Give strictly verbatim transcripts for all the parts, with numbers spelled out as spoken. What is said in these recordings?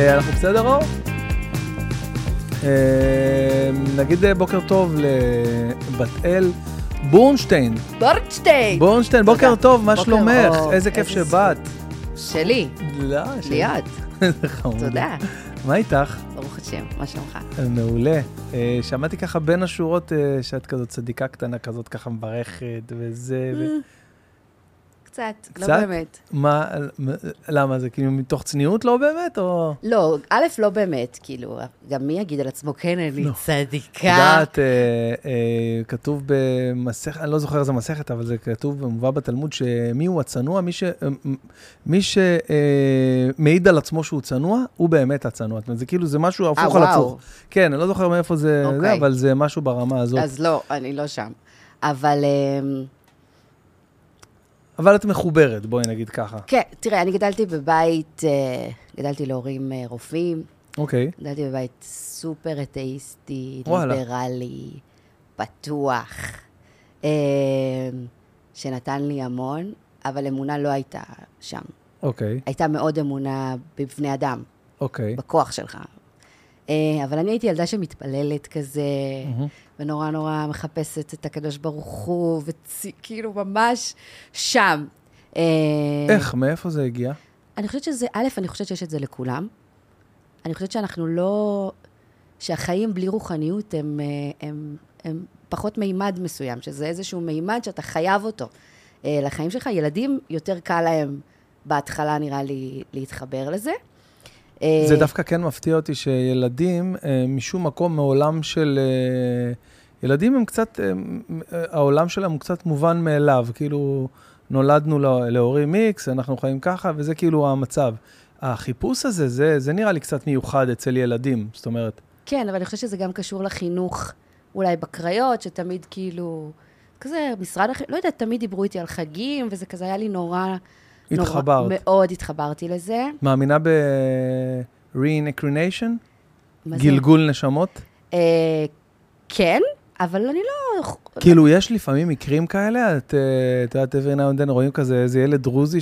אנחנו בסדר, אור? נגיד בוקר טוב לבת אל בורנשטיין. בורנשטיין. בורנשטיין, בוקר טוב, מה שלומך? איזה כיף שבאת. שלי. לא, שלי. ליד. תודה. מה איתך? ברוך השם, מה שלומך? מעולה. שמעתי ככה בין השורות שאת כזאת צדיקה קטנה, כזאת ככה מברכת וזה. קצת, לא באמת. מה, למה זה? כאילו מתוך צניעות לא באמת, או? לא, א', לא באמת, כאילו, גם מי יגיד על עצמו, כן, אני צדיקה. יודעת, כתוב במסכת, אני לא זוכר איזה מסכת, אבל זה כתוב במובא בתלמוד, שמי הוא הצנוע, מי שמעיד על עצמו שהוא צנוע, הוא באמת הצנוע. זה כאילו, זה משהו הפוך על הפוך. כן, אני לא זוכר מאיפה זה, אבל זה משהו ברמה הזאת. אז לא, אני לא שם. אבל... אבל את מחוברת, בואי נגיד ככה. כן, תראה, אני גדלתי בבית, גדלתי להורים רופאים. אוקיי. גדלתי בבית סופר אתאיסטי, ליברלי, פתוח, שנתן לי המון, אבל אמונה לא הייתה שם. אוקיי. הייתה מאוד אמונה בבני אדם. אוקיי. בכוח שלך. אבל אני הייתי ילדה שמתפללת כזה, ונורא נורא מחפשת את הקדוש ברוך הוא, וכאילו ממש שם. איך? מאיפה זה הגיע? אני חושבת שזה, א', אני חושבת שיש את זה לכולם. אני חושבת שאנחנו לא, שהחיים בלי רוחניות הם, הם, הם פחות מימד מסוים, שזה איזשהו מימד שאתה חייב אותו. לחיים שלך, ילדים יותר קל להם בהתחלה נראה לי להתחבר לזה. זה דווקא כן מפתיע אותי שילדים, משום מקום מעולם של... ילדים הם קצת, העולם שלהם הוא קצת מובן מאליו, כאילו נולדנו להורים מיקס, אנחנו חיים ככה, וזה כאילו המצב. החיפוש הזה, זה, זה נראה לי קצת מיוחד אצל ילדים, זאת אומרת. כן, אבל אני חושבת שזה גם קשור לחינוך, אולי בקריות, שתמיד כאילו, כזה משרד, לא יודעת, תמיד דיברו איתי על חגים, וזה כזה היה לי נורא... התחברת. מאוד התחברתי לזה. מאמינה ב-reincarnation? גלגול נשמות? כן, אבל אני לא... כאילו, יש לפעמים מקרים כאלה, את יודעת, every now and then רואים כזה, איזה ילד דרוזי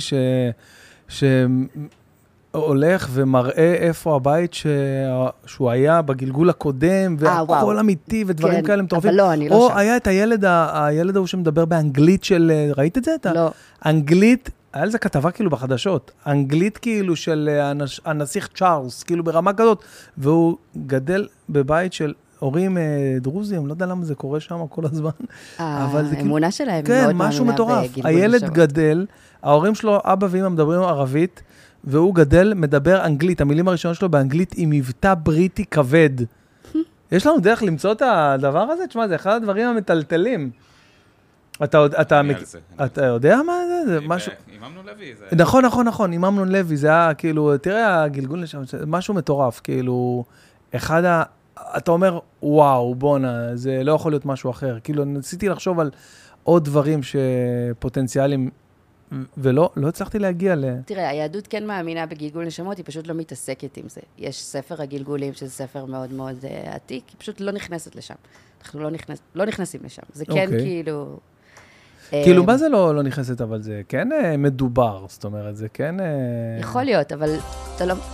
שהולך ומראה איפה הבית שהוא היה בגלגול הקודם, והכל אמיתי ודברים כאלה מטורפים. אבל לא, אני לא שם. או היה את הילד ההוא שמדבר באנגלית של... ראית את זה? לא. אנגלית... היה לזה כתבה כאילו בחדשות, אנגלית כאילו של הנסיך צ'ארלס, כאילו ברמה כזאת, והוא גדל בבית של הורים דרוזים, לא יודע למה זה קורה שם כל הזמן. האמונה שלהם מאוד מאמינה בגלגול נשמות. כן, משהו מטורף. הילד גדל, ההורים שלו, אבא ואמא מדברים ערבית, והוא גדל, מדבר אנגלית. המילים הראשונות שלו באנגלית עם מבטא בריטי כבד. יש לנו דרך למצוא את הדבר הזה? תשמע, זה אחד הדברים המטלטלים. אתה, אתה, אתה יודע מה זה? זה משהו... איממנו לוי. נכון, נכון, נכון, איממנו לוי, זה היה כאילו, תראה, הגלגול לשם, משהו מטורף, כאילו, אחד ה... אתה אומר, וואו, בונה, זה לא יכול להיות משהו אחר. כאילו, ניסיתי לחשוב על עוד דברים שפוטנציאליים, ולא, לא הצלחתי להגיע ל... תראה, היהדות כן מאמינה בגלגול נשמות, היא פשוט לא מתעסקת עם זה. יש ספר הגלגולים, שזה ספר מאוד מאוד uh, עתיק, היא פשוט לא נכנסת לשם. אנחנו לא, נכנס, לא נכנסים לשם. זה כן okay. כאילו... כאילו, מה זה לא, לא נכנסת, אבל זה כן מדובר, זאת אומרת, זה כן... יכול להיות, אבל אתה לא...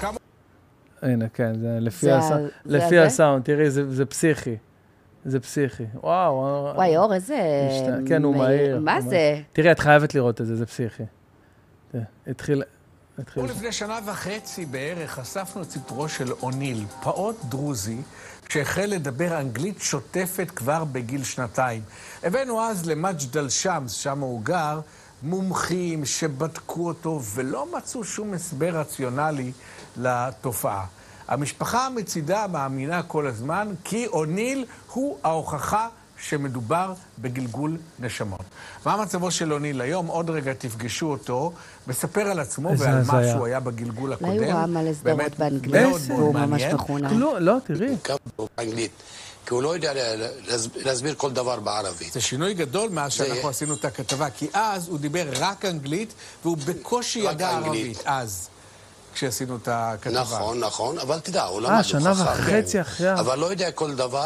הנה, כן, זה לפי, הס... לפי הסאונד, תראי, זה, זה פסיכי. זה פסיכי. וואו. וואי, אור, איזה... כן, הוא מהיר. מה זה? תראי, את חייבת לראות את זה, זה פסיכי. התחיל... ולפני שנה וחצי בערך חשפנו את סיפורו של אוניל, פעוט דרוזי, שהחל לדבר אנגלית שוטפת כבר בגיל שנתיים. הבאנו אז למג'דל שמס, שם הוא גר, מומחים שבדקו אותו ולא מצאו שום הסבר רציונלי לתופעה. המשפחה מצידה מאמינה כל הזמן כי אוניל הוא ההוכחה שמדובר בגלגול נשמות. מה מצבו של אוניל היום? עוד רגע תפגשו אותו, מספר על עצמו ועל מה שהוא היה בגלגול הקודם. אולי הוא ראה מלא סדרות באנגלית, הוא ממש מחונן. לא, לא, תראי. באנגלית, כי הוא לא יודע להסביר כל דבר בערבית. זה שינוי גדול מאז שאנחנו עשינו את הכתבה, כי אז הוא דיבר רק אנגלית, והוא בקושי ידע ערבית, אז, כשעשינו את הכתבה. נכון, נכון, אבל תדע, הוא למד, אה, שנה וחצי אחרי. אבל לא יודע כל דבר,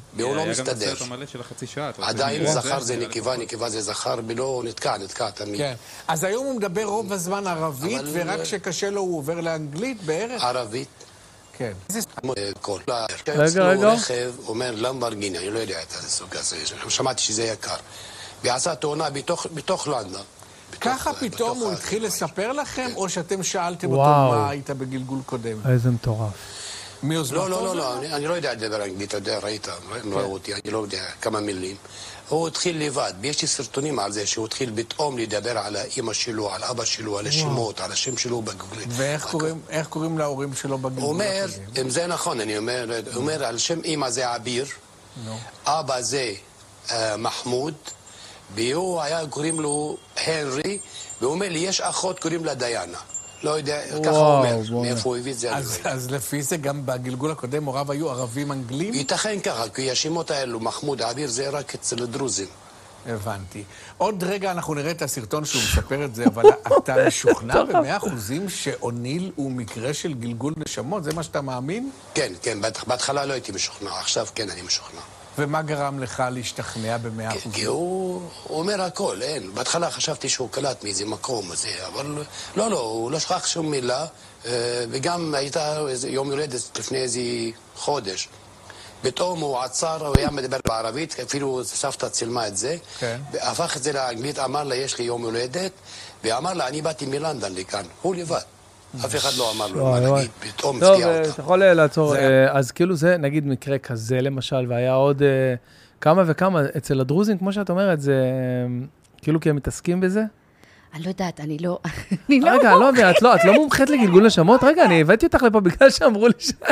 והוא לא היה מסתדר. גם את הסרט המלא של החצי שעה. עדיין זכר זה נקבה, נקבה זה זכר, ולא נתקע, נתקע תמיד. כן. אז היום הוא מדבר רוב הזמן ערבית, אבל- ורק כשקשה לו הוא עובר לאנגלית בערך? ערבית. כן. כל. רגע, אצלו רגע. רכב, אומר למבורגיני, אני לא יודע את הסוג הזה, שמעתי שזה יקר. ועשה תאונה בתוך, בתוך לונדון. בתוך- ככה פתאום בתוך הוא ה- התחיל לספר לכם, או שאתם שאלתם אותו וואו. מה היית בגלגול קודם? איזה מטורף. מיוזמתו? לא, לא, לא, זה? לא, אני, אני לא יודע לדבר אנגלית, אתה יודע, ראית, הם ראו אותי, אני לא יודע כמה מילים. הוא התחיל לבד, ויש לי סרטונים על זה שהוא התחיל פתאום לדבר על האמא שלו, על אבא שלו, על השמות, על השם שלו בגוגלית. ואיך קוראים, איך קוראים להורים שלו בגלגול הוא אומר, הקודם? אם זה נכון, אני אומר, הוא אומר על שם אמא זה עביר, נו. אבא זה אה, מחמוד, והוא היה קוראים לו הנרי, והוא אומר לי, יש אחות קוראים לה דיאנה. לא יודע, ככה הוא אומר, וואו. מאיפה הוא הביא את זה, אני לא אז, יודע. אז לפי זה גם בגלגול הקודם הוריו היו ערבים אנגלים? ייתכן ככה, כי השמות האלו, מחמוד, עביר, זה רק אצל הדרוזים. הבנתי. עוד רגע אנחנו נראה את הסרטון שהוא מספר את זה, אבל אתה משוכנע במאה אחוזים שאוניל הוא מקרה של גלגול נשמות? זה מה שאתה מאמין? כן, כן, בהתח- בהתחלה לא הייתי משוכנע, עכשיו כן אני משוכנע. ומה גרם לך להשתכנע במאה כי- אחוזים? כי הוא הוא אומר הכל, אין. בהתחלה חשבתי שהוא קלט מאיזה מקום, הזה, אבל לא, לא, הוא לא שכח שום מילה, אה, וגם הייתה איזה יום יולדת לפני איזה חודש. פתאום הוא עצר, הוא היה מדבר בערבית, אפילו סבתא צילמה את זה, כן. והפך את זה לאנגלית, אמר לה, יש לי יום יולדת, ואמר לה, אני באתי מלנדון לכאן, הוא לבד. אף אחד לא אמר לו מה וואי, וואי. להגיד, פתאום טוב, הפתיע אה, אותה. אתה יכול אה, לעצור. זה- אה, אז כאילו זה, נגיד מקרה כזה למשל, והיה עוד אה, כמה וכמה, אצל הדרוזים, כמו שאת אומרת, זה אה, כאילו כי הם מתעסקים בזה? אני לא יודעת, אני לא... אני לא... רגע, אני לא מבין, את לא, את לא מומחית לגלגול נשמות? רגע, אני הבאתי אותך לפה בגלל שאמרו לי ש...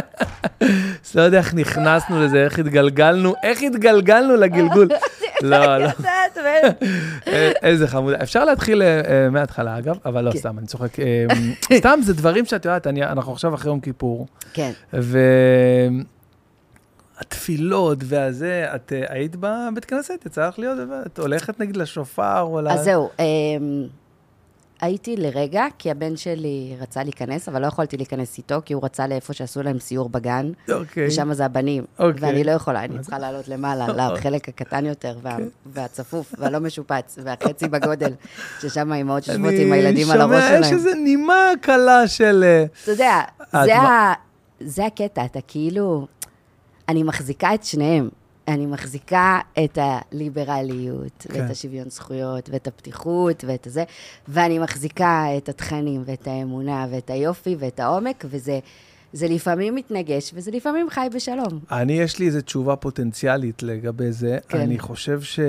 אז לא יודע איך נכנסנו לזה, איך התגלגלנו, איך התגלגלנו לגלגול. לא, לא. יודעת, ואין. אה, איזה חמודה. אפשר להתחיל אה, אה, מההתחלה, אגב, אבל לא, כן. סתם, אני צוחק. אה, סתם, זה דברים שאת יודעת, אני- אנחנו עכשיו אחרי יום כיפור, כן. והתפילות והזה, את אה, היית בבית כנסת? יצא לך להיות? את הולכת נגיד לשופר או ל... אז זהו, אמ, הייתי לרגע, כי הבן שלי רצה להיכנס, אבל לא יכולתי להיכנס איתו, כי הוא רצה לאיפה שעשו להם סיור בגן, אוקיי. ושם זה הבנים, אוקיי. ואני לא יכולה, אני צריכה לעלות למעלה, לחלק הקטן יותר, וה- והצפוף, והלא משופץ, והחצי בגודל, ששם האמהות שיושבות עם הילדים על הראש אני שומע, יש שלהם. איזו נימה קלה של... אה, אתה יודע, את זה מה- ה- זה הקטע, אתה כאילו, אני מחזיקה את שניהם. אני מחזיקה את הליברליות, כן. ואת השוויון זכויות, ואת הפתיחות, ואת הזה, ואני מחזיקה את התכנים, ואת האמונה, ואת היופי, ואת העומק, וזה זה לפעמים מתנגש, וזה לפעמים חי בשלום. אני, יש לי איזו תשובה פוטנציאלית לגבי זה. כן. אני חושב ש...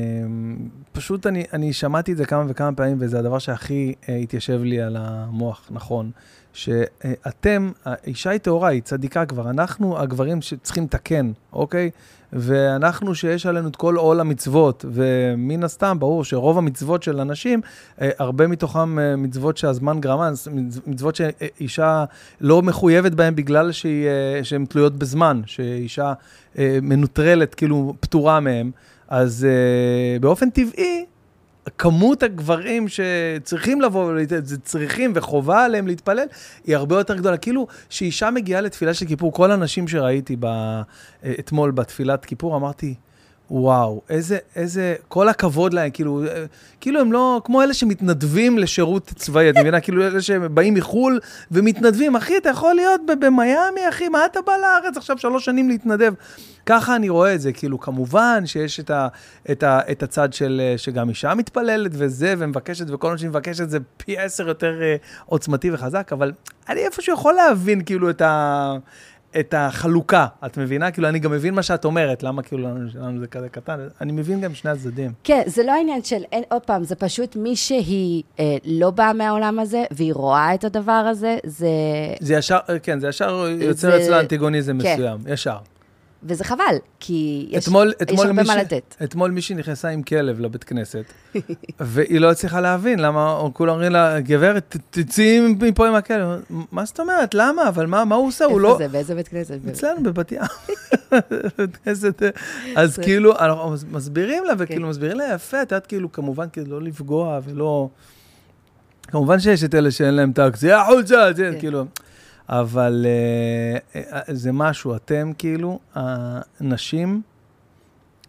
פשוט אני, אני שמעתי את זה כמה וכמה פעמים, וזה הדבר שהכי אה, התיישב לי על המוח, נכון. שאתם, האישה היא טהורה, היא צדיקה כבר, אנחנו הגברים שצריכים לתקן, אוקיי? ואנחנו שיש עלינו את כל עול המצוות, ומן הסתם, ברור שרוב המצוות של אנשים, הרבה מתוכם מצוות שהזמן גרמן, מצוות שאישה לא מחויבת בהן בגלל שהן תלויות בזמן, שאישה מנוטרלת, כאילו פטורה מהן, אז באופן טבעי, כמות הגברים שצריכים לבוא, צריכים וחובה עליהם להתפלל, היא הרבה יותר גדולה. כאילו, שאישה מגיעה לתפילה של כיפור, כל האנשים שראיתי אתמול בתפילת כיפור, אמרתי, וואו, איזה, איזה, כל הכבוד להם, כאילו, כאילו הם לא, כמו אלה שמתנדבים לשירות צבאי, את מבינה? כאילו אלה שבאים מחול ומתנדבים, אחי, אתה יכול להיות במיימי, אחי, מה אתה בא לארץ עכשיו שלוש שנים להתנדב? ככה אני רואה את זה, כאילו, כמובן שיש את, ה, את, ה, את הצד של, שגם אישה מתפללת וזה, ומבקשת, וכל מה שהיא מבקשת זה פי עשר יותר עוצמתי וחזק, אבל אני איפשהו יכול להבין, כאילו, את ה... את החלוקה, את מבינה? כאילו, אני גם מבין מה שאת אומרת, למה כאילו לנו זה כזה קטן, אני מבין גם שני הצדדים. כן, זה לא העניין של, אין, עוד פעם, זה פשוט מי שהיא אה, לא באה מהעולם הזה, והיא רואה את הדבר הזה, זה... זה ישר, כן, זה ישר יוצר זה- אצלה אנטיגוניזם כן. מסוים, ישר. וזה חבל, כי יש, אתמול, יש אתמול הרבה מישהי- מה לתת. אתמול מישהי נכנסה עם כלב לבית כנסת, והיא לא הצליחה להבין, למה, כולם אומרים לה, גברת, ת- תצאי מפה עם הכלב. מה זאת אומרת? למה? אבל מה, מה הוא עושה? הוא איפה לא... זה? באיזה בית כנסת? אצלנו בבת ים. בית כנסת. אז כאילו, אנחנו מסבירים לה, וכאילו מסבירים לה יפה, את יודעת, כאילו, כמובן, כאילו, לא לפגוע ולא... כמובן שיש את אלה שאין להם טקסי, יא חולצה, זה כאילו... אבל uh, זה משהו, אתם כאילו, הנשים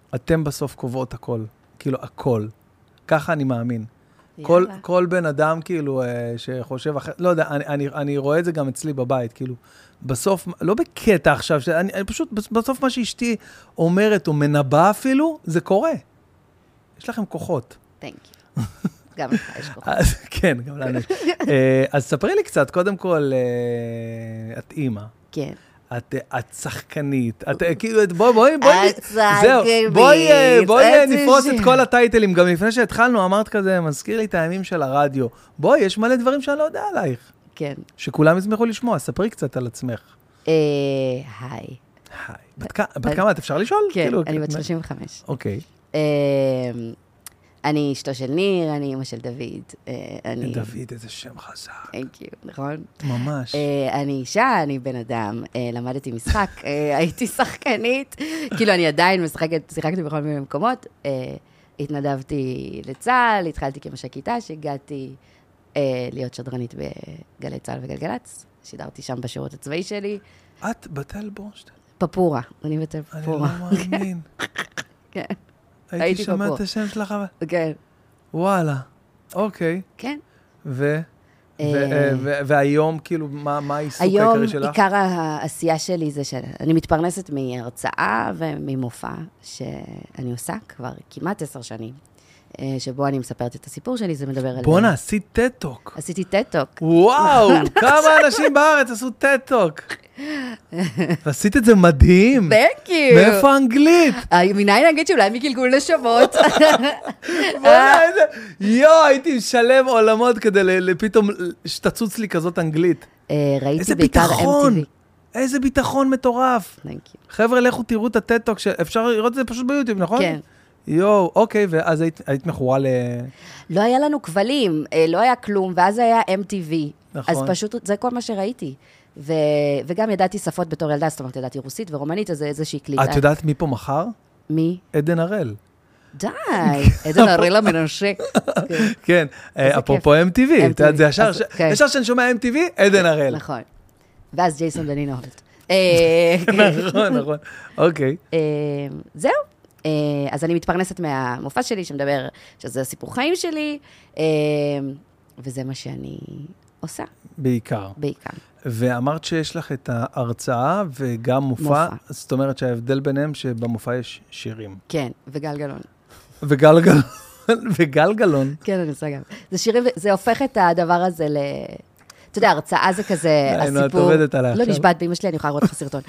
אתם בסוף קובעות הכל. כאילו, הכל. ככה אני מאמין. כל, כל בן אדם, כאילו, שחושב אחר, לא יודע, אני, אני, אני רואה את זה גם אצלי בבית, כאילו, בסוף, לא בקטע עכשיו, שאני, אני פשוט, בסוף מה שאשתי אומרת או מנבא אפילו, זה קורה. יש לכם כוחות. Thank you. גם לך יש כוחות. אז, כן, גם לנו יש. אז ספרי לי קצת, קודם כל, את אימא. כן. את, את שחקנית, את כאילו, בואי, בואי, בואי, את שחקנית. בואי, בואי נפרוס את כל הטייטלים, גם לפני שהתחלנו, אמרת כזה, מזכיר לי את הימים של הרדיו. בואי, יש מלא דברים שאני לא יודע עלייך. כן. שכולם ישמחו לשמוע, ספרי קצת על עצמך. היי. היי. בת כמה את אפשר לשאול? כן, אני בת שלושים וחמש. אוקיי. אני אשתו של ניר, אני אמא של דוד. דוד, איזה שם חזק. Thank you, נכון? ממש. אני אישה, אני בן אדם, למדתי משחק, הייתי שחקנית, כאילו אני עדיין משחקת, שיחקתי בכל מיני מקומות, התנדבתי לצה"ל, התחלתי כמש"קית, שהגעתי להיות שדרנית בגלי צה"ל וגלגלצ, שידרתי שם בשירות הצבאי שלי. את בתל בורשטיין? פפורה, אני בתל פפורה. אני לא מאמין. כן. הייתי שומע את השם שלך. כן. וואלה, אוקיי. כן. ו? והיום, כאילו, מה העיסוק העיקרי שלך? היום עיקר העשייה שלי זה שאני מתפרנסת מהרצאה וממופע שאני עושה כבר כמעט עשר שנים, שבו אני מספרת את הסיפור שלי, זה מדבר על... בוא'נה, עשית טט-טוק. עשיתי טט-טוק. וואו, כמה אנשים בארץ עשו טט-טוק. ועשית את זה מדהים. Thank you. מאיפה אנגלית? מניין אנגלית שאולי מגלגול נשמות. יו, הייתי משלם עולמות כדי פתאום שתצוץ לי כזאת אנגלית. ראיתי בעיקר אם טי וי. איזה ביטחון מטורף. Thank you. חבר'ה, לכו תראו את הטט-טוק, אפשר לראות את זה פשוט ביוטיוב, נכון? כן. יו, אוקיי, ואז היית, היית מכורה ל... לא היה לנו כבלים, לא היה כלום, ואז היה אם טי וי. נכון. אז פשוט, זה כל מה שראיתי. ו... וגם ידעתי שפות בתור ילדה, זאת אומרת, ידעתי רוסית ורומנית, אז זה איזושהי קליטה. את יודעת מי פה מחר? מי? עדן הראל. די, עדן הראל המנשה. כן, אפרופו אם טי וי, זה ישר, ישר שאני שומע אם טי וי, עדן הראל. נכון. ואז ג'ייסון דנינו הולט. נכון, נכון, אוקיי. זהו. אז אני מתפרנסת מהמופע שלי, שמדבר שזה הסיפור חיים שלי, וזה מה שאני עושה. בעיקר. בעיקר. ואמרת שיש לך את ההרצאה וגם מופע, זאת אומרת שההבדל ביניהם שבמופע יש שירים. כן, וגל גלון. וגל גלון. וגל גלון. כן, אני עושה גם. זה שירים, זה הופך את הדבר הזה ל... אתה יודע, הרצאה זה כזה, הסיפור... את עובדת עליי עכשיו. לא נשבעת באמא שלי, אני יכולה לראות לך סרטון.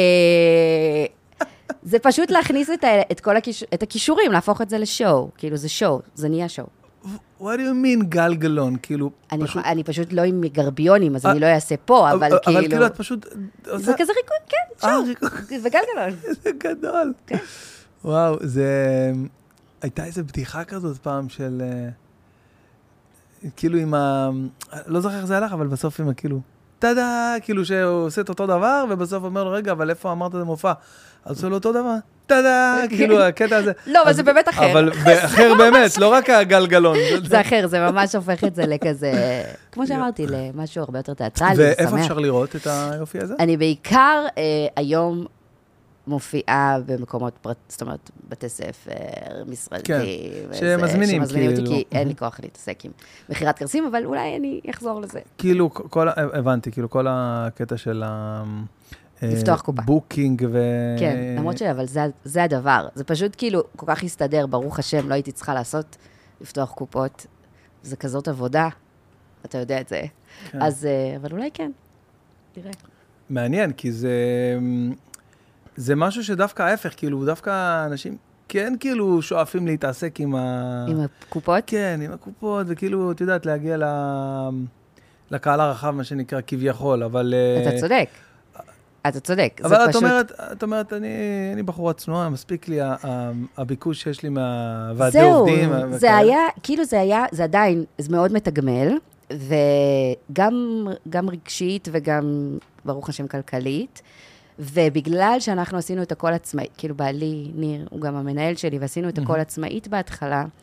זה פשוט להכניס את, ה, את כל הכיש, את הכישורים, להפוך את זה לשואו. כאילו, זה שואו, זה נהיה שואו. What do you mean גל גלון? כאילו, אני, פשוט... אני פשוט לא עם גרביונים, אז אני לא אעשה פה, אבל כאילו... אבל כאילו את פשוט... זה כזה ריקוד, כן, שואו. וגל גלון. זה גדול. כן. וואו, זה... הייתה איזו בדיחה כזאת פעם של... כאילו עם ה... לא זוכר איך זה הלך, אבל בסוף עם ה... כאילו... טאדה, כאילו שהוא עושה את אותו דבר, ובסוף אומר לו, רגע, אבל איפה אמרת את המופע? אז עושה לו אותו דבר, טאדה, כאילו הקטע הזה. לא, אבל זה באמת אחר. אבל אחר באמת, לא רק הגלגלון. זה אחר, זה ממש הופך את זה לכזה, כמו שאמרתי, למשהו הרבה יותר תיאטרלי, ואיפה אפשר לראות את היופי הזה? אני בעיקר היום מופיעה במקומות פרט, זאת אומרת, בתי ספר, משרדים. שמזמינים, שמזמינים אותי, כי אין לי כוח להתעסק עם מחירת כרסים, אבל אולי אני אחזור לזה. כאילו, הבנתי, כאילו כל הקטע של ה... לפתוח קופה. בוקינג ו... כן, למרות שלי, אבל זה, זה הדבר. זה פשוט כאילו כל כך הסתדר, ברוך השם, לא הייתי צריכה לעשות, לפתוח קופות. זה כזאת עבודה, אתה יודע את זה. כן. אז, אבל אולי כן. תראה. מעניין, כי זה... זה משהו שדווקא ההפך, כאילו, דווקא אנשים כן כאילו שואפים להתעסק עם ה... עם הקופות? כן, עם הקופות, וכאילו, את יודעת, להגיע ל... לקהל הרחב, מה שנקרא, כביכול, אבל... אתה צודק. אתה צודק. אבל את אומרת, את אומרת, אני, אני בחורה צנועה, מספיק לי הביקוש שיש לי מהוועדי עובדים. זהו, זה היה, כאילו זה היה, זה עדיין, זה מאוד מתגמל, וגם גם רגשית וגם, ברוך השם, כלכלית, ובגלל שאנחנו עשינו את הכל עצמאית, כאילו בעלי, ניר, הוא גם המנהל שלי, ועשינו את הכל עצמאית בהתחלה,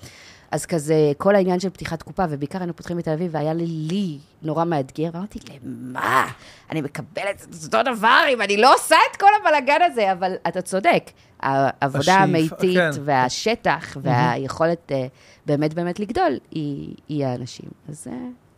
אז כזה, כל העניין של פתיחת קופה, ובעיקר היינו פותחים בתל אביב, והיה לי, לי נורא מאתגר, ואמרתי, למה? אני מקבלת את אותו דבר, אם אני לא עושה את כל הבלגן הזה, אבל אתה צודק. העבודה המיתית והשטח והיכולת באמת באמת לגדול, היא האנשים. אז...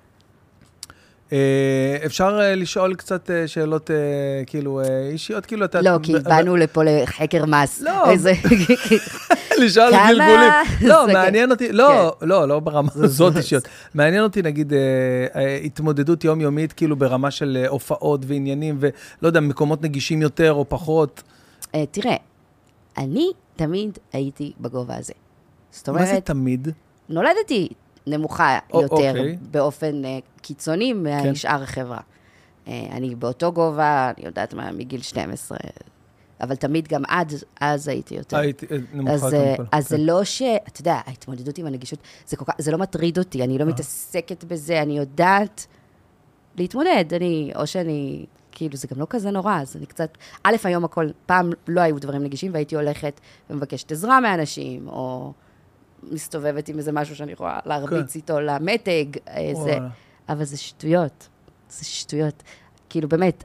אפשר לשאול קצת שאלות, כאילו, אישיות, כאילו, אתה... לא, כי באנו לפה לחקר מס. לא. לשאול גלגולים. לא, מעניין אותי, לא, לא, לא ברמה הזאת אישיות. מעניין אותי, נגיד, התמודדות יומיומית, כאילו, ברמה של הופעות ועניינים, ולא יודע, מקומות נגישים יותר או פחות. תראה, אני תמיד הייתי בגובה הזה. מה זה תמיד? נולדתי נמוכה יותר, באופן קיצוני משאר החברה. אני באותו גובה, אני יודעת מה, מגיל שתים עשרה, אבל תמיד גם עד, אז הייתי יותר. הייתי נמוכה יותר מכל. אז זה לא ש, אתה יודע, ההתמודדות עם הנגישות, זה לא מטריד אותי, אני לא מתעסקת בזה, אני יודעת להתמודד, אני, או שאני, כאילו, זה גם לא כזה נורא, אז אני קצת, א', היום הכל, פעם לא היו דברים נגישים, והייתי הולכת ומבקשת עזרה מאנשים, או מסתובבת עם איזה משהו שאני יכולה להרביץ איתו למתג, זה, אבל זה שטויות, זה שטויות. כאילו, באמת,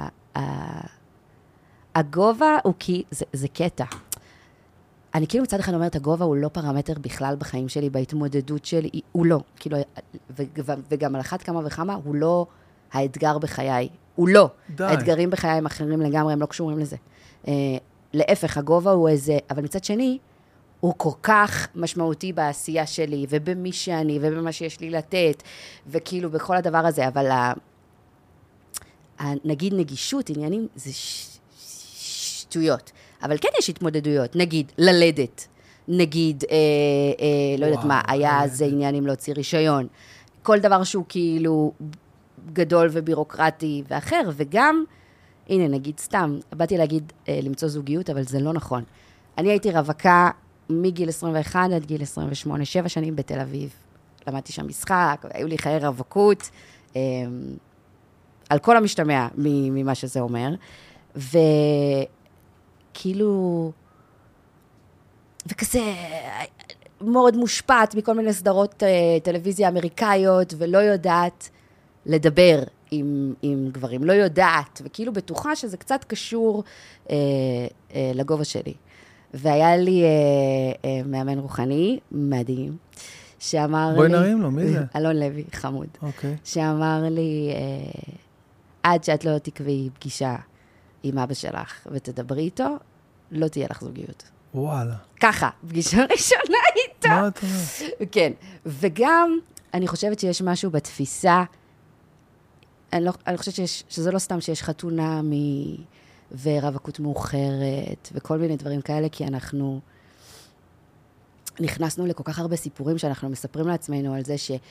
הגובה הוא כי, זה קטע. אני כאילו מצד אחד אומרת, הגובה הוא לא פרמטר בכלל בחיים שלי, בהתמודדות שלי, הוא לא. כאילו, וגם על אחת כמה וכמה, הוא לא האתגר בחיי. הוא לא. האתגרים בחיי הם אחרים לגמרי, הם לא קשורים לזה. להפך, הגובה הוא איזה, אבל מצד שני, הוא כל כך משמעותי בעשייה שלי, ובמי שאני, ובמה שיש לי לתת, וכאילו בכל הדבר הזה, אבל נגיד נגישות, עניינים, זה שטויות. אבל כן יש התמודדויות, נגיד, ללדת, נגיד, אה, אה, לא יודעת מה, היה זה עניינים להוציא רישיון, כל דבר שהוא כאילו גדול ובירוקרטי ואחר, וגם, הנה, נגיד סתם, באתי להגיד אה, למצוא זוגיות, אבל זה לא נכון. אני הייתי רווקה מגיל עשרים ואחת עד גיל עשרים ושמונה, שבע שנים בתל אביב. למדתי שם משחק, היו לי חיי רווקות, אה, על כל המשתמע ממה שזה אומר, ו... כאילו, וכזה, מאוד מושפעת מכל מיני סדרות uh, טלוויזיה אמריקאיות, ולא יודעת לדבר עם, עם גברים, לא יודעת, וכאילו בטוחה שזה קצת קשור uh, uh, לגובה שלי. והיה לי uh, uh, מאמן רוחני, מדהים, שאמר בואי לי... בואי נרים לו, מי זה? אלון לוי, חמוד. אוקיי. Okay. שאמר לי, uh, עד שאת לא תקבעי פגישה, עם אבא שלך, ותדברי איתו, לא תהיה לך זוגיות. וואלה. ככה, פגישה ראשונה איתו. מה אתה אומר? כן, וגם, אני חושבת שיש משהו בתפיסה, אני, לא, אני חושבת שיש, שזה לא סתם שיש חתונה מ... ורווקות מאוחרת, וכל מיני דברים כאלה, כי אנחנו נכנסנו לכל כך הרבה סיפורים שאנחנו מספרים לעצמנו על זה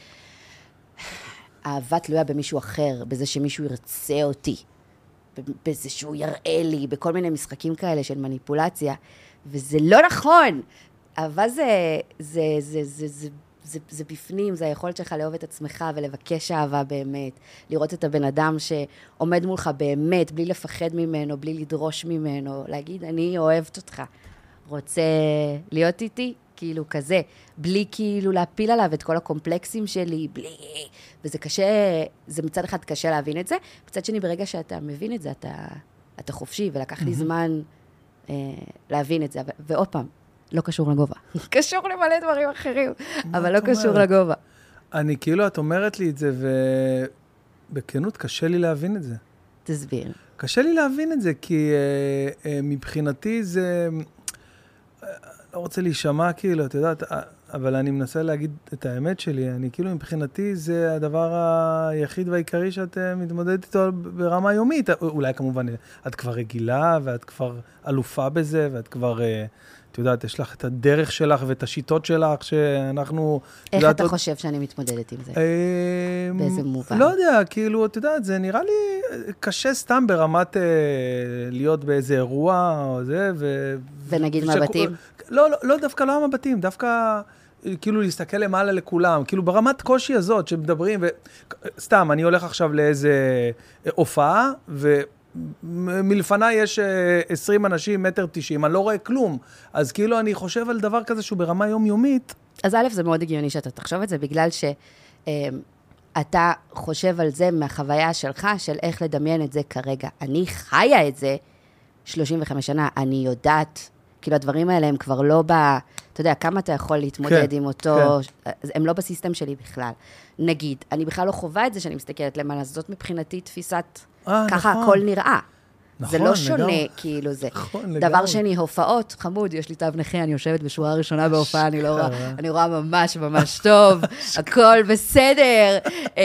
שאהבה תלויה במישהו אחר, בזה שמישהו ירצה אותי. בזה שהוא יראה לי, בכל מיני משחקים כאלה של מניפולציה, וזה לא נכון. אבל זה, זה, זה, זה, זה, זה, זה בפנים, זה היכולת שלך לאהוב את עצמך ולבקש אהבה באמת, לראות את הבן אדם שעומד מולך באמת, בלי לפחד ממנו, בלי לדרוש ממנו, להגיד, אני אוהבת אותך, רוצה להיות איתי? כאילו כזה, בלי כאילו להפיל עליו את כל הקומפלקסים שלי, בלי, וזה קשה, זה מצד אחד קשה להבין את זה, מצד שני ברגע שאתה מבין את זה, אתה, אתה חופשי, ולקח לי זמן אה, להבין את זה, ו- ועוד פעם, לא קשור לגובה, קשור למלא דברים אחרים, אבל לא קשור לגובה. אני כאילו, את אומרת לי את זה, ובכנות קשה לי להבין את זה. תסביר. קשה לי להבין את זה, כי אה, אה, מבחינתי זה... לא רוצה להישמע כאילו, אתה יודעת, אבל אני מנסה להגיד את האמת שלי, אני כאילו מבחינתי זה הדבר היחיד והעיקרי שאת מתמודדת איתו ברמה יומית, אולי כמובן את כבר רגילה ואת כבר אלופה בזה, ואת כבר, את יודעת, יש לך את הדרך שלך ואת השיטות שלך שאנחנו... איך אתה עוד... חושב שאני מתמודדת עם זה? באיזה מובן? לא יודע, כאילו, את יודעת, זה נראה לי קשה סתם ברמת להיות באיזה אירוע או זה, ו... ונגיד ושק... מבטים? לא, לא, לא, דווקא לא המבטים, דווקא כאילו להסתכל למעלה לכולם, כאילו ברמת קושי הזאת שמדברים, וסתם, אני הולך עכשיו לאיזה הופעה, ו... מלפני יש עשרים אנשים, מטר תשעים, אני לא רואה כלום. אז כאילו אני חושב על דבר כזה שהוא ברמה יומיומית. אז א', זה מאוד הגיוני שאתה תחשוב את זה, בגלל שאתה חושב על זה מהחוויה שלך, של איך לדמיין את זה כרגע. אני חיה את זה שלושים וחמש שנה, אני יודעת, כאילו הדברים האלה הם כבר לא ב... אתה יודע, כמה אתה יכול להתמודד עם אותו... הם לא בסיסטם שלי בכלל. נגיד, אני בכלל לא חובה את זה שאני מסתכלת למעלה, זאת מבחינתי תפיסת... ככה הכל נראה. זה לא שונה, כאילו זה. דבר שני, הופעות, חמוד, יש לי תו נכה, אני יושבת בשורה הראשונה בהופעה, אני לא רואה, אני רואה ממש ממש טוב, הכל בסדר.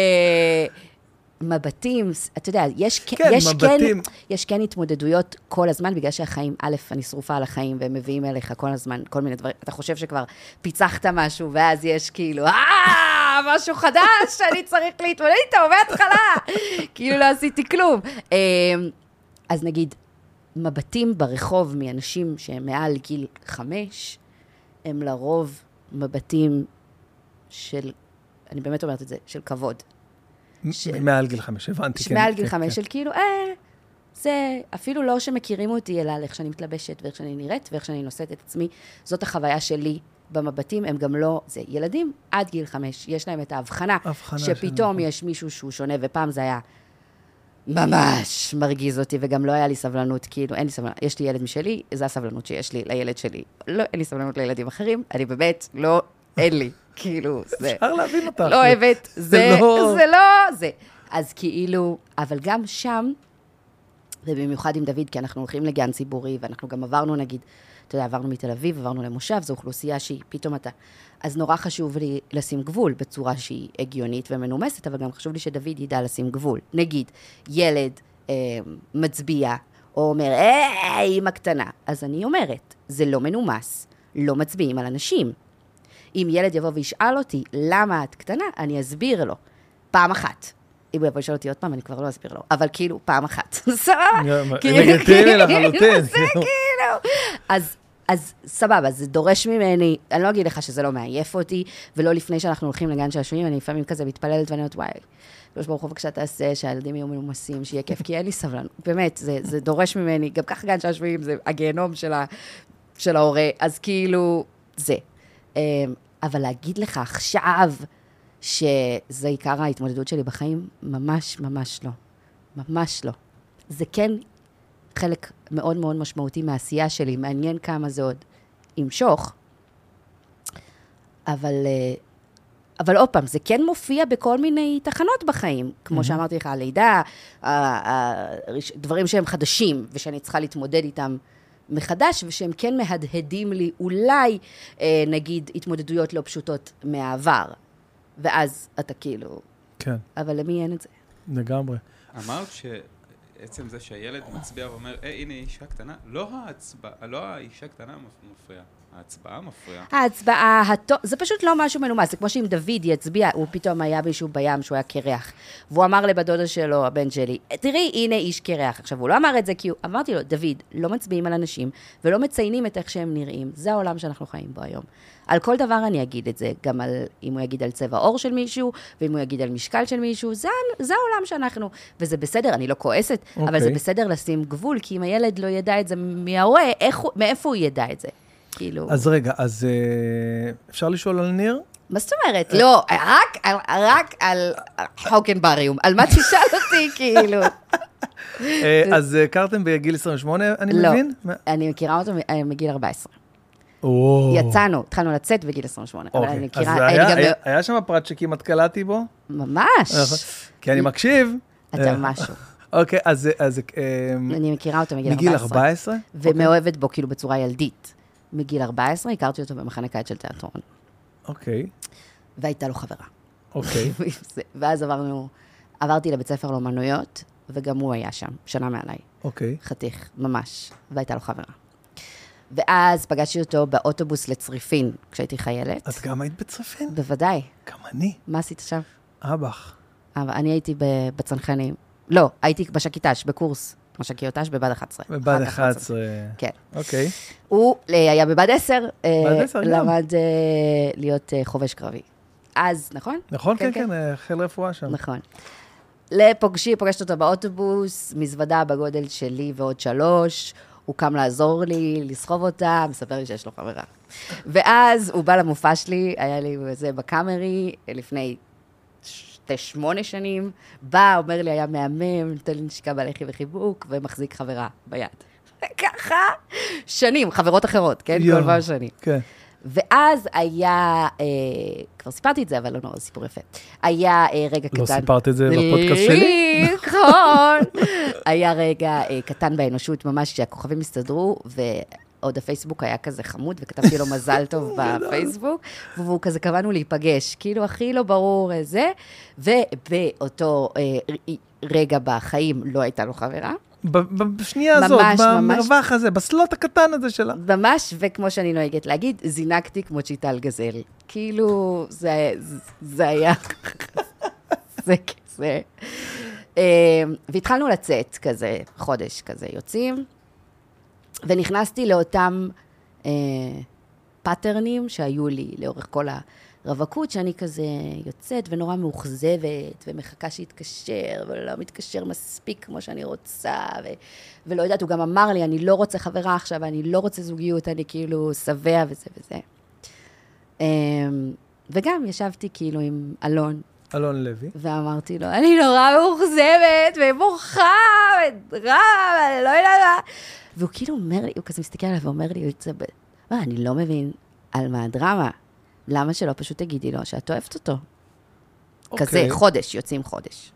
מבטים, אתה יודע, יש כן, יש כן התמודדויות כל הזמן, בגלל שהחיים, א', אני שרופה על החיים, והם מביאים אליך כל הזמן, כל מיני דברים, אתה חושב שכבר פיצחת משהו, ואז יש כאילו, אה, משהו חדש, שאני צריך להתמודד איתו, מההתחלה, כאילו לא עשיתי כלום. אז נגיד, מבטים ברחוב מאנשים שהם מעל גיל חמש, הם לרוב מבטים של, אני באמת אומרת את זה, של כבוד. מעל גיל חמש, הבנתי. מעל גיל חמש, של כאילו, אה, זה אפילו לא שמכירים אותי, אלא איך שאני מתלבשת, ואיך שאני נראית, ואיך שאני נושאת את עצמי. זאת החוויה שלי במבטים, הם גם לא, זה ילדים עד גיל חמש, יש להם את ההבחנה, שפתאום יש מישהו שהוא שונה, ופעם זה היה ממש מרגיז אותי, וגם לא היה לי סבלנות, כאילו, אין לי סבלנות, יש לי ילד משלי, זה הסבלנות שיש לי לילד שלי. לא, אין לי סבלנות לילדים אחרים, אני באמת לא, אין לי. כאילו, זה... אפשר להבין אותך. לא אוהבת, זה לא... זה לא... זה. אז כאילו, אבל גם שם, ובמיוחד עם דוד, כי אנחנו הולכים לגן ציבורי, ואנחנו גם עברנו, נגיד, אתה יודע, עברנו מתל אביב, עברנו למושב, זו אוכלוסייה שהיא פתאום אתה... אז נורא חשוב לי לשים גבול בצורה שהיא הגיונית ומנומסת, אבל גם חשוב לי שדוד ידע לשים גבול. נגיד, ילד אה, מצביע, או אומר, אה, אמא קטנה. אז אני אומרת, זה לא מנומס, לא מצביעים על אנשים. אם ילד יבוא וישאל אותי, למה את קטנה? אני אסביר לו. פעם אחת. אם הוא יבוא לשאול אותי עוד פעם, אני כבר לא אסביר לו. אבל כאילו, פעם אחת. סבבה? נגטיבי לחלוטין. זה כאילו. אז סבבה, זה דורש ממני, אני לא אגיד לך שזה לא מעייף אותי, ולא לפני שאנחנו הולכים לגן שעשועים, אני לפעמים כזה מתפללת ואני אומרת, וואי, קדוש ברוך הוא בבקשה תעשה, שהילדים יהיו מנומסים, שיהיה כיף, כי אין לי סבלנות. באמת, זה דורש ממני, גם ככה גן שעשועים, זה הגיהנום של ההורה, אז כאילו, זה. אבל להגיד לך עכשיו שזה עיקר ההתמודדות שלי בחיים, ממש ממש לא. ממש לא. זה כן חלק מאוד מאוד משמעותי מהעשייה שלי, מעניין כמה זה עוד ימשוך, אבל, אבל עוד פעם, זה כן מופיע בכל מיני תחנות בחיים, כמו שאמרתי לך, הלידה, דברים שהם חדשים, ושאני צריכה להתמודד איתם מחדש, ושהם כן מהדהדים לי אולי, אה, נגיד, התמודדויות לא פשוטות מהעבר. ואז אתה כאילו... כן. אבל למי אין את זה? לגמרי. אמרת שעצם זה שהילד מצביע ואומר, אה, הנה אישה קטנה, לא ההצבעה, לא האישה קטנה מפריעה. ההצבעה מפריעה. ההצבעה, הטוב, זה פשוט לא משהו מנומס, זה כמו שאם דוד יצביע, הוא פתאום היה מישהו בים שהוא היה קרח, והוא אמר לבדודה שלו, הבן שלי, תראי, הנה איש קרח. עכשיו, הוא לא אמר את זה כי הוא, אמרתי לו, דוד, לא מצביעים על אנשים, ולא מציינים את איך שהם נראים, זה העולם שאנחנו חיים בו היום. על כל דבר אני אגיד את זה, גם על, אם הוא יגיד על צבע עור של מישהו, ואם הוא יגיד על משקל של מישהו, זה, זה העולם שאנחנו, וזה בסדר, אני לא כועסת, okay. אבל זה בסדר לשים גבול, כי אם הילד לא ידע את זה מההורה, איך, מאיפה הוא ידע את זה? כאילו... אז רגע, אז אפשר לשאול על ניר? מה זאת אומרת? לא, רק, רק על חוקנבריום. על מה תשאל אותי, כאילו? אז הכרתם בגיל עשרים ושמונה, אני מבין? לא, אני מכירה אותו מגיל ארבע עשרה. יצאנו, התחלנו לצאת בגיל עשרים ושמונה. אז היה שם פרט שכמעט קלעתי בו? ממש. כי אני מקשיב. אתה משהו. אוקיי, אז... אני מכירה אותו מגיל מגיל ארבע עשרה? ומאוהבת בו כאילו בצורה ילדית. מגיל ארבע עשרה, הכרתי אותו במחנה קיץ של תיאטרון. אוקיי. והייתה לו חברה. אוקיי. ואז עברנו, עברתי לבית ספר לאומנויות, וגם הוא היה שם, שנה מעליי. אוקיי. חתיך, ממש. והייתה לו חברה. ואז פגשתי אותו באוטובוס לצריפין, כשהייתי חיילת. את גם היית בצריפין? בוודאי. גם אני. מה עשית שם? אבח. אבל אני הייתי בצנחנים. לא, הייתי בשקיטש, בקורס. משקיותש בבד אחת עשרה. בבד אחת עשרה. כן. אוקיי. הוא היה בבד עשר, בבד עשר גם. למד להיות חובש קרבי. אז, נכון? נכון, כן, כן, חיל רפואה שם. נכון. לפוגשי, פוגשת אותו באוטובוס, מזוודה בגודל שלי ועוד שלוש, הוא קם לעזור לי, לסחוב אותה, מספר לי שיש לו חברה. ואז הוא בא למופע שלי, היה לי זה בקאמרי, לפני שתי שמונה שנים, בא, אומר לי, היה מהמם, נותן לי נשיקה בלחי וחיבוק, ומחזיק חברה ביד. וככה, שנים, חברות אחרות, כן? כל פעם שנים. כן. ואז היה, אה, כבר סיפרתי את זה, אבל לא נורא, סיפור יפה. היה אה, רגע קטן. לא סיפרת את זה בפודקאסט שלי? נכון. היה רגע אה, קטן באנושות, ממש שהכוכבים הסתדרו, ועוד הפייסבוק היה כזה חמוד, וכתבתי לו מזל טוב בפייסבוק, והוא כזה קבענו להיפגש, כאילו הכי לא ברור זה, ובאותו אה, רגע בחיים לא הייתה לו חברה. בשנייה הזאת, במרווח הזה, בסלוט הקטן הזה שלה. ממש, וכמו שאני נוהגת להגיד, זינקתי כמו צ'יטל גזל. כאילו, זה, זה היה... זה כזה. והתחלנו לצאת כזה, חודש כזה יוצאים, ונכנסתי לאותם פאטרנים שהיו לי לאורך כל הרווקות, שאני כזה יוצאת ונורא מאוכזבת, ומחכה שיתקשר, ולא מתקשר מספיק כמו שאני רוצה, ו... ולא יודעת, הוא גם אמר לי, אני לא רוצה חברה עכשיו, אני לא רוצה זוגיות, אני כאילו שבע וזה וזה. וגם ישבתי כאילו עם אלון. אלון לוי. ואמרתי לו, אני נורא מאוכזבת, ומוחה, ודרמה, ואני לא יודעת מה. והוא כאילו אומר לי, הוא כזה מסתכל עליו ואומר לי, מה, אני לא מבין על מה הדרמה. למה שלא פשוט תגידי לו שאת אוהבת אותו? Okay. כזה, חודש, יוצאים חודש.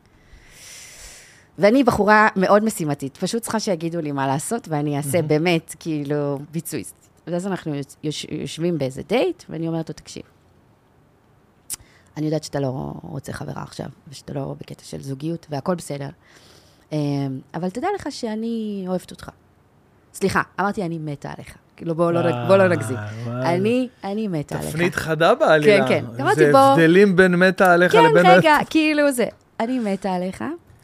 ואני בחורה מאוד משימתית, פשוט צריכה שיגידו לי מה לעשות, ואני אעשה mm-hmm. באמת, כאילו, ביצועיסטית. ואז אנחנו יוש, יושבים באיזה דייט, ואני אומרת לו, תקשיב, אני יודעת שאתה לא רוצה חברה עכשיו, ושאתה לא בקטע של זוגיות, והכל בסדר. אבל תדע לך שאני אוהבת אותך. סליחה, אמרתי, אני מתה עליך. כאילו, בוא לא נגזים. אני, אני מתה עליך. תפנית חדה בעלילה. כן, כן. זה הבדלים בין מתה עליך לבין... כן, רגע, כאילו זה. אני מתה עליך,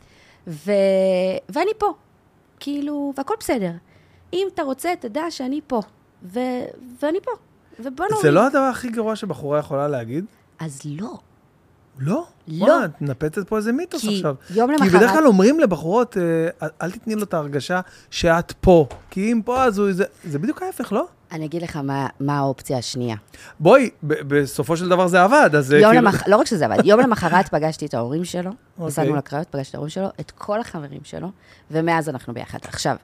ואני פה. כאילו, והכל בסדר. אם אתה רוצה, תדע שאני פה. ואני פה. ובוא נוריד. זה לא הדבר הכי גרוע שבחורה יכולה להגיד? אז לא. לא? לא. וואי, את נפצת פה איזה מיתוס כי עכשיו. יום למחרת... כי בדרך כלל אומרים לבחורות, אל תתני לו את ההרגשה שאת פה. כי אם פה, אז הוא... זה, זה בדיוק ההפך, לא? אני אגיד לך מה, מה האופציה השנייה. בואי, ב- בסופו של דבר זה עבד, אז... יום כאילו... למח... לא רק שזה עבד, יום למחרת פגשתי את ההורים שלו, okay. נסענו לקריות, פגשתי את ההורים שלו, את כל החברים שלו, ומאז אנחנו ביחד. עכשיו,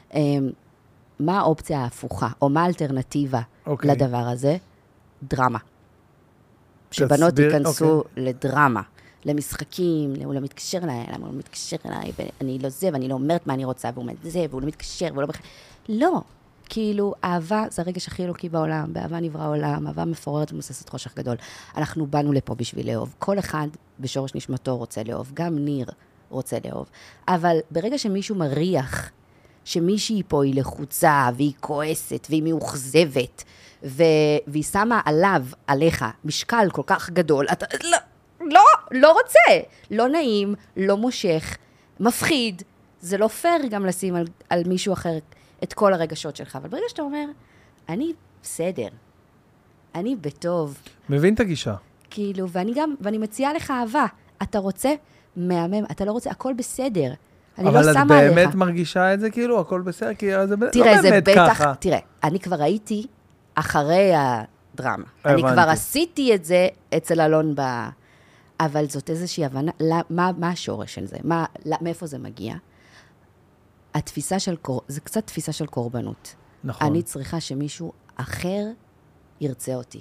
מה האופציה ההפוכה, או מה האלטרנטיבה okay. לדבר הזה? דרמה. שבנות ייכנסו okay. לדרמה, למשחקים, הוא לא מתקשר אליי, למה הוא לא מתקשר אליי, ואני לא זה, ואני לא אומרת מה אני רוצה, והוא אומר זה, והוא לא מתקשר, והוא לא... לא. כאילו, אהבה זה הרגש הכי אלוקי בעולם, באהבה נברא עולם, אהבה מפוררת ומוססת חושך גדול. אנחנו באנו לפה בשביל לאהוב. כל אחד בשורש נשמתו רוצה לאהוב, גם ניר רוצה לאהוב. אבל ברגע שמישהו מריח שמישהי פה היא לחוצה, והיא כועסת, והיא מאוכזבת, ו... והיא שמה עליו, עליך, משקל כל כך גדול, אתה לא, לא, לא רוצה. לא נעים, לא מושך, מפחיד. זה לא פייר גם לשים על, על מישהו אחר את כל הרגשות שלך, אבל ברגע שאתה אומר, אני בסדר, אני בטוב. מבין את הגישה. כאילו, ואני גם, ואני מציעה לך אהבה, אתה רוצה, מהמם, אתה לא רוצה, הכל בסדר. אני לא שמה עליך. אבל את באמת מרגישה את זה, כאילו, הכל בסדר, כי זה תראה, לא באמת בטח, ככה. תראה, אני כבר הייתי אחרי הדרמה. אני כבר עשיתי את זה אצל אלון ב... אבל זאת איזושהי הבנה, מה, מה השורש של זה? מה, מאיפה זה מגיע? התפיסה של, זה קצת תפיסה של קורבנות. נכון. אני צריכה שמישהו אחר ירצה אותי.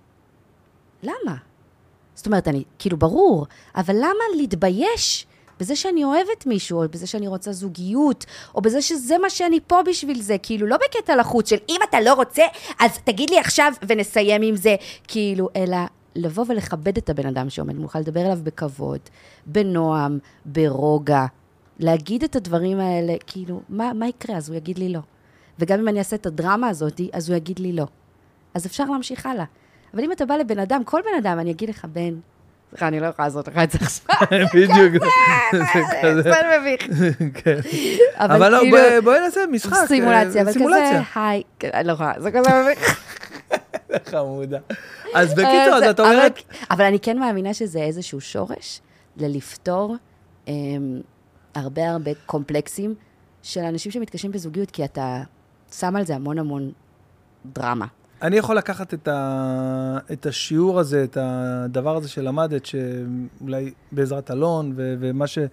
למה? זאת אומרת, אני, כאילו ברור, אבל למה להתבייש בזה שאני אוהבת מישהו, או בזה שאני רוצה זוגיות, או בזה שזה מה שאני פה בשביל זה, כאילו לא בקטע לחוץ של אם אתה לא רוצה, אז תגיד לי עכשיו ונסיים עם זה, כאילו, אלא לבוא ולכבד את הבן אדם שעומד, מוכל לדבר אליו בכבוד, בנועם, ברוגע, להגיד את הדברים האלה, כאילו, מה, מה יקרה? אז הוא יגיד לי לא. וגם אם אני אעשה את הדרמה הזאת, אז הוא יגיד לי לא. אז אפשר להמשיך הלאה. אבל אם אתה בא לבן אדם, כל בן אדם, אני אגיד לך, בן, סליחה, אני לא יכולה לעשות לך את זה עכשיו. בדיוק. זה קצת מביך. כן. אבל בואי נעשה משחק. סימולציה, אבל כזה, היי, אני לא יכולה, זה כזה מביך. חמודה. אז בקיצור, אז את אומרת... אבל אני כן מאמינה שזה איזשהו שורש ללפתור הרבה הרבה קומפלקסים של אנשים שמתקשים בזוגיות, כי אתה שם על זה המון המון דרמה. אני יכול לקחת את, ה... את השיעור הזה, את הדבר הזה שלמדת, שאולי בעזרת אלון, ו... ומה ש...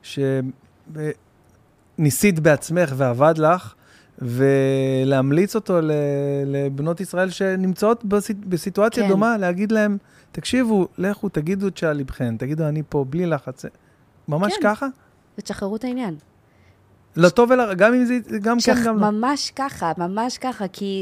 שניסית בעצמך ועבד לך, ולהמליץ אותו לבנות ישראל שנמצאות בסיטואציה כן. דומה, להגיד להם, תקשיבו, לכו, תגידו את שעל לבכן, תגידו, אני פה בלי לחץ. ממש כן. ככה? ותשחררו את העניין. לא ש... טוב אלא, גם אם זה, גם שח... כן, גם לא. ממש ככה, ממש ככה, כי...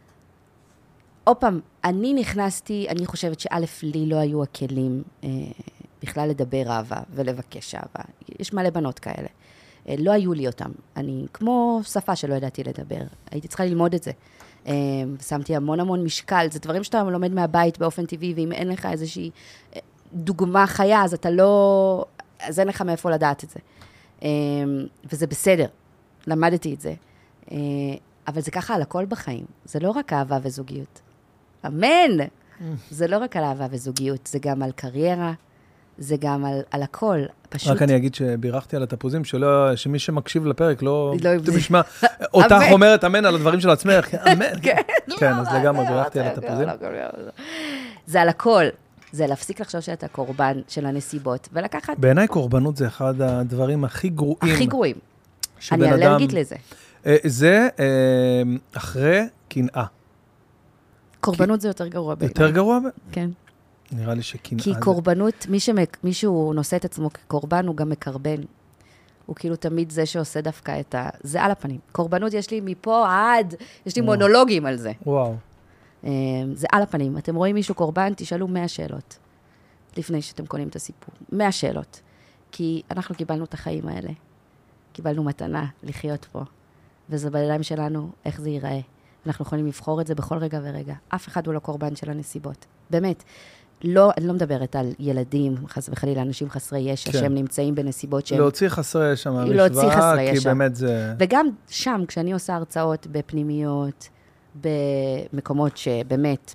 עוד פעם, אני נכנסתי, אני חושבת שא' לי לא היו הכלים אה, בכלל לדבר אהבה ולבקש אהבה. יש מלא בנות כאלה. אה, לא היו לי אותם. אני כמו שפה שלא ידעתי לדבר. הייתי צריכה ללמוד את זה. אה, שמתי המון המון משקל. זה דברים שאתה לומד מהבית באופן טבעי, ואם אין לך איזושהי אה, דוגמה חיה, אז אתה לא... אז אין לך מאיפה לדעת את זה. אה, וזה בסדר. למדתי את זה. אה, אבל זה ככה על הכל בחיים. זה לא רק אהבה וזוגיות. אמן! זה לא רק על אהבה וזוגיות, זה גם על קריירה, זה גם על, על הכל. פשוט... רק אני אגיד שבירכתי על התפוזים, שלא, שמי שמקשיב לפרק לא... לא תשמע, אותך אומרת אמן על הדברים של עצמך. אמן! כן, אז לגמרי בירכתי על התפוזים. זה על הכל. זה להפסיק לחשוב שאתה קורבן של הנסיבות, ולקחת... בעיניי קורבנות זה אחד הדברים הכי גרועים. הכי גרועים. אני אלרגית לזה. זה אחרי קנאה. קורבנות זה יותר גרוע בעיניי. יותר גרוע? כן. נראה לי שקנאה... כי קורבנות, מישהו נושא את עצמו כקורבן, הוא גם מקרבן. הוא כאילו תמיד זה שעושה דווקא את ה... זה על הפנים. קורבנות יש לי מפה עד, יש לי מונולוגים על זה. וואו. זה על הפנים. אתם רואים מישהו קורבן, תשאלו מאה שאלות. לפני שאתם קונים את הסיפור. מאה שאלות. כי אנחנו קיבלנו את החיים האלה. קיבלנו מתנה לחיות פה. וזה בידיים שלנו, איך זה ייראה. אנחנו יכולים לבחור את זה בכל רגע ורגע. אף אחד הוא לא קורבן של הנסיבות. באמת. לא, אני לא מדברת על ילדים, חס וחלילה, אנשים חסרי ישע, כן. שהם נמצאים בנסיבות שהם... להוציא חסרי ישע מהמשוואה, כי ישע. באמת זה... וגם שם, כשאני עושה הרצאות בפנימיות, במקומות שבאמת,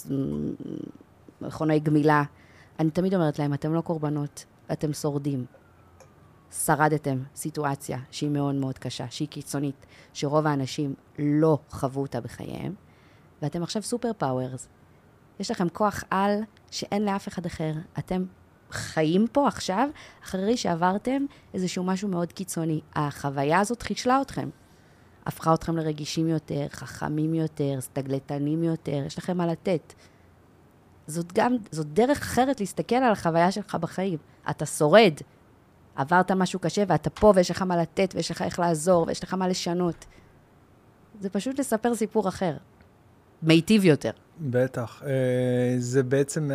במכוני גמילה, אני תמיד אומרת להם, אתם לא קורבנות, אתם שורדים. שרדתם סיטואציה שהיא מאוד מאוד קשה, שהיא קיצונית, שרוב האנשים לא חוו אותה בחייהם, ואתם עכשיו סופר פאוורס. יש לכם כוח על שאין לאף אחד אחר. אתם חיים פה עכשיו, אחרי שעברתם איזשהו משהו מאוד קיצוני. החוויה הזאת חישלה אתכם. הפכה אתכם לרגישים יותר, חכמים יותר, סטגלטנים יותר, יש לכם מה לתת. זאת גם, זאת דרך אחרת להסתכל על החוויה שלך בחיים. אתה שורד. עברת משהו קשה, ואתה פה, ויש לך מה לתת, ויש לך איך לעזור, ויש לך מה לשנות. זה פשוט לספר סיפור אחר. מיטיב יותר. בטח. זה בעצם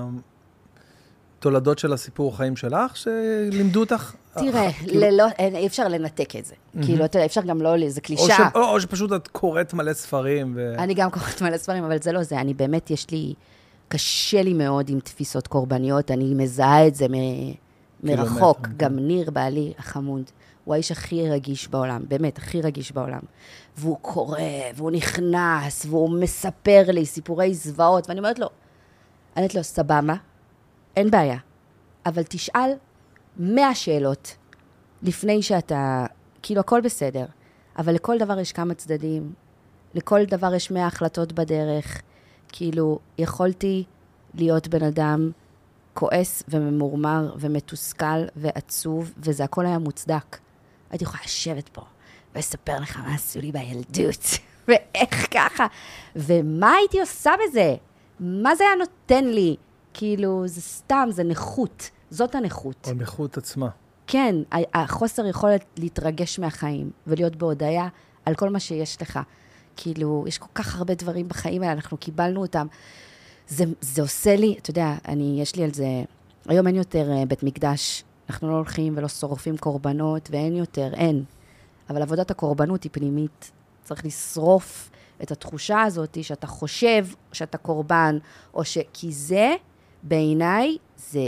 מהתולדות של הסיפור חיים שלך, שלימדו אותך? תראה, אי אפשר לנתק את זה. כאילו, אפשר גם לא, זה קלישה. או שפשוט את קוראת מלא ספרים. אני גם קוראת מלא ספרים, אבל זה לא זה. אני באמת, יש לי, קשה לי מאוד עם תפיסות קורבניות, אני מזהה את זה מרחוק. גם ניר בעלי החמוד. הוא האיש הכי רגיש בעולם, באמת, הכי רגיש בעולם. והוא קורא, והוא נכנס, והוא מספר לי סיפורי זוועות, ואני אומרת לו, אני אומרת לו, סבבה, אין בעיה, אבל תשאל מאה שאלות לפני שאתה, כאילו הכל בסדר, אבל לכל דבר יש כמה צדדים, לכל דבר יש מאה החלטות בדרך, כאילו יכולתי להיות בן אדם כועס וממורמר ומתוסכל ועצוב, וזה הכל היה מוצדק. הייתי יכולה לשבת פה ולספר לך מה עשו לי בילדות, ואיך ככה, ומה הייתי עושה בזה? מה זה היה נותן לי? כאילו, זה סתם, זה נכות, זאת הנכות. או נכות עצמה. כן, החוסר יכולת להתרגש מהחיים, ולהיות בהודעה על כל מה שיש לך. כאילו, יש כל כך הרבה דברים בחיים האלה, אנחנו קיבלנו אותם. זה, זה עושה לי, אתה יודע, אני, יש לי על זה, היום אין יותר uh, בית מקדש, אנחנו לא הולכים ולא שורפים קורבנות, ואין יותר, אין. אבל עבודת הקורבנות היא פנימית. צריך לשרוף את התחושה הזאת שאתה חושב שאתה קורבן, או ש... כי זה, בעיניי, זה...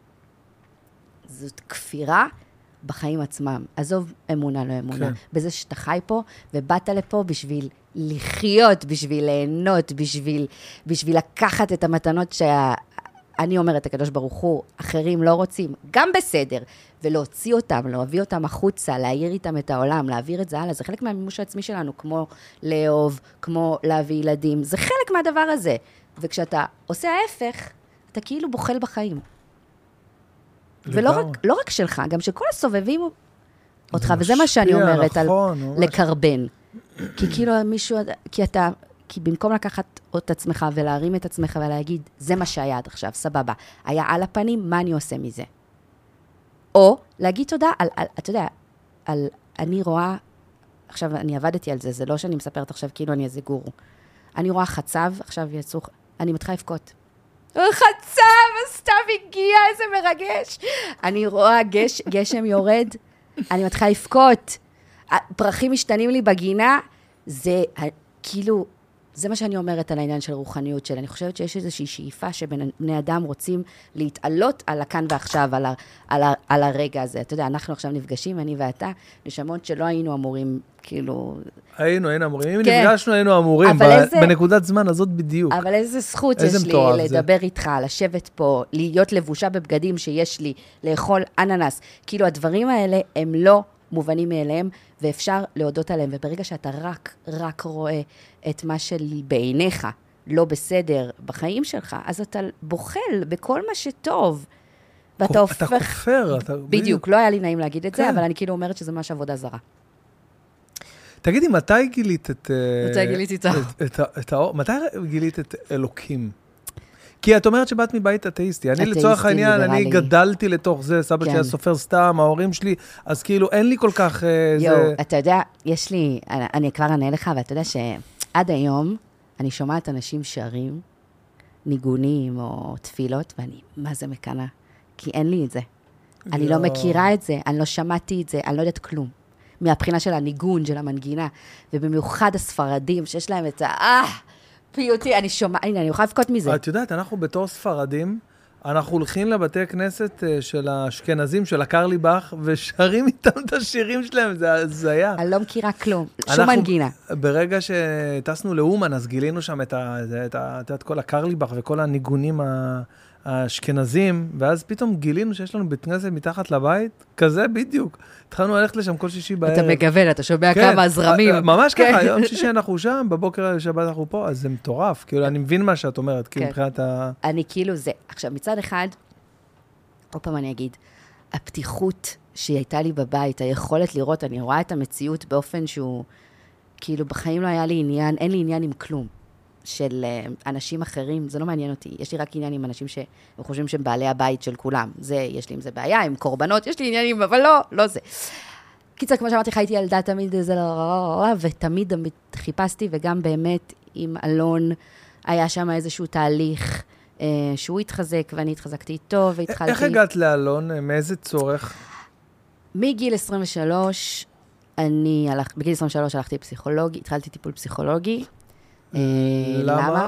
זאת כפירה בחיים עצמם. עזוב אמונה, לא אמונה. כן. בזה שאתה חי פה, ובאת לפה בשביל לחיות, בשביל ליהנות, בשביל, בשביל לקחת את המתנות שה... אני אומרת, הקדוש ברוך הוא, אחרים לא רוצים, גם בסדר, ולהוציא אותם, להביא אותם החוצה, להעיר איתם את העולם, להעביר את זה הלאה, זה חלק מהמימוש העצמי שלנו, כמו לאהוב, כמו להביא ילדים, זה חלק מהדבר הזה. וכשאתה עושה ההפך, אתה כאילו בוחל בחיים. ולא רק, לא רק שלך, גם שכל הסובבים אותך, וזה מה שאני אומרת, על לקרבן. כי כאילו מישהו, כי אתה, כי במקום לקחת את עצמך ולהרים את עצמך ולהגיד, זה מה שהיה עד עכשיו, סבבה. היה על הפנים, מה אני עושה מזה? או להגיד תודה על, על, אתה יודע, על, אני רואה, עכשיו אני עבדתי על זה, זה לא שאני מספרת עכשיו כאילו אני איזה גורו. אני רואה חצב, עכשיו יצאו, אני מתחילה לבכות. חצב, הסתיו הגיע, איזה מרגש. אני רואה גש, גשם יורד, אני מתחילה לבכות. פרחים משתנים לי בגינה, זה כאילו, זה מה שאני אומרת על העניין של רוחניות שלי. אני חושבת שיש איזושהי שאיפה שבני אדם רוצים להתעלות על הכאן ועכשיו, על, ה, על, ה, על הרגע הזה. אתה יודע, אנחנו עכשיו נפגשים, אני ואתה, נשמות שלא היינו אמורים, כאילו... היינו, היינו אמורים. אם כן. נפגשנו, היינו אמורים, ב- איזה... בנקודת זמן הזאת בדיוק. אבל איזה זכות איזה יש לי לדבר זה. איתך, לשבת פה, להיות לבושה בבגדים שיש לי, לאכול אננס. כאילו, הדברים האלה הם לא... מובנים מאליהם, ואפשר להודות עליהם, וברגע שאתה רק, רק רואה את מה שלי בעיניך, לא בסדר בחיים שלך, אז אתה בוחל בכל מה שטוב, ואתה הופך... אתה כופר, אתה... בדיוק, לא היה לי נעים להגיד את זה, אבל אני כאילו אומרת שזה ממש עבודה זרה. תגידי, מתי גילית את... מתי גיליתי את האור? מתי גילית את אלוקים? כי את אומרת שבאת מבית אתאיסטי. אני לצורך העניין, אני גדלתי לתוך זה, סבא שלי הסופר סתם, ההורים שלי, אז כאילו אין לי כל כך... יו, אתה יודע, יש לי, אני כבר אענה לך, ואתה יודע שעד היום אני שומעת אנשים שרים, ניגונים או תפילות, ואני, מה זה מקנה? כי אין לי את זה. אני לא מכירה את זה, אני לא שמעתי את זה, אני לא יודעת כלום. מהבחינה של הניגון, של המנגינה, ובמיוחד הספרדים, שיש להם את ה... אה, פיוטי, אני שומע, הנה, אני יכולה לפקות מזה. את יודעת, אנחנו בתור ספרדים, אנחנו הולכים לבתי כנסת של האשכנזים, של הקרליבך, ושרים איתם את השירים שלהם, זה היה. אני לא מכירה כלום, שום מנגינה. ברגע שטסנו לאומן, אז גילינו שם את כל הקרליבך וכל הניגונים האשכנזים, ואז פתאום גילינו שיש לנו בית כנסת מתחת לבית, כזה בדיוק. התחלנו ללכת לשם כל שישי בערב. אתה מגוון, אתה שומע כמה הזרמים. ממש ככה, יום שישי אנחנו שם, בבוקר שבת אנחנו פה, אז זה מטורף. כאילו, אני מבין מה שאת אומרת, כאילו, מבחינת ה... אני כאילו זה. עכשיו, מצד אחד, עוד פעם אני אגיד, הפתיחות שהייתה לי בבית, היכולת לראות, אני רואה את המציאות באופן שהוא, כאילו, בחיים לא היה לי עניין, אין לי עניין עם כלום. של אנשים אחרים, זה לא מעניין אותי. יש לי רק עניין עם אנשים שחושבים שהם בעלי הבית של כולם. זה, יש לי עם זה בעיה, עם קורבנות, יש לי עניינים, אבל לא, לא זה. קיצר, כמו שאמרתי, חייתי ילדה תמיד איזה לא, ותמיד חיפשתי, וגם באמת עם אלון היה שם איזשהו תהליך שהוא התחזק, ואני התחזקתי איתו, והתחלתי... איך הגעת לאלון? מאיזה צורך? מגיל עשרים ושלוש, אני הלך, בגיל עשרים ושלוש הלכתי לפסיכולוגי, התחלתי טיפול פסיכולוגי, למה?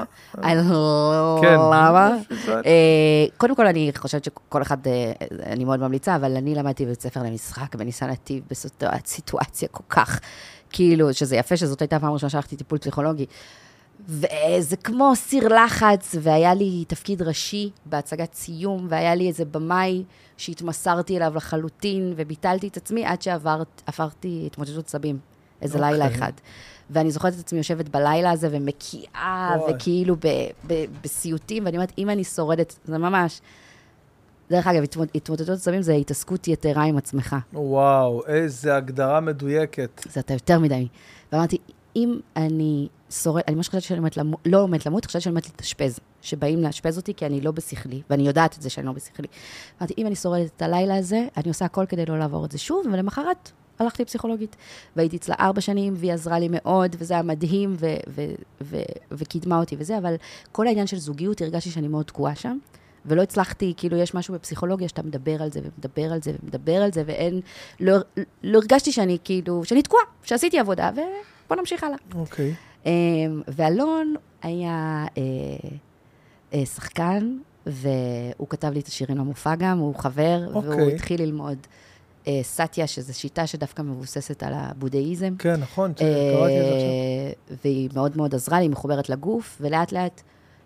למה? קודם כל, אני חושבת שכל אחד, אני מאוד ממליצה, אבל אני למדתי בבית ספר למשחק, בניסן נתיב, בסיטואציה כל כך, כאילו, שזה יפה, שזאת הייתה פעם ראשונה שהלכתי טיפול פסיכולוגי, וזה כמו סיר לחץ, והיה לי תפקיד ראשי בהצגת סיום, והיה לי איזה במאי שהתמסרתי אליו לחלוטין, וביטלתי את עצמי עד שעברתי התמודדות סבים, איזה לילה אחד. ואני זוכרת את עצמי יושבת בלילה הזה, ומקיאה, וכאילו בסיוטים, ואני אומרת, אם אני שורדת, זה ממש... דרך אגב, התמודדות סמים זה התעסקות יתרה עם עצמך. וואו, איזו הגדרה מדויקת. זה אתה יותר מדי. ואמרתי, אם אני שורד, אני ממש חושבת שאני לא עומדת למות, חושבת שאני עומדת להתאשפז, שבאים להשפז אותי, כי אני לא בשכלי, ואני יודעת את זה שאני לא בשכלי. אמרתי, אם אני שורדת את הלילה הזה, אני עושה הכל כדי לא לעבור את זה שוב, ולמחרת הלכתי לפסיכולוגית, והייתי אצלה ארבע שנים, והיא עזרה לי מאוד, וזה היה מדהים, ו- ו- ו- וקידמה אותי וזה, אבל כל העניין של זוגיות, הרגשתי שאני מאוד תקועה שם, ולא הצלחתי, כאילו יש משהו בפסיכולוגיה, שאתה מדבר על זה, ומדבר על זה, ומדבר על זה, ואין, לא, לא הרגשתי שאני כאילו, שאני תקועה, שעשיתי עבודה, ובוא נמשיך הלאה. אוקיי. Okay. ואלון היה אה, אה, שחקן, והוא כתב לי את השירים למופע גם, הוא חבר, okay. והוא התחיל ללמוד, סטיה, שזו שיטה שדווקא מבוססת על הבודהיזם. כן, נכון, קראתי את זה עכשיו. והיא מאוד מאוד עזרה לי, היא מחוברת לגוף, ולאט לאט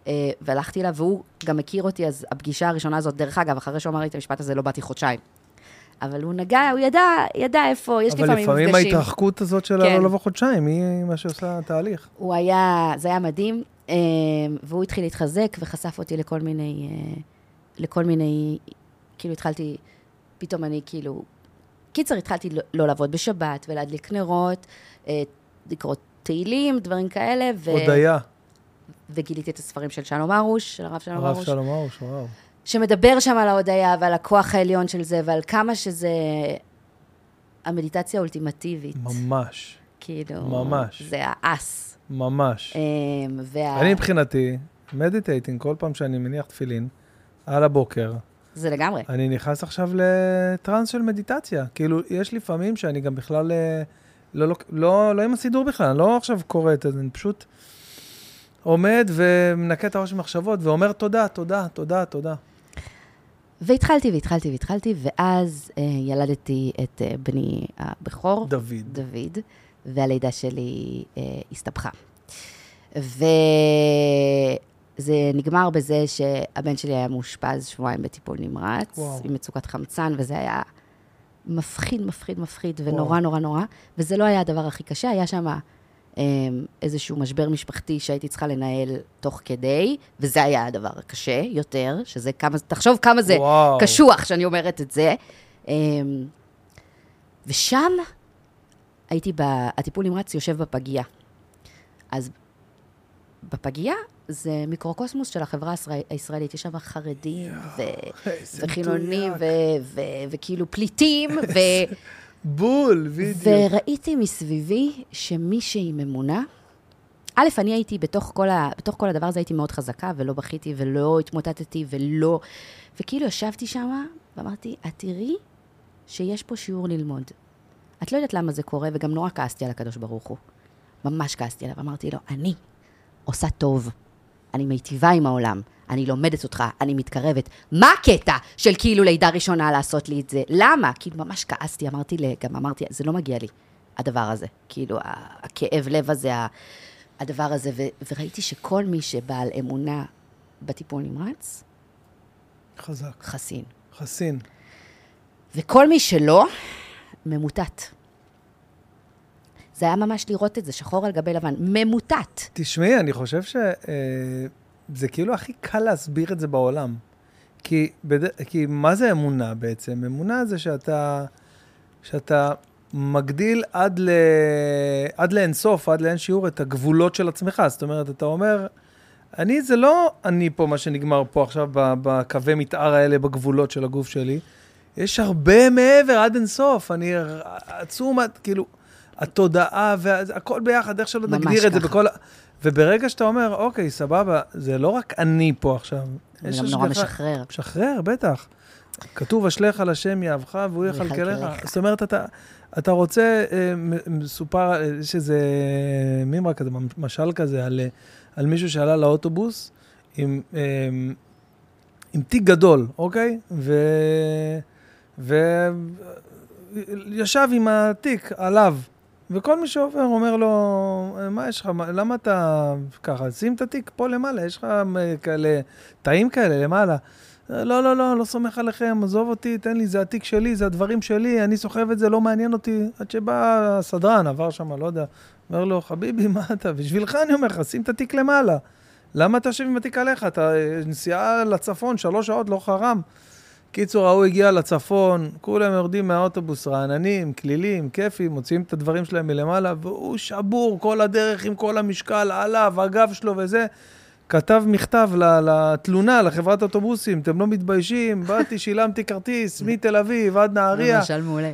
והלכתי לה, והוא גם מכיר אותי, אז הפגישה הראשונה הזאת, דרך אגב, אחרי שהוא אמר לי את המשפט הזה, לא באתי חודשיים. אבל הוא נגע, הוא ידע, ידע איפה, יש לפעמים מפגשים. אבל לפעמים ההתרחקות הזאת שלה לא לבוא חודשיים, היא מה שעושה תהליך. הוא היה, זה היה מדהים, והוא התחיל להתחזק, וחשף אותי לכל מיני, לכל מיני, כאילו התחלתי, פתאום אני כאילו, קיצר, התחלתי לא לעבוד בשבת, ולהדליק נרות, לקרוא תהילים, דברים כאלה, ו... הודיה. וגיליתי את הספרים של שלום ארוש, של הרב שלום ארוש. הרב שלום ארוש, וואו. שמדבר שם על ההודיה ועל הכוח העליון של זה, ועל כמה שזה המדיטציה האולטימטיבית. ממש. כאילו... ממש. זה האס. ממש. וה... אני מבחינתי, מדיטייטינג, כל פעם שאני מניח תפילין, על הבוקר. זה לגמרי. אני נכנס עכשיו לטרנס של מדיטציה. כאילו, יש לפעמים שאני גם בכלל... לא, לא, לא, לא עם הסידור בכלל, אני לא עכשיו קורא את זה, אני פשוט עומד ומנקה את הראש במחשבות, ואומר תודה, תודה, תודה, תודה. והתחלתי והתחלתי והתחלתי, ואז אה, ילדתי את אה, בני הבכור. דוד. דוד, והלידה שלי אה, הסתבכה. וזה נגמר בזה שהבן שלי היה מאושפז שבועיים בטיפול נמרץ, וואו. עם מצוקת חמצן, וזה היה... מפחיד, מפחיד, מפחיד, ונורא, נורא, נורא. וזה לא היה הדבר הכי קשה, היה שם אה, איזשהו משבר משפחתי שהייתי צריכה לנהל תוך כדי, וזה היה הדבר הקשה יותר, שזה כמה, תחשוב כמה זה וואו. קשוח שאני אומרת את זה. אה, ושם הייתי, הטיפול נמרץ יושב בפגייה. אז בפגייה זה מיקרוקוסמוס של החברה הישראלית, יש שם חרדים וחילונים וכאילו פליטים. בול, וידאו. וראיתי מסביבי שמישהי עם אמונה, א', אני הייתי בתוך כל הדבר הזה, הייתי מאוד חזקה, ולא בכיתי ולא התמוטטתי ולא, וכאילו ישבתי שם ואמרתי, את תראי שיש פה שיעור ללמוד. את לא יודעת למה זה קורה, וגם נורא כעסתי על הקדוש ברוך הוא. ממש כעסתי עליו, אמרתי לו, אני עושה טוב. אני מיטיבה עם העולם, אני לומדת אותך, אני מתקרבת. מה הקטע של כאילו לידה ראשונה לעשות לי את זה? למה? כאילו ממש כעסתי, אמרתי לי, גם אמרתי, זה לא מגיע לי, הדבר הזה. כאילו, הכאב לב הזה, הדבר הזה, ו- וראיתי שכל מי שבעל אמונה בטיפול נמרץ, חזק. חסין. חסין. וכל מי שלא, ממוטט. זה היה ממש לראות את זה, שחור על גבי לבן, ממוטט. תשמעי, אני חושב שזה כאילו הכי קל להסביר את זה בעולם. כי, כי מה זה אמונה בעצם? אמונה זה שאתה, שאתה מגדיל עד, ל, עד לאינסוף, עד לאין שיעור את הגבולות של עצמך. זאת אומרת, אתה אומר, אני זה לא אני פה, מה שנגמר פה עכשיו בקווי מתאר האלה, בגבולות של הגוף שלי. יש הרבה מעבר עד אינסוף. אני עצום, כאילו... התודעה והכל ביחד, איך שלא נגדיר את זה בכל... וברגע שאתה אומר, אוקיי, סבבה, זה לא רק אני פה עכשיו. זה גם נורא משחרר. משחרר, בטח. כתוב, אשלך על השם יאהבך, והוא יכלכלך. זאת אומרת, אתה, אתה רוצה, מסופר, יש איזה מימרה כזה, משל כזה, על, על מישהו שעלה לאוטובוס, עם, עם תיק גדול, אוקיי? ו... ו... ישב עם התיק עליו, וכל מי שעובר אומר לו, מה יש לך, למה אתה ככה, שים את התיק פה למעלה, יש לך כאלה, תאים כאלה למעלה. לא, לא, לא, לא סומך עליכם, עזוב אותי, תן לי, זה התיק שלי, זה הדברים שלי, אני סוחב את זה, לא מעניין אותי. עד שבא הסדרן, עבר שם, לא יודע, אומר לו, חביבי, מה אתה? בשבילך אני אומר לך, שים את התיק למעלה. למה אתה יושב עם התיק עליך? אתה נסיעה לצפון, שלוש שעות, לא חרם. קיצור, הוא הגיע לצפון, כולם יורדים מהאוטובוס, רעננים, כלילים, כיפים, מוציאים את הדברים שלהם מלמעלה, והוא שבור כל הדרך עם כל המשקל עליו, הגב שלו וזה. כתב מכתב לתלונה, לחברת אוטובוסים, אתם לא מתביישים, באתי, שילמתי כרטיס מתל אביב עד נהריה. למשל מעולה.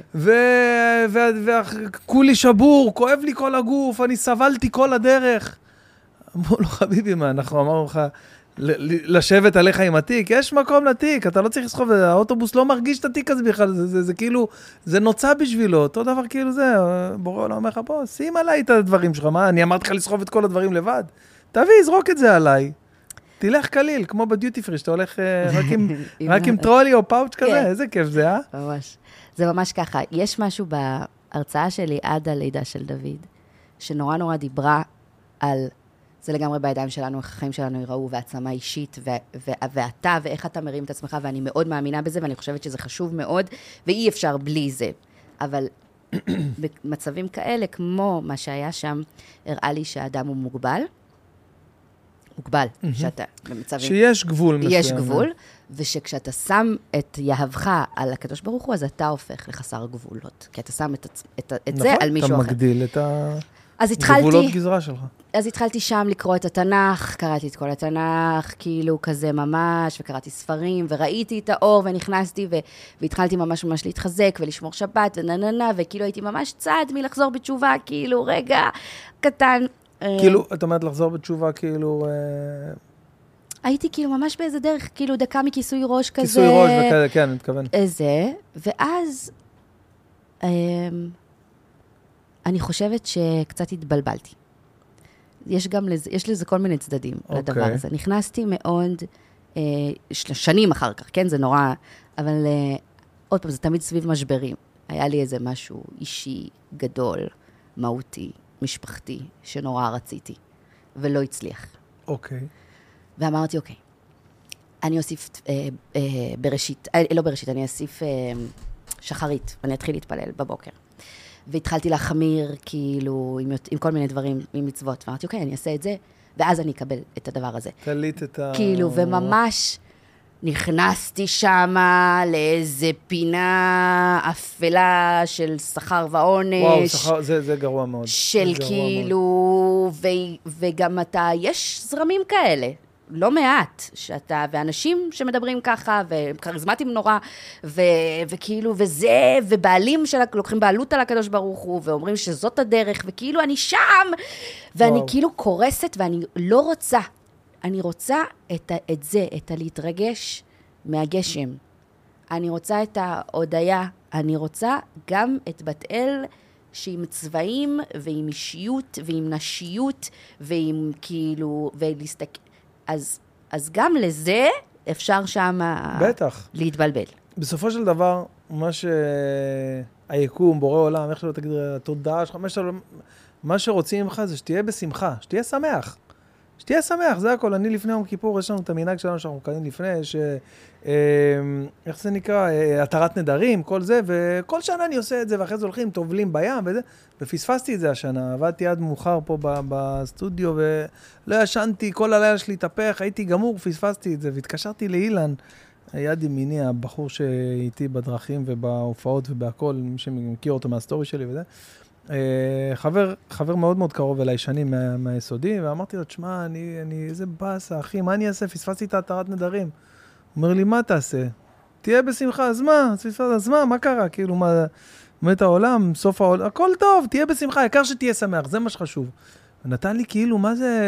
וכולי שבור, כואב לי כל הגוף, אני סבלתי כל הדרך. אמרו לו, חביבי, מה, אנחנו אמרנו לך, לשבת עליך עם התיק, יש מקום לתיק, אתה לא צריך לסחוב, האוטובוס לא מרגיש את התיק הזה בכלל, זה, זה, זה כאילו, זה נוצא בשבילו, אותו דבר כאילו זה, בורא עולם אומר לך, בוא, שים עליי את הדברים שלך, מה, אני אמרתי לך לסחוב את כל הדברים לבד, תביא, זרוק את זה עליי, תלך קליל, כמו בדיוטי פרי, שאתה הולך רק עם, רק עם טרולי או פאוץ' כזה, איזה כיף זה, אה? ממש, זה ממש ככה, יש משהו בהרצאה שלי עד הלידה של דוד, שנורא נורא דיברה על זה לגמרי בידיים שלנו, איך החיים שלנו יראו, והעצמה אישית, ו- ו- ואתה, ואיך אתה מרים את עצמך, ואני מאוד מאמינה בזה, ואני חושבת שזה חשוב מאוד, ואי אפשר בלי זה. אבל במצבים כאלה, כמו מה שהיה שם, הראה לי שהאדם הוא מוגבל, מוגבל, שאתה במצבים... שיש גבול מסוים. יש גבול, ושכשאתה שם את יהבך על הקדוש ברוך הוא, אז אתה הופך לחסר גבולות. כי אתה שם את, את, את נכון, זה על מישהו אחר. נכון, אתה מגדיל את אז התחלתי, גבולות גזרה שלך. אז התחלתי שם לקרוא את התנ"ך, קראתי את כל התנ"ך, כאילו כזה ממש, וקראתי ספרים, וראיתי את האור, ונכנסתי, ו, והתחלתי ממש ממש להתחזק, ולשמור שבת, ונננה, וכאילו הייתי ממש צעד מלחזור בתשובה, כאילו רגע קטן. כאילו, את אומרת לחזור בתשובה, כאילו... הייתי כאילו ממש באיזה דרך, כאילו דקה מכיסוי ראש כזה. כיסוי ראש וכזה, כן, אני מתכוון. איזה, ואז אני חושבת שקצת התבלבלתי. יש גם לזה, יש לזה כל מיני צדדים לדבר הזה. נכנסתי מאוד, שנים אחר כך, כן, זה נורא, אבל עוד פעם, זה תמיד סביב משברים. היה לי איזה משהו אישי, גדול, מהותי, משפחתי, שנורא רציתי, ולא הצליח. אוקיי. ואמרתי, אוקיי, אני אוסיף אה, אה, בראשית, אה, לא בראשית, אני אוסיף אה, שחרית, אני אתחיל להתפלל בבוקר. והתחלתי להחמיר, כאילו, עם, עם כל מיני דברים, עם מצוות, ואמרתי, אוקיי, אני אעשה את זה, ואז אני אקבל את הדבר הזה. תליט את ה... כאילו, וממש נכנסתי שמה לאיזה פינה אפלה של שכר ועונש. וואו, שכר, זה, זה גרוע מאוד. של כאילו, ו, וגם אתה, יש זרמים כאלה. לא מעט, שאתה, ואנשים שמדברים ככה, וכריזמטים נורא, ו, וכאילו, וזה, ובעלים שלוקחים בעלות על הקדוש ברוך הוא, ואומרים שזאת הדרך, וכאילו אני שם, ואני וואו. כאילו קורסת, ואני לא רוצה, אני רוצה את, את זה, את הלהתרגש מהגשם. אני רוצה את ההודעה, אני רוצה גם את בת אל, שעם צבעים, ועם אישיות, ועם נשיות, ועם כאילו, ולהסתכל... אז, אז גם לזה אפשר שם בטח. להתבלבל. בסופו של דבר, מה שהיקום, בורא עולם, איך שלא תגיד, התודעה שלך, מה, שלא, מה שרוצים ממך זה שתהיה בשמחה, שתהיה שמח. שתהיה שמח, זה הכל. אני לפני יום כיפור, יש לנו את המנהג שלנו שאנחנו קיים לפני, ש... איך זה נקרא? התרת נדרים, כל זה, וכל שנה אני עושה את זה, ואחרי זה הולכים, טובלים בים וזה, ופספסתי את זה השנה. עבדתי עד מאוחר פה בסטודיו, ולא ישנתי, כל הלילה שלי התהפך, הייתי גמור, פספסתי את זה, והתקשרתי לאילן, יד ימיני, הבחור שאיתי בדרכים ובהופעות ובהכל, מי שמכיר אותו מהסטורי שלי וזה, חבר, חבר מאוד מאוד קרוב אליי שנים מה, מהיסודי, ואמרתי לו, תשמע, אני, אני, איזה באסה, אחי, מה אני אעשה? פספסתי את התרת נדרים. הוא אומר לי, מה תעשה? תהיה בשמחה, אז מה? אז מה? מה קרה? כאילו, מה, מת העולם, סוף העולם, הכל טוב, תהיה בשמחה, העיקר שתהיה שמח, זה מה שחשוב. ונתן לי כאילו, מה זה...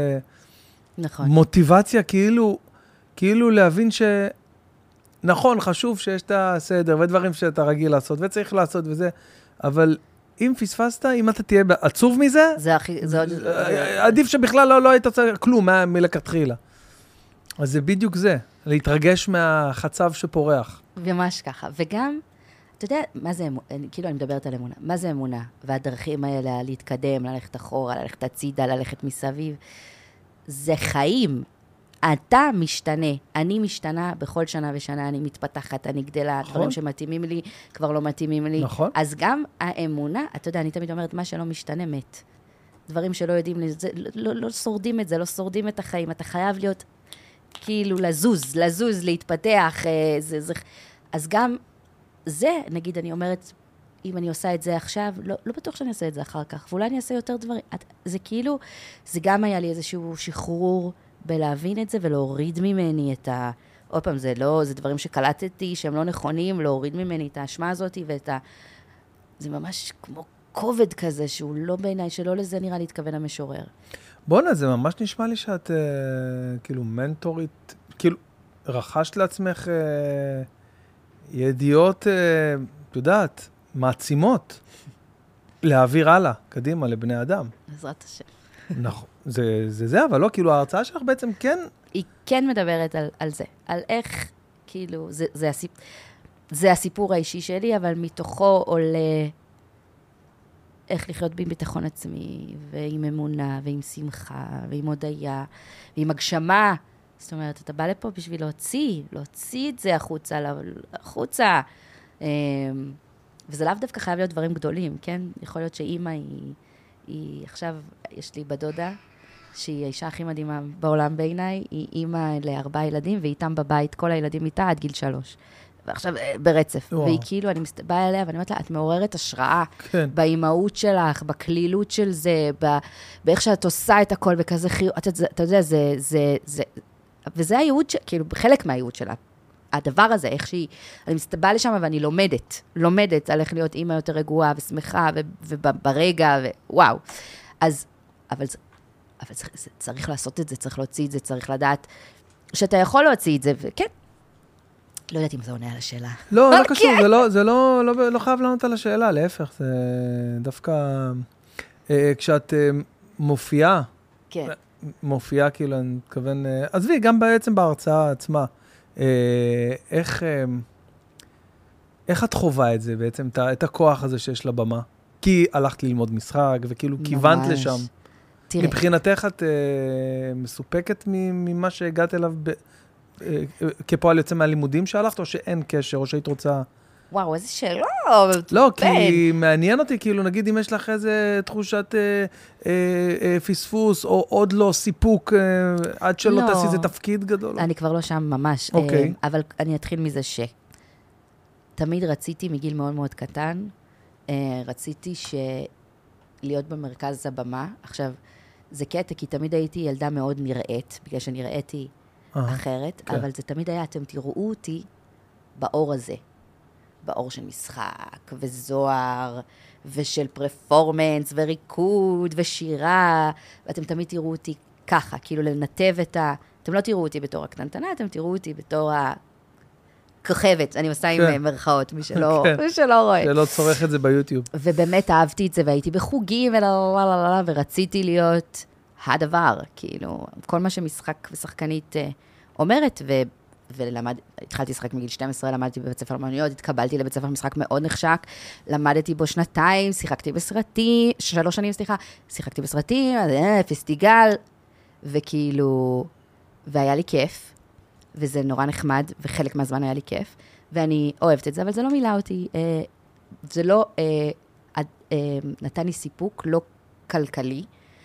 נכון. מוטיבציה, כאילו, כאילו להבין ש... נכון, חשוב שיש את הסדר, ודברים שאתה רגיל לעשות, וצריך לעשות וזה, אבל... אם פספסת, אם אתה תהיה עצוב מזה, זה הכי, זה עוד... עדיף שבכלל לא, לא היית צריך כלום מלכתחילה. אז זה בדיוק זה, להתרגש מהחצב שפורח. ממש ככה. וגם, אתה יודע, מה זה אמונה? כאילו, אני מדברת על אמונה. מה זה אמונה? והדרכים האלה, להתקדם, ללכת אחורה, ללכת הצידה, ללכת מסביב. זה חיים. אתה משתנה, אני משתנה, בכל שנה ושנה אני מתפתחת, אני גדלה, נכון. דברים שמתאימים לי, כבר לא מתאימים לי. נכון. אז גם האמונה, אתה יודע, אני תמיד אומרת, מה שלא משתנה מת. דברים שלא יודעים, זה, לא, לא, לא שורדים את זה, לא שורדים את החיים, אתה חייב להיות, כאילו, לזוז, לזוז, להתפתח, זה, זה, אז גם זה, נגיד, אני אומרת, אם אני עושה את זה עכשיו, לא, לא בטוח שאני אעשה את זה אחר כך, ואולי אני אעשה יותר דברים. זה כאילו, זה גם היה לי איזשהו שחרור, בלהבין את זה ולהוריד ממני את ה... עוד פעם, זה לא, זה דברים שקלטתי שהם לא נכונים, להוריד ממני את האשמה הזאת ואת ה... זה ממש כמו כובד כזה, שהוא לא בעיניי, שלא לזה נראה להתכוון המשורר. בוא'נה, זה ממש נשמע לי שאת אה, כאילו מנטורית, כאילו רכשת לעצמך אה, ידיעות, אה, את יודעת, מעצימות, להעביר הלאה, קדימה, לבני אדם. בעזרת השם. נכון, זה, זה זה, אבל לא, כאילו ההרצאה שלך בעצם כן... היא כן מדברת על, על זה, על איך, כאילו, זה, זה, הסיפ... זה הסיפור האישי שלי, אבל מתוכו עולה איך לחיות בי ביטחון עצמי, ועם אמונה, ועם שמחה, ועם הודיה, ועם הגשמה. זאת אומרת, אתה בא לפה בשביל להוציא, להוציא את זה החוצה, החוצה. וזה לאו דווקא חייב להיות דברים גדולים, כן? יכול להיות שאימא היא, היא עכשיו, יש לי בדודה, שהיא האישה הכי מדהימה בעולם בעיניי, היא אימא לארבעה ילדים, ואיתם בבית, כל הילדים איתה עד גיל שלוש. ועכשיו ברצף. וואו. והיא כאילו, אני באה אליה, ואני אומרת לה, את מעוררת השראה, כן. באימהות שלך, בכלילות של זה, באיך שאת עושה את הכל, וכזה חיוב, אתה, אתה יודע, זה, זה, זה, וזה הייעוד, כאילו, חלק מהייעוד שלה. הדבר הזה, איך שהיא, אני מסתבעה לשם ואני לומדת, לומדת על איך להיות אימא יותר רגועה ושמחה וברגע, ווואו. אז, אבל, אבל צריך, צריך לעשות את זה, צריך להוציא את זה, צריך לדעת שאתה יכול להוציא את זה, וכן. לא יודעת אם זה עונה על השאלה. לא, לא קשור, זה לא, זה לא, לא, לא חייב לענות על השאלה, להפך, זה דווקא, כשאת מופיעה, כן. מופיעה, כאילו, אני מתכוון, עזבי, גם בעצם בהרצאה עצמה, איך, איך את חובה את זה בעצם, את הכוח הזה שיש לבמה? כי הלכת ללמוד משחק, וכאילו כיוונת לשם. תראה. מבחינתך את מסופקת ממה שהגעת אליו כפועל יוצא מהלימודים שהלכת, או שאין קשר, או שהיית רוצה... וואו, איזה שאלה. לא, כי מעניין אותי, כאילו, נגיד, אם יש לך איזה תחושת אה, אה, אה, פספוס, או עוד לא סיפוק, אה, עד שלא לא. תעשי איזה תפקיד גדול. אני כבר לא שם ממש. אוקיי. אה, אבל אני אתחיל מזה ש... תמיד רציתי, מגיל מאוד מאוד קטן, אה, רציתי ש... להיות במרכז הבמה. עכשיו, זה קטע, כי תמיד הייתי ילדה מאוד נראית, בגלל שנראיתי אה, אחרת, כן. אבל זה תמיד היה, אתם תראו אותי באור הזה. באור של משחק, וזוהר, ושל פרפורמנס, וריקוד, ושירה, ואתם תמיד תראו אותי ככה, כאילו לנתב את ה... אתם לא תראו אותי בתור הקטנטנה, אתם תראו אותי בתור הכוכבת, אני עושה כן. עם מרכאות, מי שלא, כן. מי שלא רואה. שלא צורך את זה ביוטיוב. ובאמת אהבתי את זה, והייתי בחוגים, ורציתי להיות הדבר, כאילו, כל מה שמשחק ושחקנית אומרת, ו... ולמד, התחלתי לשחק מגיל שתים עשרה, למדתי בבית ספר לאמנויות, התקבלתי לבית ספר משחק מאוד נחשק, למדתי בו שנתיים, שיחקתי בסרטים, שלוש שנים, סליחה, שיחקתי בסרטים, פסטיגל, וכאילו, והיה לי כיף, וזה נורא נחמד, וחלק מהזמן היה לי כיף, ואני אוהבת את זה, אבל זה לא מילה אותי, זה לא נתן לי סיפוק, לא כלכלי,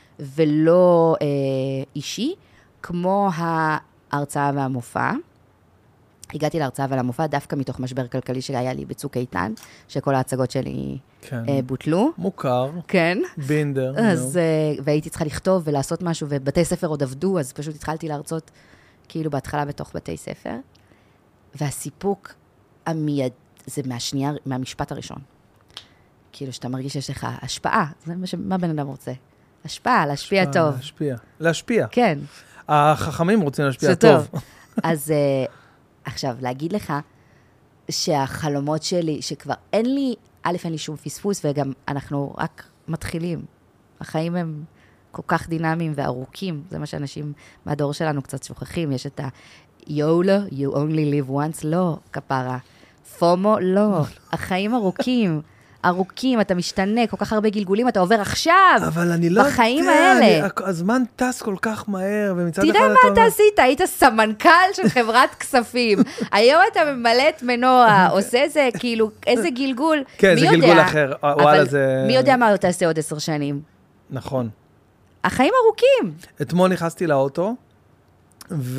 ולא אישי, כמו ההרצאה והמופע, הגעתי להרצאה ולמופע דווקא מתוך משבר כלכלי שהיה לי בצוק איתן, שכל ההצגות שלי כן. אה, בוטלו. מוכר. כן. בינדר. אז, אה, והייתי צריכה לכתוב ולעשות משהו, ובתי ספר עוד עבדו, אז פשוט התחלתי להרצות כאילו בהתחלה בתוך בתי ספר. והסיפוק המייד, זה מהשנייה, מהמשפט הראשון. כאילו שאתה מרגיש שיש לך השפעה, זה מה, ש... מה בן אדם רוצה. השפעה, להשפיע השפעה, טוב. להשפיע. להשפיע. כן. החכמים רוצים להשפיע טוב. טוב. אז... אה, עכשיו, להגיד לך שהחלומות שלי, שכבר אין לי, א', אין לי שום פספוס, וגם אנחנו רק מתחילים. החיים הם כל כך דינמיים וארוכים, זה מה שאנשים מהדור שלנו קצת שוכחים, יש את ה-יולו, you only live once, לא, כפרה. פומו, לא. החיים ארוכים. ארוכים, אתה משתנה, כל כך הרבה גלגולים, אתה עובר עכשיו, אבל אני לא בחיים האלה. הזמן טס כל כך מהר, ומצד אחד... תראה מה אתה עשית, היית סמנכ"ל של חברת כספים, היום אתה ממלא את מנוע, עושה איזה, כאילו, איזה גלגול. כן, זה גלגול אחר, אבל מי יודע מה אתה עושה עוד עשר שנים? נכון. החיים ארוכים. אתמול נכנסתי לאוטו, ו...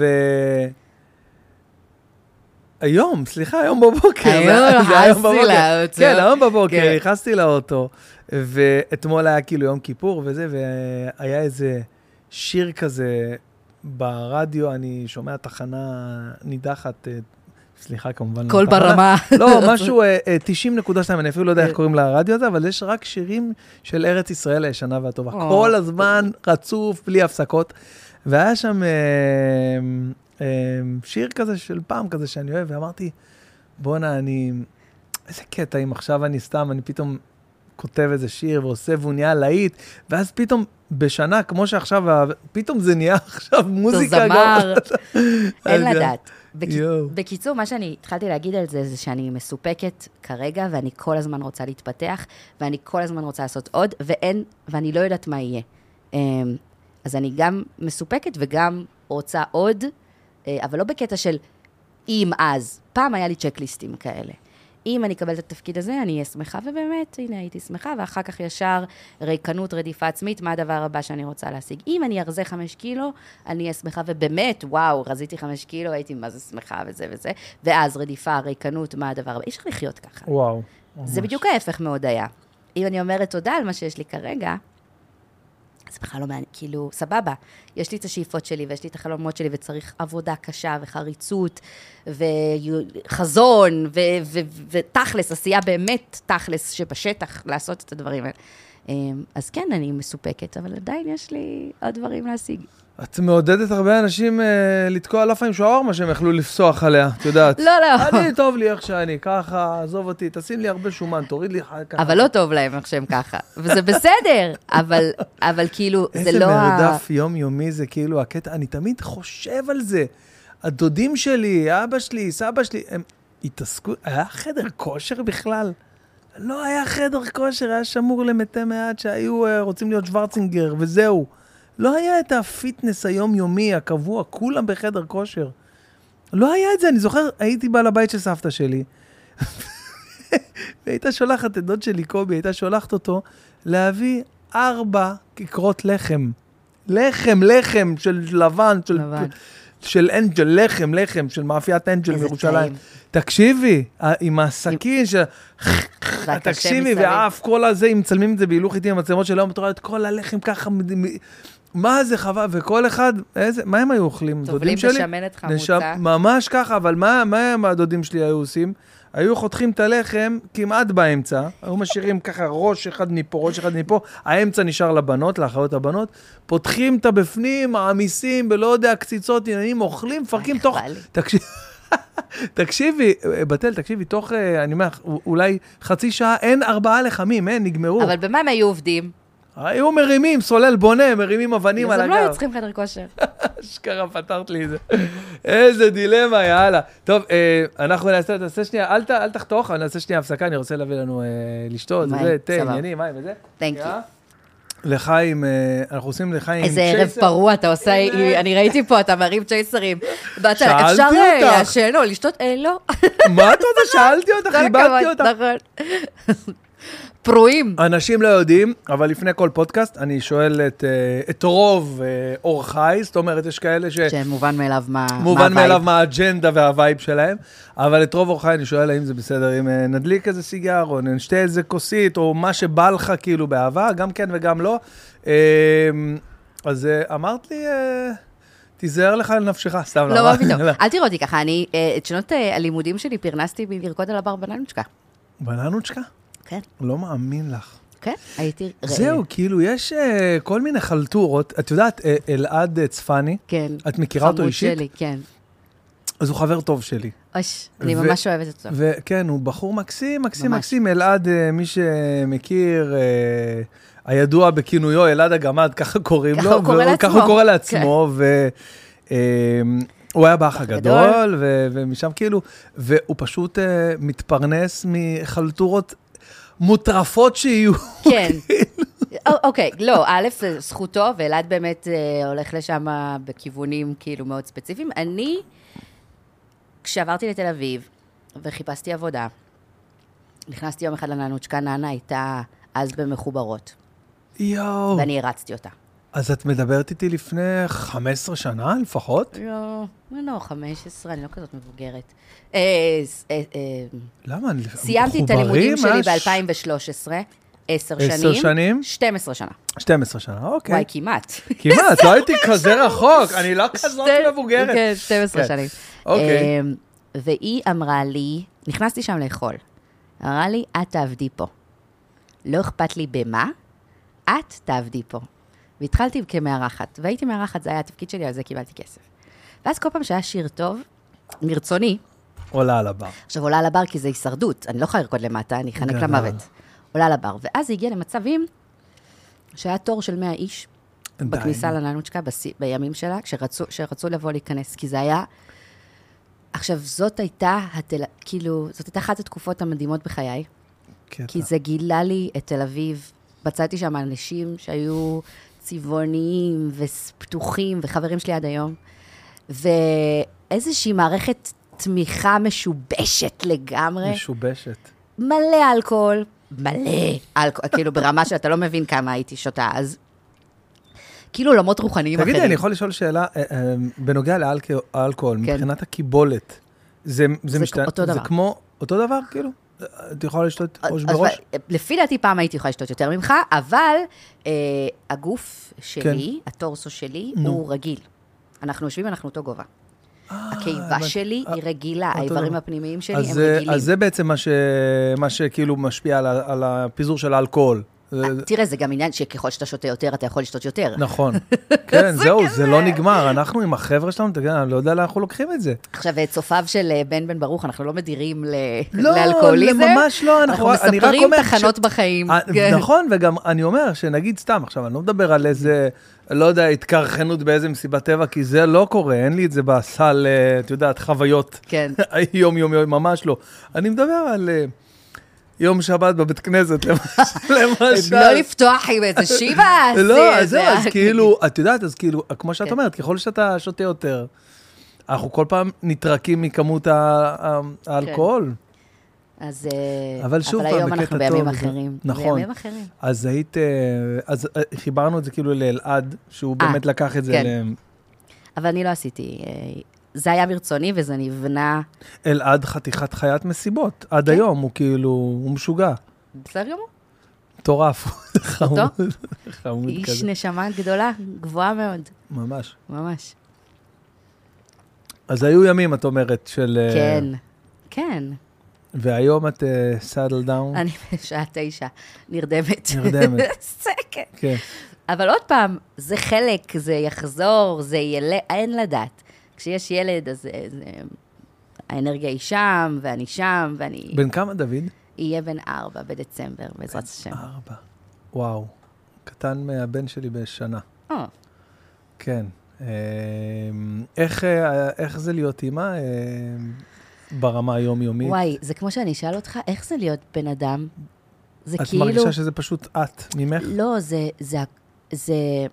היום, סליחה, היום בבוקר. היום נכנסתי לאוטו. כן, היום בבוקר, נכנסתי לאוטו, ואתמול היה כאילו יום כיפור וזה, והיה איזה שיר כזה ברדיו, אני שומע תחנה נידחת, סליחה כמובן. כל ברמה. לא, משהו תשעים נקודה שתיים, אני אפילו לא יודע איך קוראים לרדיו הזה, אבל יש רק שירים של ארץ ישראל הישנה והטובה. כל הזמן רצוף, בלי הפסקות, והיה שם... שיר כזה של פעם כזה שאני אוהב, ואמרתי, בוא'נה, אני, איזה קטע, אם עכשיו אני סתם, אני פתאום כותב איזה שיר, ועושה והוא נהיה להיט, ואז פתאום בשנה, כמו שעכשיו, פתאום זה נהיה עכשיו מוזיקה. זמר, אין לדעת. בקיצור, מה שאני התחלתי להגיד על זה, זה שאני מסופקת כרגע, ואני כל הזמן רוצה להתפתח, ואני כל הזמן רוצה לעשות עוד, ואין, ואני לא יודעת מה יהיה. אז אני גם מסופקת וגם רוצה עוד, אבל לא בקטע של אם אז. פעם היה לי צ'קליסטים כאלה. אם אני אקבל את התפקיד הזה, אני אהיה שמחה, ובאמת, הנה, הייתי שמחה, ואחר כך ישר ריקנות, רדיפה עצמית, מה הדבר הבא שאני רוצה להשיג. אם אני ארזה חמש קילו, אני אהיה שמחה, ובאמת, וואו, רזיתי חמש קילו, הייתי מה זה שמחה וזה וזה, ואז רדיפה, ריקנות, מה הדבר הבא. אי אפשר לחיות ככה. וואו. זה בדיוק ההפך מאוד היה. אם אני אומרת תודה על מה שיש לי כרגע, זה בכלל לא מעניין, כאילו, סבבה, יש לי את השאיפות שלי, ויש לי את החלומות שלי, וצריך עבודה קשה, וחריצות, וחזון, ו- ו- ותכלס, עשייה באמת תכלס, שבשטח לעשות את הדברים האלה. אז כן, אני מסופקת, אבל עדיין יש לי עוד דברים להשיג. את מעודדת הרבה אנשים אה, לתקוע על אף עם שווארמה שהם יכלו לפסוח עליה, את יודעת. לא, לא. אני, טוב לי איך שאני, ככה, עזוב אותי, תשים לי הרבה שומן, תוריד לי ככה. אבל לא טוב להם איך שהם ככה, וזה בסדר, אבל, אבל כאילו, זה לא... איזה מרדף יומיומי זה, כאילו, הקטע, אני תמיד חושב על זה. הדודים שלי, אבא שלי, סבא שלי, הם התעסקו, היה חדר כושר בכלל? לא היה חדר כושר, היה שמור למתי מעט שהיו רוצים להיות שוורצינגר, וזהו. לא היה את הפיטנס היומיומי, הקבוע, כולם בחדר כושר. לא היה את זה, אני זוכר, הייתי בעל הבית של סבתא שלי, והייתה שולחת את דוד שלי, קובי, הייתה שולחת אותו להביא ארבע כיכרות לחם. לחם, לחם של לבן, של, של אנג'ל, לחם, לחם, של מאפיית אנג'ל בירושלים. תקשיבי, עם הסכין, של... תקשיבי, ואף כל הזה, אם מצלמים את זה בהילוך איתי, המצלמות של היום, אתה רואה את כל הלחם ככה, מה זה חווה, וכל אחד, איזה, מה הם היו אוכלים? טובלים בשמנת חמוצה. ממש ככה, אבל מה, מה הם הדודים שלי היו עושים? היו חותכים את הלחם כמעט באמצע, היו משאירים ככה ראש אחד מפה, ראש אחד מפה, האמצע נשאר לבנות, לאחיות הבנות, פותחים את הבפנים, מעמיסים, בלא יודע, קציצות, עניינים, אוכלים, מפרקים תוך... תקשיב... תקשיבי, בתל, תקשיבי, תוך, אני אומר, אולי חצי שעה, אין ארבעה לחמים, אין, נגמרו. אבל במה הם היו עובדים? היו מרימים, סולל בונה, מרימים אבנים על הגב. אז הם לא היו צריכים חדר כושר. שקרה, פתרת לי את זה. איזה דילמה, יאללה. טוב, אנחנו נעשה, נעשה שנייה, אל תחתוך, אני נעשה שנייה הפסקה, אני רוצה להביא לנו לשתות, זה, תה, עניינים, מים וזה. Thank you. לחיים, אנחנו עושים לחיים איזה ערב פרוע אתה עושה, אני ראיתי פה, אתה מרים צ'ייסרים. שאלתי אותך. אפשר ישן או לשתות? אה, לא. מה אתה יודע? שאלתי אותך, חיבדתי אותך. נכון. פרועים. אנשים לא יודעים, אבל לפני כל פודקאסט, אני שואל את, את רוב אורחי, זאת אומרת, יש כאלה ש... שמובן מאליו מה... מובן מאליו מה האג'נדה והווייב שלהם, אבל את רוב אורחי אני שואל האם זה בסדר, אם נדליק איזה סיגר, או נשתה איזה כוסית, או מה שבא לך כאילו באהבה, גם כן וגם לא. אז אמרת לי... תיזהר לך על נפשך, סתם לא. לא, מה פתאום. אל תראו אותי ככה, אני, את שנות הלימודים שלי פרנסתי לרקוד על הבר בננוצ'קה. בננוצ'קה? כן. לא מאמין לך. כן, הייתי... זהו, כאילו, יש כל מיני חלטורות. את יודעת, אלעד צפני? כן. את מכירה אותו אישית? חמוד שלי, כן. אז הוא חבר טוב שלי. אוש, אני ממש אוהבת אותו. וכן, הוא בחור מקסים, מקסים, מקסים. אלעד, מי שמכיר... הידוע בכינויו, אלעד הגמד, ככה קוראים לו. ככה הוא קורא לעצמו, והוא היה באח הגדול, ומשם כאילו, והוא פשוט מתפרנס מחלטורות מוטרפות שיהיו. כן. אוקיי, לא, א', זכותו, ואלעד באמת הולך לשם בכיוונים כאילו מאוד ספציפיים. אני, כשעברתי לתל אביב, וחיפשתי עבודה, נכנסתי יום אחד לננוצ'קה, ננה הייתה אז במחוברות. יואו. ואני הרצתי אותה. אז את מדברת איתי לפני חמש עשרה שנה לפחות? לא, לא, חמש עשרה, אני לא כזאת מבוגרת. למה? סיימתי את הלימודים שלי ב-אלפיים ושלוש עשרה, עשר שנים. עשר שנים? שתים עשרה שנה. שתים עשרה שנה, אוקיי. וואי, כמעט. כמעט, לא הייתי כזה רחוק, אני לא כזאת מבוגרת. כן, שתים עשרה שנים. אוקיי. והיא אמרה לי, נכנסתי שם לאכול, אמרה לי, את תעבדי פה. לא אכפת לי במה, את תעבדי פה. והתחלתי כמערכת, והייתי מערכת, זה היה התפקיד שלי, על זה קיבלתי כסף. ואז כל פעם שהיה שיר טוב, מרצוני, עולה על הבר. עכשיו עולה על הבר כי זה הישרדות, אני לא יכולה לרקוד למטה, אני חנק למוות. עולה על הבר, ואז זה הגיע למצבים שהיה תור של מאה איש, בכניסה לננוצ'קה, בימים שלה, כשרצו, כשרצו לבוא להיכנס, כי זה היה עכשיו, זאת הייתה, התל... כאילו, זאת הייתה אחת התקופות המדהימות בחיי, קטע. כי זה גילה לי את תל אביב. בצעתי שם אנשים שהיו צבעוניים ופתוחים, וחברים שלי עד היום, ואיזושהי מערכת תמיכה משובשת לגמרי. משובשת. מלא אלכוהול, מלא אלכוהול, כאילו ברמה שאתה לא מבין כמה הייתי שותה, אז כאילו עולמות רוחניים אחרים. תגידי, אני יכול לשאול שאלה, בנוגע לאלכוהול, מבחינת הקיבולת, זה כמו אותו דבר, כאילו? את יכולה לשתות ראש בראש? לפי דעתי פעם הייתי יכולה לשתות יותר ממך, אבל הגוף שלי, הטורסו שלי, הוא רגיל. אנחנו יושבים, אנחנו אותו גובה. הקיבה שלי היא רגילה, האיברים הפנימיים שלי הם רגילים. אז זה בעצם מה שכאילו משפיע על הפיזור של האלכוהול. תראה, זה גם עניין שככל שאתה שותה יותר, אתה יכול לשתות יותר. נכון. כן, זהו, זה לא נגמר. אנחנו עם החבר'ה שלנו, אני לא יודע לאן אנחנו לוקחים את זה. עכשיו, צופיו של בן בן ברוך, אנחנו לא מדירים לאלכוהוליזם. לא, ממש לא. אנחנו מספרים תחנות בחיים. נכון, וגם אני אומר שנגיד סתם, עכשיו, אני לא מדבר על איזה, לא יודע, התקרחנות באיזה מסיבת טבע, כי זה לא קורה, אין לי את זה בסל, את יודעת, חוויות. כן. יום, יום, יום, ממש לא. אני מדבר על יום שבת בבית כנסת, למשל. לא לפתוח עם איזה שיבה. לא, אז זהו, אז כאילו, את יודעת, אז כאילו, כמו שאת אומרת, ככל שאתה שותה יותר, אנחנו כל פעם נתרקים מכמות האלכוהול. אז, אבל שוב אבל פעם, היום אנחנו בימים טוב, אחרים. נכון. בימים אחרים. אז היית, אז חיברנו את זה כאילו לאלעד, שהוא 아, באמת לקח את זה. כן. ל... אבל אני לא עשיתי, זה היה ברצוני וזה נבנה. אלעד חתיכת חיית מסיבות, עד כן. היום הוא כאילו, הוא משוגע. בסדר גמור. מטורף. חמוד. חמוד איש כזה. נשמה גדולה, גבוהה מאוד. ממש. ממש. אז היו ימים, את אומרת, של... כן, כן. והיום את סאדל דאון? אני בשעה תשע, נרדמת. נרדמת. סקר. כן. אבל עוד פעם, זה חלק, זה יחזור, זה ילד, אין לדעת. כשיש ילד, אז זה, האנרגיה היא שם, ואני שם, ואני... בן כמה דוד? יהיה בן ארבע בדצמבר, בעזרת השם. ארבע. וואו. קטן מהבן שלי בשנה. או. כן. איך, איך זה להיות אימא ברמה היומיומית? וואי, זה כמו שאני אשאל אותך, איך זה להיות בן אדם? זה את כאילו... מרגישה שזה פשוט את, ממך? לא, זה... זה, זה...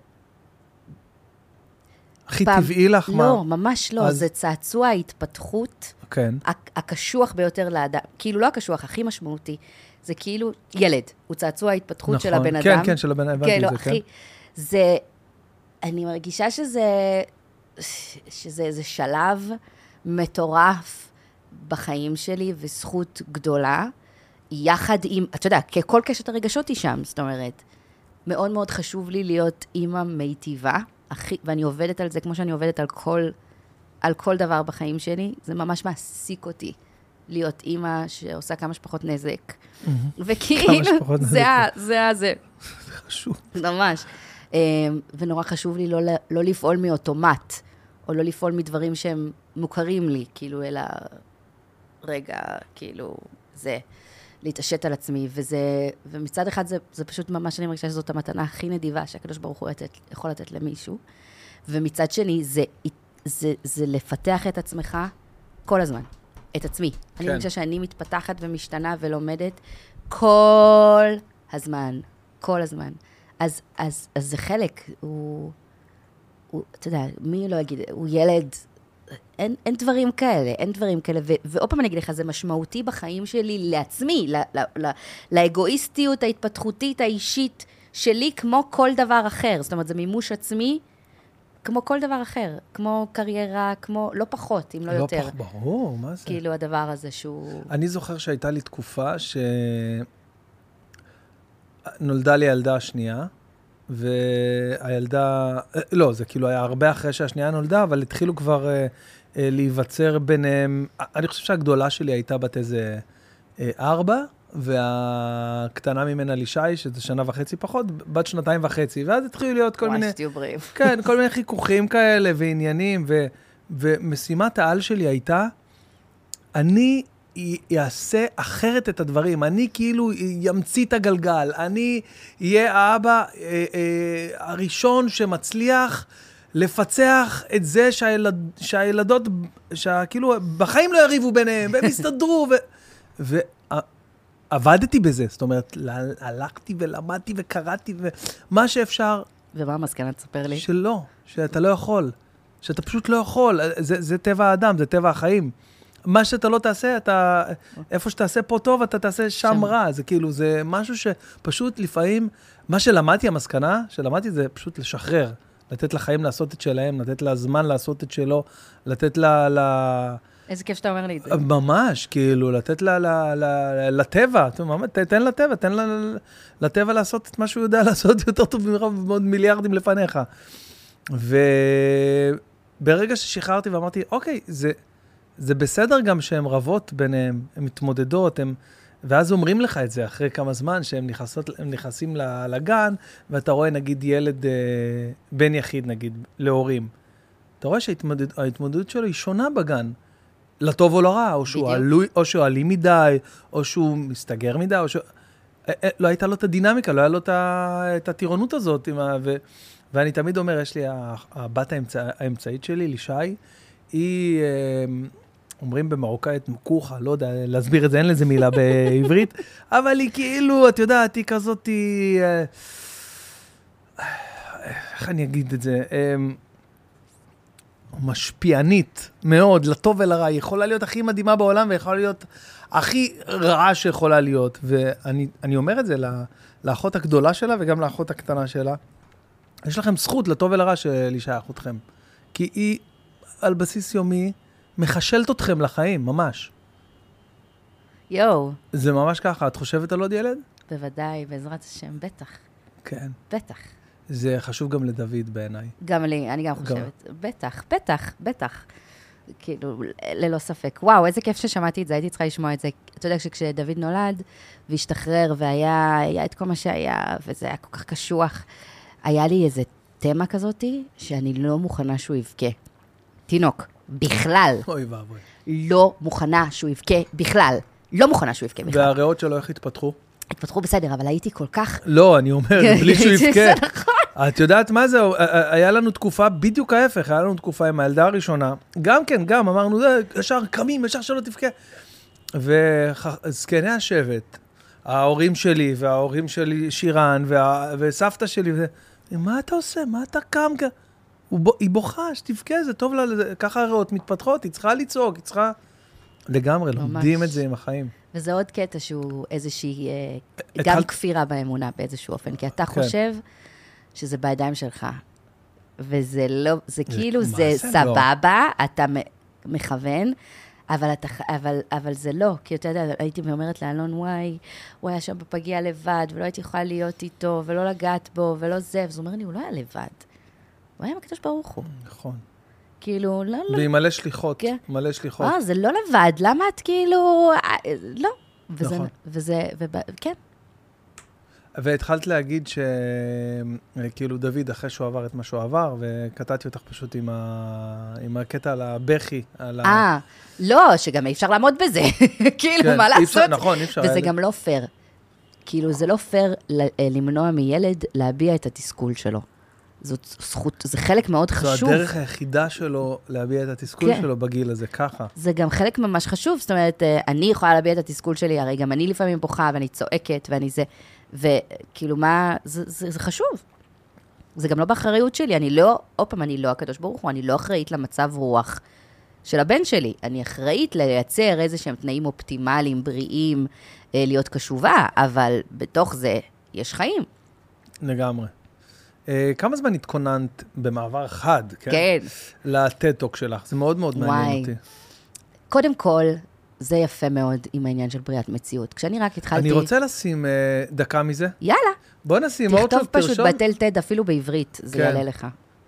הכי פעם, טבעי לך? לא, מה? ממש לא. אז... זה צעצוע ההתפתחות, כן. הקשוח ביותר לאדם. כאילו לא הקשוח, הכי משמעותי. זה כאילו ילד. הוא צעצוע ההתפתחות נכון. של הבן כן, אדם. כן, של הבן אדם. כן, לא, זה, הכי... כן. זה... אני מרגישה שזה... שזה איזה שלב מטורף בחיים שלי, וזכות גדולה, יחד עם... אתה יודע, ככל קשת הרגשות היא שם, זאת אומרת, מאוד מאוד חשוב לי להיות אימא מיטיבה, הכי, ואני עובדת על זה כמו שאני עובדת על כל, על כל דבר בחיים שלי. זה ממש מעסיק אותי להיות אימא שעושה כמה שפחות נזק. וכאילו, זה ה... זה ה... זה. חשוב. ממש. ונורא חשוב לי לא, לא לפעול מאוטומט, או לא לפעול מדברים שהם מוכרים לי, כאילו, אלא רגע, כאילו, זה... להתעשת על עצמי, וזה, ומצד אחד זה, זה פשוט ממש, אני מרגישה שזאת המתנה הכי נדיבה שהקדוש ברוך הוא לתת, יכול לתת למישהו, ומצד שני, זה, זה, זה לפתח את עצמך כל הזמן, את עצמי. כן. אני מרגישה שאני מתפתחת ומשתנה ולומדת כל הזמן, כל הזמן. אז, אז, אז זה חלק, הוא, הוא, אתה יודע, מי לא יגיד, הוא ילד, אין, אין דברים כאלה, אין דברים כאלה, ו, ועוד פעם אני אגיד לך, זה משמעותי בחיים שלי לעצמי, ל, ל, ל, לאגואיסטיות ההתפתחותית האישית שלי, כמו כל דבר אחר. זאת אומרת, זה מימוש עצמי, כמו כל דבר אחר, כמו קריירה, כמו, לא פחות, אם לא, לא יותר. לא פחות, ברור, מה זה? כאילו הדבר הזה שהוא... אני זוכר שהייתה לי תקופה שנולדה לי הילדה השנייה, והילדה, לא, זה כאילו היה הרבה אחרי שהשנייה נולדה, אבל התחילו כבר אה, אה, להיווצר ביניהם, אני חושב שהגדולה שלי הייתה בת איזה אה, ארבע, והקטנה ממנה לישי, שזה שנה וחצי פחות, בת שנתיים וחצי, ואז התחילו להיות כל וואי, מיני... שתהיו בריאים. כן, כל מיני חיכוכים כאלה ועניינים, ו, ומשימת העל שלי הייתה, אני יעשה אחרת את הדברים, אני כאילו ימציא את הגלגל, אני אהיה האבא אה, אה, הראשון שמצליח לפצח את זה שהילד, שהילדות, שכאילו, בחיים לא יריבו ביניהם, והם יסתדרו, ו... ועבדתי בזה, זאת אומרת, הלכתי ולמדתי וקראתי, ומה שאפשר... ומה המסקנה, תספר לי? שלא, שאתה לא יכול, שאתה פשוט לא יכול, זה, זה טבע האדם, זה טבע החיים. מה שאתה לא תעשה, אתה, איפה שתעשה פה טוב, אתה תעשה שם, שם. רע, זה כאילו, זה משהו שפשוט לפעמים, מה שלמדתי, המסקנה שלמדתי זה פשוט לשחרר, לתת לחיים לעשות את שלהם, לתת לה זמן לעשות את שלו, לתת לה... לה... איזה כיף שאתה אומר לי את זה. ממש, כאילו, לתת לה, לה, לה, לטבע, תן לטבע, תן לטבע לעשות את מה שהוא יודע לעשות יותר טוב מאוד מיליארדים לפניך. וברגע ששחררתי ואמרתי, אוקיי, זה, זה בסדר גם שהן רבות ביניהם, הן מתמודדות, הן, ואז אומרים לך את זה אחרי כמה זמן, שהם נכנסות, הם נכנסים לגן, ואתה רואה נגיד ילד בן יחיד, נגיד, להורים. אתה רואה שההתמודדות שלו היא שונה בגן. לטוב או לרע, או שהוא עלוי, או שהוא עלי מדי, או שהוא מסתגר מדי, או שהוא... לא הייתה לו את הדינמיקה, לא היה לו את הטירונות הזאת, ו... ואני תמיד אומר, יש לי, הבת האמצע... האמצעית שלי, לישי, היא, אומרים במרוקאית, מקוחה, לא יודע להסביר את זה, אין לזה מילה בעברית, אבל היא כאילו, את יודעת, היא כזאת, היא... איך אני אגיד את זה? משפיענית מאוד, לטוב ולרע, היא יכולה להיות הכי מדהימה בעולם, ויכולה להיות הכי רעה שיכולה להיות. ואני אני אומר את זה לאחות הגדולה שלה, וגם לאחות הקטנה שלה. יש לכם זכות לטוב ולרע שלשייך אתכם. כי היא, על בסיס יומי, מחשלת אתכם לחיים, ממש. יואו. זה ממש ככה. את חושבת על עוד ילד? בוודאי, בעזרת השם, בטח. כן. בטח. זה חשוב גם לדוד בעיניי. גם לי, אני גם חושבת. בטח, בטח, בטח. כאילו, ללא ספק. וואו, איזה כיף ששמעתי את זה, הייתי צריכה לשמוע את זה. אתה יודע, כשדוד נולד והשתחרר, והיה היה את כל מה שהיה, וזה היה כל כך קשוח, היה לי איזה תמה כזאת, שאני לא מוכנה שהוא יבכה. תינוק, בכלל. אוי ואבוי. לא מוכנה שהוא יבכה בכלל. לא מוכנה שהוא יבכה בכלל. והריאות שלו איך התפתחו? התפתחו בסדר, אבל הייתי כל כך... לא, אני אומר, בלי שהוא יבכה. את יודעת מה זה? היה לנו תקופה בדיוק ההפך, היה לנו תקופה עם הילדה הראשונה. גם כן, גם אמרנו, ישר קמים, ישר שלא תבכה. וזקני השבט, ההורים שלי וההורים שלי, שירן, וסבתא שלי, מה אתה עושה? מה אתה קם? היא בוכה, שתבכה, זה טוב לה, ככה הריאות מתפתחות, היא צריכה לצעוק, היא צריכה... לגמרי, לומדים את זה עם החיים. וזה עוד קטע שהוא איזושהי, גם כפירה באמונה באיזשהו אופן, כי אתה חושב שזה בידיים שלך, וזה לא, זה כאילו, זה סבבה, אתה מכוון, אבל זה לא, כי אתה יודע, הייתי אומרת לאלון, וואי, הוא היה שם בפגיע לבד, ולא הייתי יכולה להיות איתו, ולא לגעת בו, ולא זה, וזה אומר לי, הוא לא היה לבד, הוא היה מקדוש ברוך הוא. נכון. כאילו, לא, לא. והיא מלא שליחות, מלא שליחות. אה, זה לא לבד, למה את כאילו, לא. נכון. וזה, כן. והתחלת להגיד שכאילו דוד, אחרי שהוא עבר את מה שהוא עבר, וקטעתי אותך פשוט עם, ה... עם הקטע על הבכי. על ה... אה, לא, שגם אי אפשר לעמוד בזה. כאילו, כן, מה לעשות? אפשר, נכון, אי אפשר. וזה גם לא פייר. כאילו, זה לא פייר למנוע מילד להביע את התסכול שלו. זאת זכות, זה חלק מאוד חשוב. זו הדרך היחידה שלו להביע את התסכול כן. שלו בגיל הזה, ככה. זה גם חלק ממש חשוב, זאת אומרת, אני יכולה להביע את התסכול שלי, הרי גם אני לפעמים בוכה, ואני צועקת, ואני זה, וכאילו מה, זה, זה, זה חשוב. זה גם לא באחריות שלי, אני לא, עוד פעם, אני לא הקדוש ברוך הוא, אני לא אחראית למצב רוח של הבן שלי, אני אחראית לייצר איזה שהם תנאים אופטימליים, בריאים, להיות קשובה, אבל בתוך זה יש חיים. לגמרי. Uh, כמה זמן התכוננת במעבר חד, כן? כן. לטטוק שלך? זה מאוד מאוד מעניין וואי. אותי. קודם כל, זה יפה מאוד עם העניין של בריאת מציאות. כשאני רק התחלתי... אני רוצה לשים uh, דקה מזה. יאללה. בוא נשים עוד שוב תכתוב פשוט בטל תד, אפילו בעברית, זה כן. יעלה לך.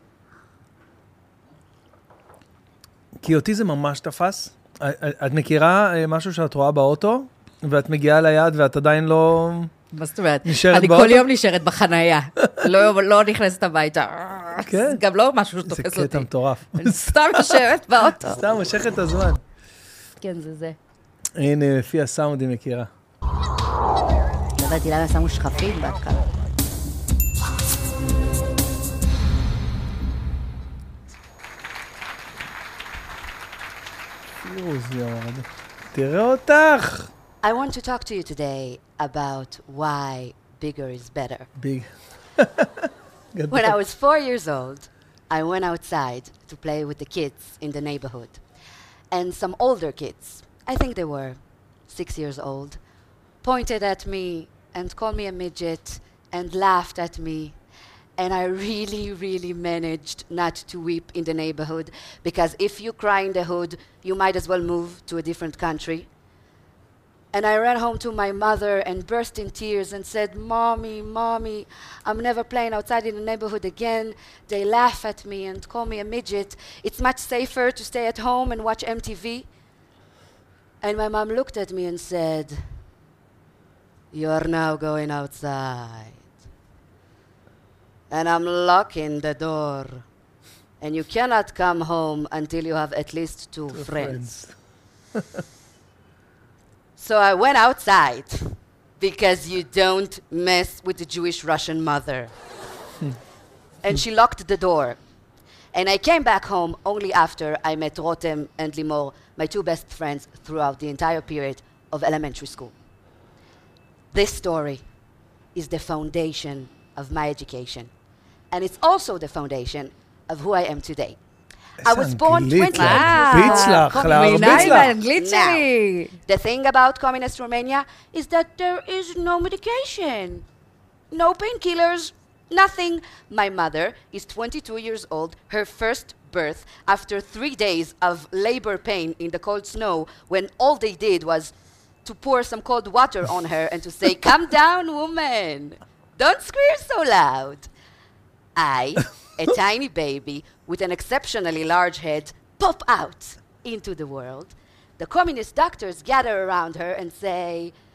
כי אותי זה ממש תפס. את מכירה משהו שאת רואה באוטו, ואת מגיעה ליד ואת עדיין לא... מה זאת אומרת? נשארת אני באוטו? כל יום נשארת בחנייה. לא, לא נכנסת הביתה. כן. זה גם לא משהו שתופס אותי. זה קטע מטורף. אני סתם יושבת באוטו. סתם מושך את הזמן. כן, זה זה. הנה, לפי הסאונד היא מכירה. לא יודעתי למה שמו שכפים בהתחלה. תראו, זה יורד. תראה אותך! I want to talk to you today about why bigger is better. ביג. When I was four years old, I went outside to play with the kids in the neighborhood. And some older kids, I think they were six years old, pointed at me and called me a midget and laughed at me. And I really, really managed not to weep in the neighborhood, because if you cry in the hood, you might as well move to a different country. And I ran home to my mother and burst in tears and said, Mommy, Mommy, I'm never playing outside in the neighborhood again. They laugh at me and call me a midget. It's much safer to stay at home and watch M T V. And my mom looked at me and said, You're now going outside. And I'm locking the door. And you cannot come home until you have at least two, two friends. friends. So I went outside, because you don't mess with the Jewish Russian mother. And she locked the door. And I came back home only after I met Rotem and Limor, my two best friends, throughout the entire period of elementary school. This story is the foundation of my education. And it's also the foundation of who I am today. I was born twenty. להרביץ לך, להרביץ לך. Now, the thing about communist Romania is that there is no medication, no painkillers, nothing. My mother is twenty-two years old, her first birth, after three days of labor pain in the cold snow, when all they did was to pour some cold water on her and to say, Calm down, woman, don't scream so loud. I, a tiny baby with an exceptionally large head, pop out into the world. The communist doctors gather around her and say,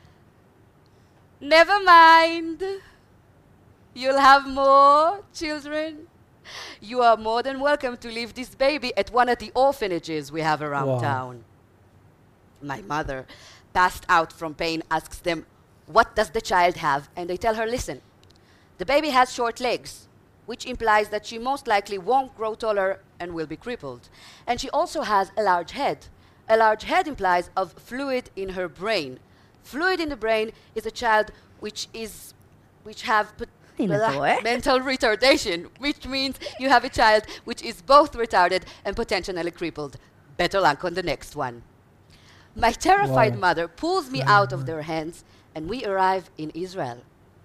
Never mind. You'll have more children. You are more than welcome to leave this baby at one of the orphanages we have around wow. town. My mother, passed out from pain, asks them, What does the child have? And they tell her, Listen, the baby has short legs, which implies that she most likely won't grow taller and will be crippled. And she also has a large head. A large head implies of fluid in her brain. Fluid in the brain is a child which is, which have mental retardation, which means you have a child which is both retarded and potentially crippled. Better luck on the next one. My terrified wow. mother pulls me wow. out of their hands, and we arrive in Israel.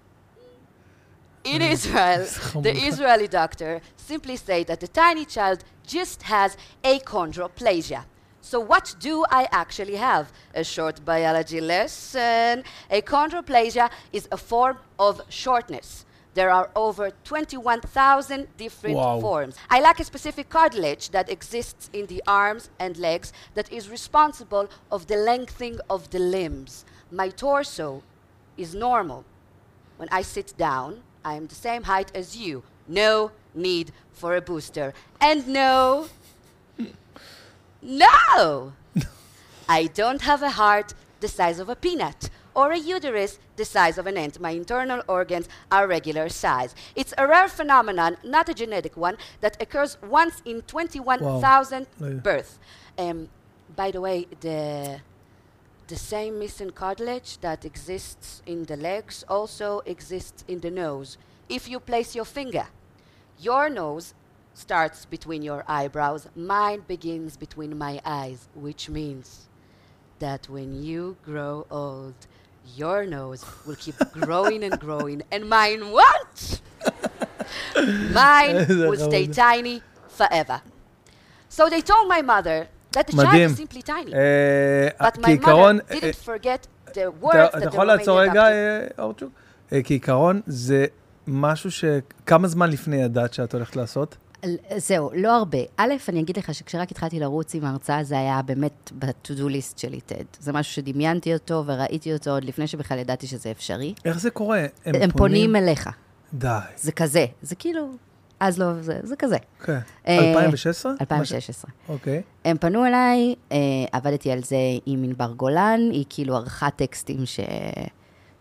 In Israel, the Israeli doctor simply said that the tiny child just has achondroplasia. So what do I actually have? A short biology lesson. Achondroplasia is a form of shortness. There are over twenty-one thousand different wow. forms. I lack a specific cartilage that exists in the arms and legs that is responsible of the lengthening of the limbs. My torso is normal. When I sit down, I am the same height as you. No need for a booster. And no, no, I don't have a heart the size of a peanut or a uterus the size of an ant. My internal organs are regular size. It's a rare phenomenon, not a genetic one, that occurs once in twenty-one thousand wow. births. Um, by the way, the The same missing cartilage that exists in the legs also exists in the nose. If you place your finger, your nose starts between your eyebrows. Mine begins between my eyes, which means that when you grow old, your nose will keep growing and growing, and mine won't. Mine will stay tiny forever. So they told my mother that the child is simply tiny. But my mother didn't forget the words that the Romanian doctor... אתה יכול לעצור רגע, אורצ'וק? כעיקרון, זה משהו ש... כמה זמן לפני ידעת שאת הולכת לעשות? זהו, לא הרבה. א', אני אגיד לך שכשרק התחלתי לרוץ עם ההרצאה, זה היה באמת ב-to-do list שלי, טד. זה משהו שדמיינתי אותו וראיתי אותו עוד לפני שבכלל ידעתי שזה אפשרי. איך זה קורה? הם, הם פונים אליך. די. זה כזה. זה כאילו... אז לא, זה, זה כזה. אוקיי. אלפיים ושש עשרה? אלפיים ושש עשרה. אוקיי. הם פנו אליי, עבדתי על זה עם ענבר גולן, היא כאילו ערכה טקסטים ש...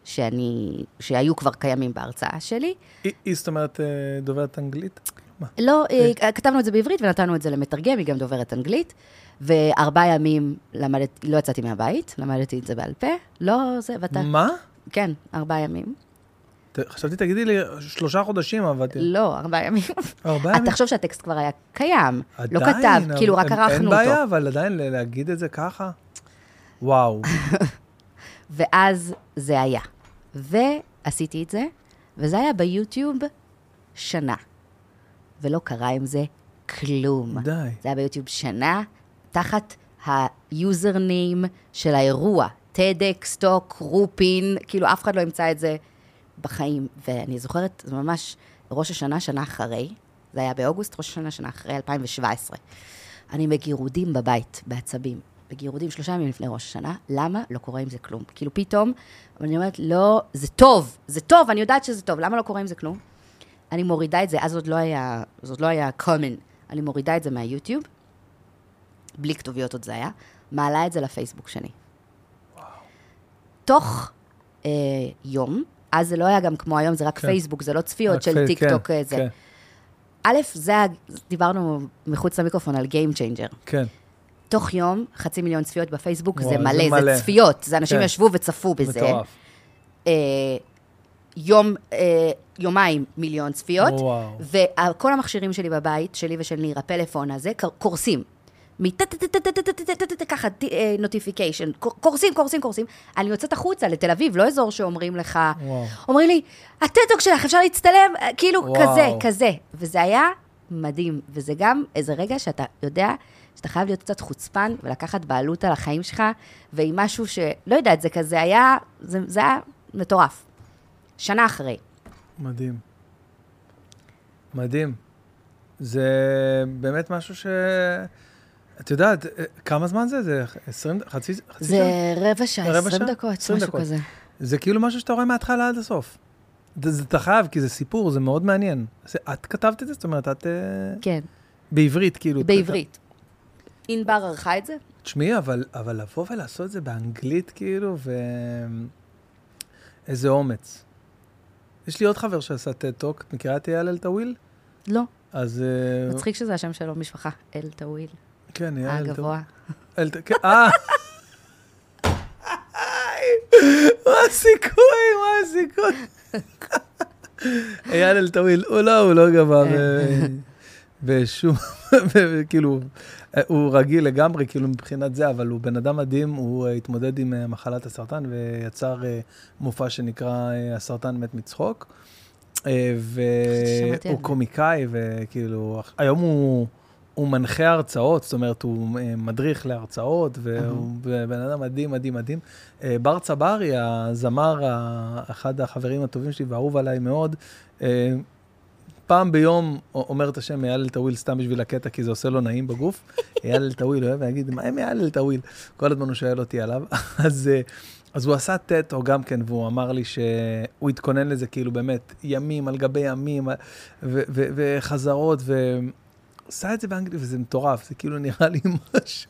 שאני, שהיו כבר קיימים בהרצאה שלי. היא, היא זאת אומרת, דוברת אנגלית? מה? לא, כתבנו את זה בעברית ונתנו את זה למתרגם, היא גם דוברת אנגלית, וארבעה ימים למדתי, לא יצאתי מהבית, למדתי את זה בעל פה, לא זה, ואתה... מה? כן, ארבעה ימים. חשבתי, תגידי לי, שלושה חודשים עבדתי. לא, ארבעה ימים. ארבעה ימים? אתה חושב שהטקסט כבר היה קיים, לא עדיין, כתב, כאילו רק ערכנו אותו. אין בעיה, אבל עדיין להגיד את זה ככה? וואו. ואז זה היה. ועשיתי את זה, וזה היה ביוטיוב שנה. ולא קרה עם זה כלום. די. זה היה ביוטיוב שנה, תחת היוזרניים של האירוע. טדקס, טוק, רופין, כאילו אף אחד לא ימצא את זה בחיים. ואני זוכרת, זה ממש ראש השנה, שנה אחרי, זה היה באוגוסט, ראש השנה, שנה אחרי, אלפיים שבע עשרה. אני בגירודים בבית, בעצבים. בגירודים שלושה ימים לפני ראש השנה, למה לא קורה עם זה כלום? כאילו פתאום, אבל אני אומרת, לא, זה טוב, זה טוב, אני יודעת שזה טוב, למה לא קורה עם זה כלום? אני מורידה את זה, אז עוד לא היה, זאת לא היה common, אני מורידה את זה מהיוטיוב, בלי כתוביות עוד זה היה, מעלה את זה לפייסבוק שלי. וואו. תוך אה, יום, אז זה לא היה גם כמו היום, זה רק כן. פייסבוק, זה לא צפיות של פי, טיק כן, טוק זה. כן. א', זה, דיברנו מחוץ למיקרופון על Game Changer. כן. תוך יום, חצי מיליון צפיות בפייסבוק, וואו, זה מלא, זה, מלא. זה צפיות, זה אנשים כן. ישבו וצפו בזה. מטורף. אה, יום, אה, יומיים מיליון צפיות, וואו. וכל המכשירים שלי בבית, שלי ושל ניר, הפלאפון הזה, קורסים. ככה, נוטיפיקיישן, קורסים, קורסים, קורסים. אני יוצאת החוצה לתל אביב, לא אזור שאומרים לך, אומרים לי, הטטוק שלך, אפשר להצטלם, כאילו כזה, כזה. וזה היה מדהים, וזה גם איזה רגע שאתה יודע, שאתה חייב להיות קצת חוצפן, ולקחת בעלות על החיים שלך, ועם משהו שלא יודעת, זה כזה היה, זה היה מטורף. שנה אחרי. מדהים. מדהים. זה באמת משהו ש... את יודעת, כמה זמן זה? זה עשרים, חצי, חצי זה שעה? רבע שעה, עשרים דקות, משהו דקות. כזה. זה כאילו משהו שאתה רואה מההתחלה עד הסוף. זה, זה אתה חייב, כי זה סיפור, זה מאוד מעניין. זה, את כתבת את זה? זאת אומרת, את... כן. בעברית, כאילו. בעברית. ענבר ערכה את זה? תשמעי, אבל, אבל לבוא ולעשות את זה באנגלית, כאילו, ו... איזה אומץ. יש לי עוד חבר שעשה טוק, את מכירה את אייל אלטאוויל? לא. אז... מצחיק שזה השם שלו, משפחה, אלטאוויל. כן, אייל אלטאוויל. הגבוה. אלטאוויל, אה! מה הסיכוי, מה הסיכוי? אייל אלטאוויל, הוא לא, הוא לא גבוה בשום... כאילו, הוא רגיל לגמרי, כאילו מבחינת זה, אבל הוא בן אדם מדהים, הוא התמודד עם מחלת הסרטן, ויצר מופע שנקרא הסרטן מת מצחוק, והוא קומיקאי, וכאילו, היום הוא, הוא מנחה הרצאות, זאת אומרת, הוא מדריך להרצאות, והוא בן אדם מדהים, מדהים, מדהים. בר צברי, הזמר, אחד החברים הטובים שלי, והאהוב עליי מאוד, פעם ביום אומר את השם אייל אלטאוויל סתם בשביל הקטע, כי זה עושה לו נעים בגוף. אייל אלטאוויל, הוא אוהב להגיד, מה הם אייל אלטאוויל? כל הזמן הוא שואל אותי עליו. אז, אז הוא עשה טטו גם כן, והוא אמר לי שהוא התכונן לזה כאילו באמת ימים על גבי ימים, ו- ו- וחזרות, ועושה את זה באנגלית, וזה מטורף, זה כאילו נראה לי משהו.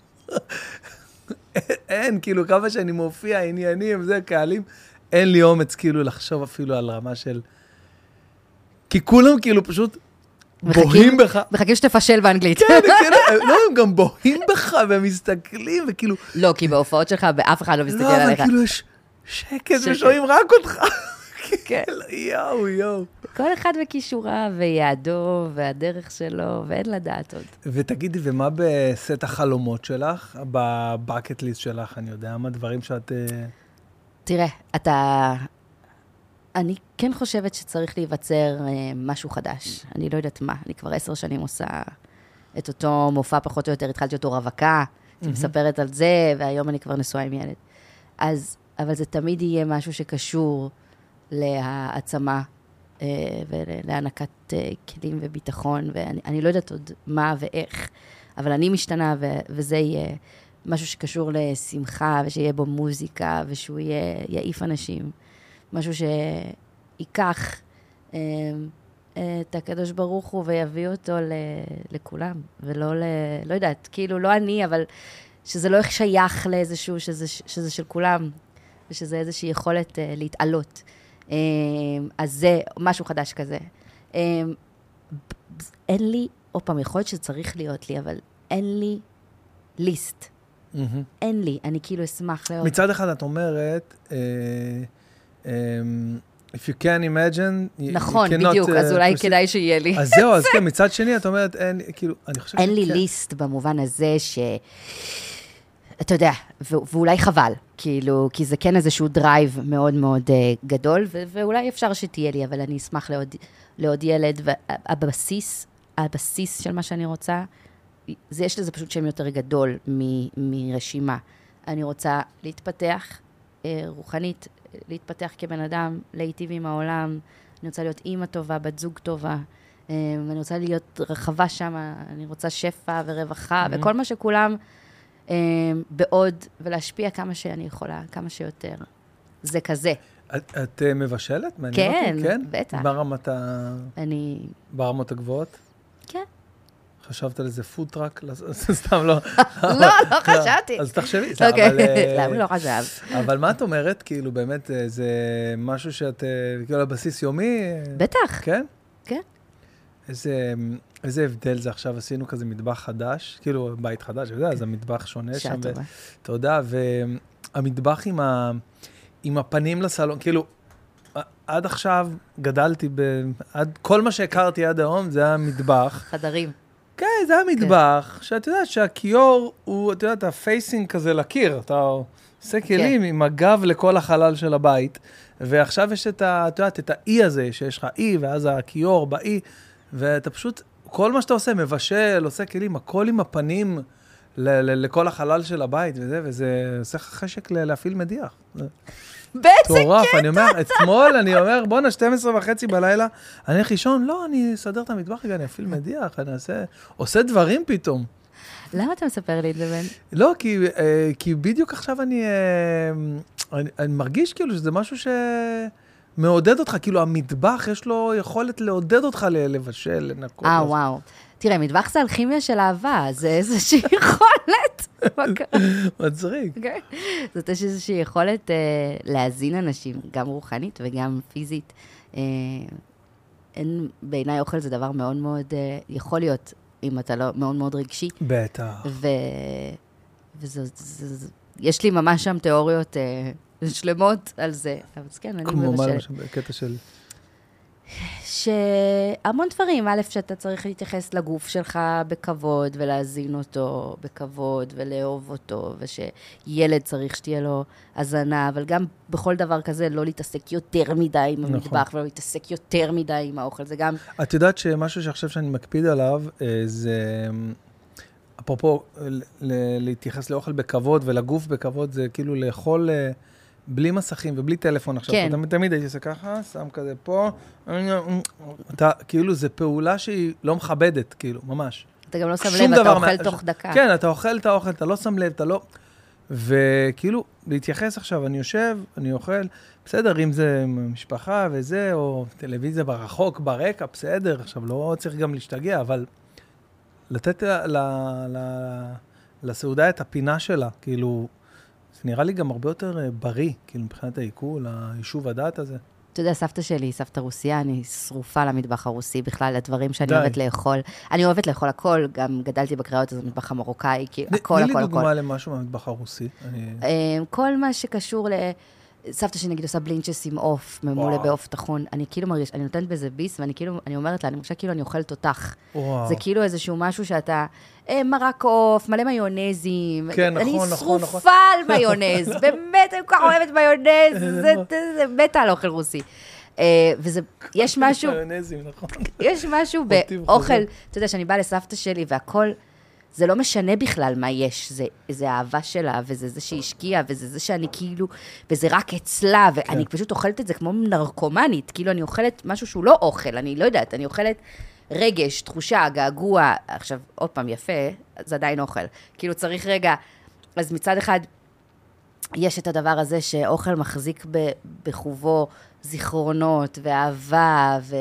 אין, כאילו כמה שאני מופיע, עניינים, זה קהלים, אין לי אומץ כאילו לחשוב אפילו על רמה של... כי כולם כאילו פשוט בוהים בך. מחכים שתפשל באנגלית. כן, לא, הם גם בוהים בך ומסתכלים וכאילו... לא, כי בהופעות שלך באף אחד לא מסתכל עליך. לא, אבל כאילו יש שקט ושומעים רק אותך. כן. יואו, יואו. כל אחד וכישורה ויעדו והדרך שלו, ואין לדעת עוד. ותגידי, ומה בסט החלומות שלך, בבקט ליסט שלך, אני יודע, מה דברים שאת... תראה, אתה... אני כן חושבת שצריך להיווצר אה, משהו חדש. אני לא יודעת מה. אני כבר עשר שנים עושה את אותו מופע פחות או יותר. התחלתי אותו רווקה, mm-hmm. מספרת על זה, והיום אני כבר נשואה עם ילד. אז, אבל זה תמיד יהיה משהו שקשור להעצמה אה, ולהענקת אה, כלים וביטחון, ואני אני לא יודעת עוד מה ואיך, אבל אני משתנה, ו, וזה יהיה משהו שקשור לשמחה, ושיהיה בו מוזיקה, ושהוא יהיה, יעיף אנשים. משהו שיקח אה, את הקדוש ברוך הוא ויביא אותו ל, לכולם, ולא ל... לא יודעת, כאילו לא אני, אבל שזה לא שייך לאיזשהו, שזה, שזה של כולם. ושזה איזושהי יכולת uh, להתעלות. Um, אז זה משהו חדש כזה. Um, אין לי, עוד פעם, יכול להיות שצריך להיות לי, אבל אין לי ליסט. Mm-hmm. אין לי, אני כאילו אשמח לעוד. מצד אחד את אומרת, uh, um, if you can imagine, נכון, you cannot, בדיוק, אז אולי uh, כדאי שיהיה לי. אז זהו, אז כן, מצד שני, את אומרת, אין, כאילו, אני חושב אין שכן. לי ליסט במובן הזה ש... אתה יודע, ו- ואולי חבל, כאילו, כי זה כן איזשהו דרייב מאוד מאוד uh, גדול, ו- ואולי אפשר שתהיה לי, אבל אני אשמח לעוד, לעוד ילד, והבסיס, הבסיס של מה שאני רוצה, זה יש לזה פשוט שם יותר גדול מ- מרשימה. אני רוצה להתפתח uh, רוחנית, להתפתח כבן אדם, להיטיב עם העולם, אני רוצה להיות אימא טובה, בת זוג טובה, um, אני רוצה להיות רחבה שם, אני רוצה שפע ורווחה, mm-hmm. וכל מה שכולם... Um, בעוד, ולהשפיע כמה שאני יכולה, כמה שיותר. זה כזה. את, את uh, מבשלת? כן, כן, בטח. ברמת ה... אני... ברמות הגבוהות? כן. חשבת על איזה פוד טראק? סתם לא. לא, לא חשבתי. אז תחשבי. אוקיי, למה לא חשב? אבל מה את אומרת? כאילו, באמת, זה משהו שאת, כאילו, על בסיס יומי? בטח. כן? כן. איזה... איזה הבדל זה עכשיו, עשינו כזה מטבח חדש, כאילו בית חדש, אתה יודע, אז המטבח שונה שם. טובה. אתה יודע, והמטבח עם, ה, עם הפנים לסלון, כאילו, עד עכשיו גדלתי, ב, עד, כל מה שהכרתי עד היום זה המטבח. חדרים. כן, זה המטבח, שאת יודעת שהכיור הוא, אתה יודעת, הפייסינג כזה לקיר, אתה עושה כלים עם הגב לכל החלל של הבית, ועכשיו יש את ה, אתה יודעת, את האי הזה, שיש לך אי, ואז הכיור באי, ואתה פשוט, כל מה שאתה עושה, מבשל, עושה כלים, הכל עם הפנים ל- ל- לכל החלל של הבית, וזה, וזה עושה לך חשק ל- להפעיל מדיח. באיזה תורף, קטע. אני אומר, אתמול אני אומר, בוא שתים עשרה וחצי בלילה, אני הולך לישון, לא, אני אסדר את המטבח רגע, אני אפעיל מדיח, אני אעשה, עושה דברים פתאום. למה אתה מספר לי את זה, בן? לא, כי, כי בדיוק עכשיו אני, אני, אני מרגיש כאילו שזה משהו ש... מעודד אותך, כאילו המטבח יש לו יכולת לעודד אותך לבשל, לנקות. אה, וואו. תראה, מטבח זה אלכימיה של אהבה, זה איזושהי יכולת. מצחיק. זאת איזושהי יכולת להזין אנשים, גם רוחנית וגם פיזית. בעיניי אוכל זה דבר מאוד מאוד, יכול להיות, אם אתה לא מאוד מאוד רגשי. בטח. ויש לי ממש שם תיאוריות שלמות על זה. אבל כן, אני מבשלת. כמו מה למשל, בקטע של... שהמון דברים, א', שאתה צריך להתייחס לגוף שלך בכבוד, ולהזין אותו בכבוד, ולאהוב אותו, ושילד צריך שתהיה לו הזנה, אבל גם בכל דבר כזה, לא להתעסק יותר מדי עם המטבח, ולא להתעסק יותר מדי עם האוכל, זה גם... את יודעת שמשהו שעכשיו שאני מקפיד עליו, זה... אפרופו, להתייחס לאוכל בכבוד, ולגוף בכבוד, זה כאילו לאכול... בלי מסכים ובלי טלפון עכשיו. כן. תמיד, תמיד הייתי עושה ככה, שם כזה פה. אתה, כאילו, זו פעולה שהיא לא מכבדת, כאילו, ממש. אתה גם לא שם לב, אתה אוכל תוך דקה. כן, אתה אוכל את האוכל, אתה לא שם לב, אתה לא... וכאילו, להתייחס עכשיו, אני יושב, אני אוכל, בסדר, אם זה משפחה וזה, או טלוויזיה ברחוק, ברקע, בסדר, עכשיו לא צריך גם להשתגע, אבל לתת ל, ל, לסעודה את הפינה שלה, כאילו... זה נראה לי גם הרבה יותר בריא, כאילו מבחינת העיכול, היישוב הדעת הזה. אתה יודע, סבתא שלי, סבתא רוסיה, אני שרופה למטבח הרוסי בכלל, לדברים שאני אוהבת לאכול. אני אוהבת לאכול הכל, גם גדלתי בקריאות, זה מטבח המרוקאי, כי הכל, הכל, הכל. תני לי דוגמה למשהו מהמטבח הרוסי. כל מה שקשור ל... סבתא שלי נגיד עושה בלינצ'ס עם אוף, ממולא באוף תחון. אני כאילו מרגיש, אני נותנת בזה ביס, ואני כאילו, אני אומרת לה, אני מרגישה כאילו אני אוכלת אותך. זה כאילו איזשהו משהו שאתה, מרק אוף, מלא מיונזים. כן, נכון, נכון, נכון. אני שרופה על מיונז, באמת, אני כל כך אוהבת מיונז, זה מתה על אוכל רוסי. וזה, יש משהו, יש משהו באוכל, אתה יודע, שאני באה לסבתא שלי והכל, זה לא משנה בכלל מה יש, זה, זה האהבה שלה, וזה זה שהיא השקיעה, וזה זה שאני כאילו, וזה רק אצלה, ואני כן. פשוט אוכלת את זה כמו נרקומנית, כאילו אני אוכלת משהו שהוא לא אוכל, אני לא יודעת, אני אוכלת רגש, תחושה, געגוע, עכשיו, עוד פעם, יפה, זה עדיין אוכל, כאילו צריך רגע, אז מצד אחד, יש את הדבר הזה שאוכל מחזיק בחובו זיכרונות, ואהבה, ו,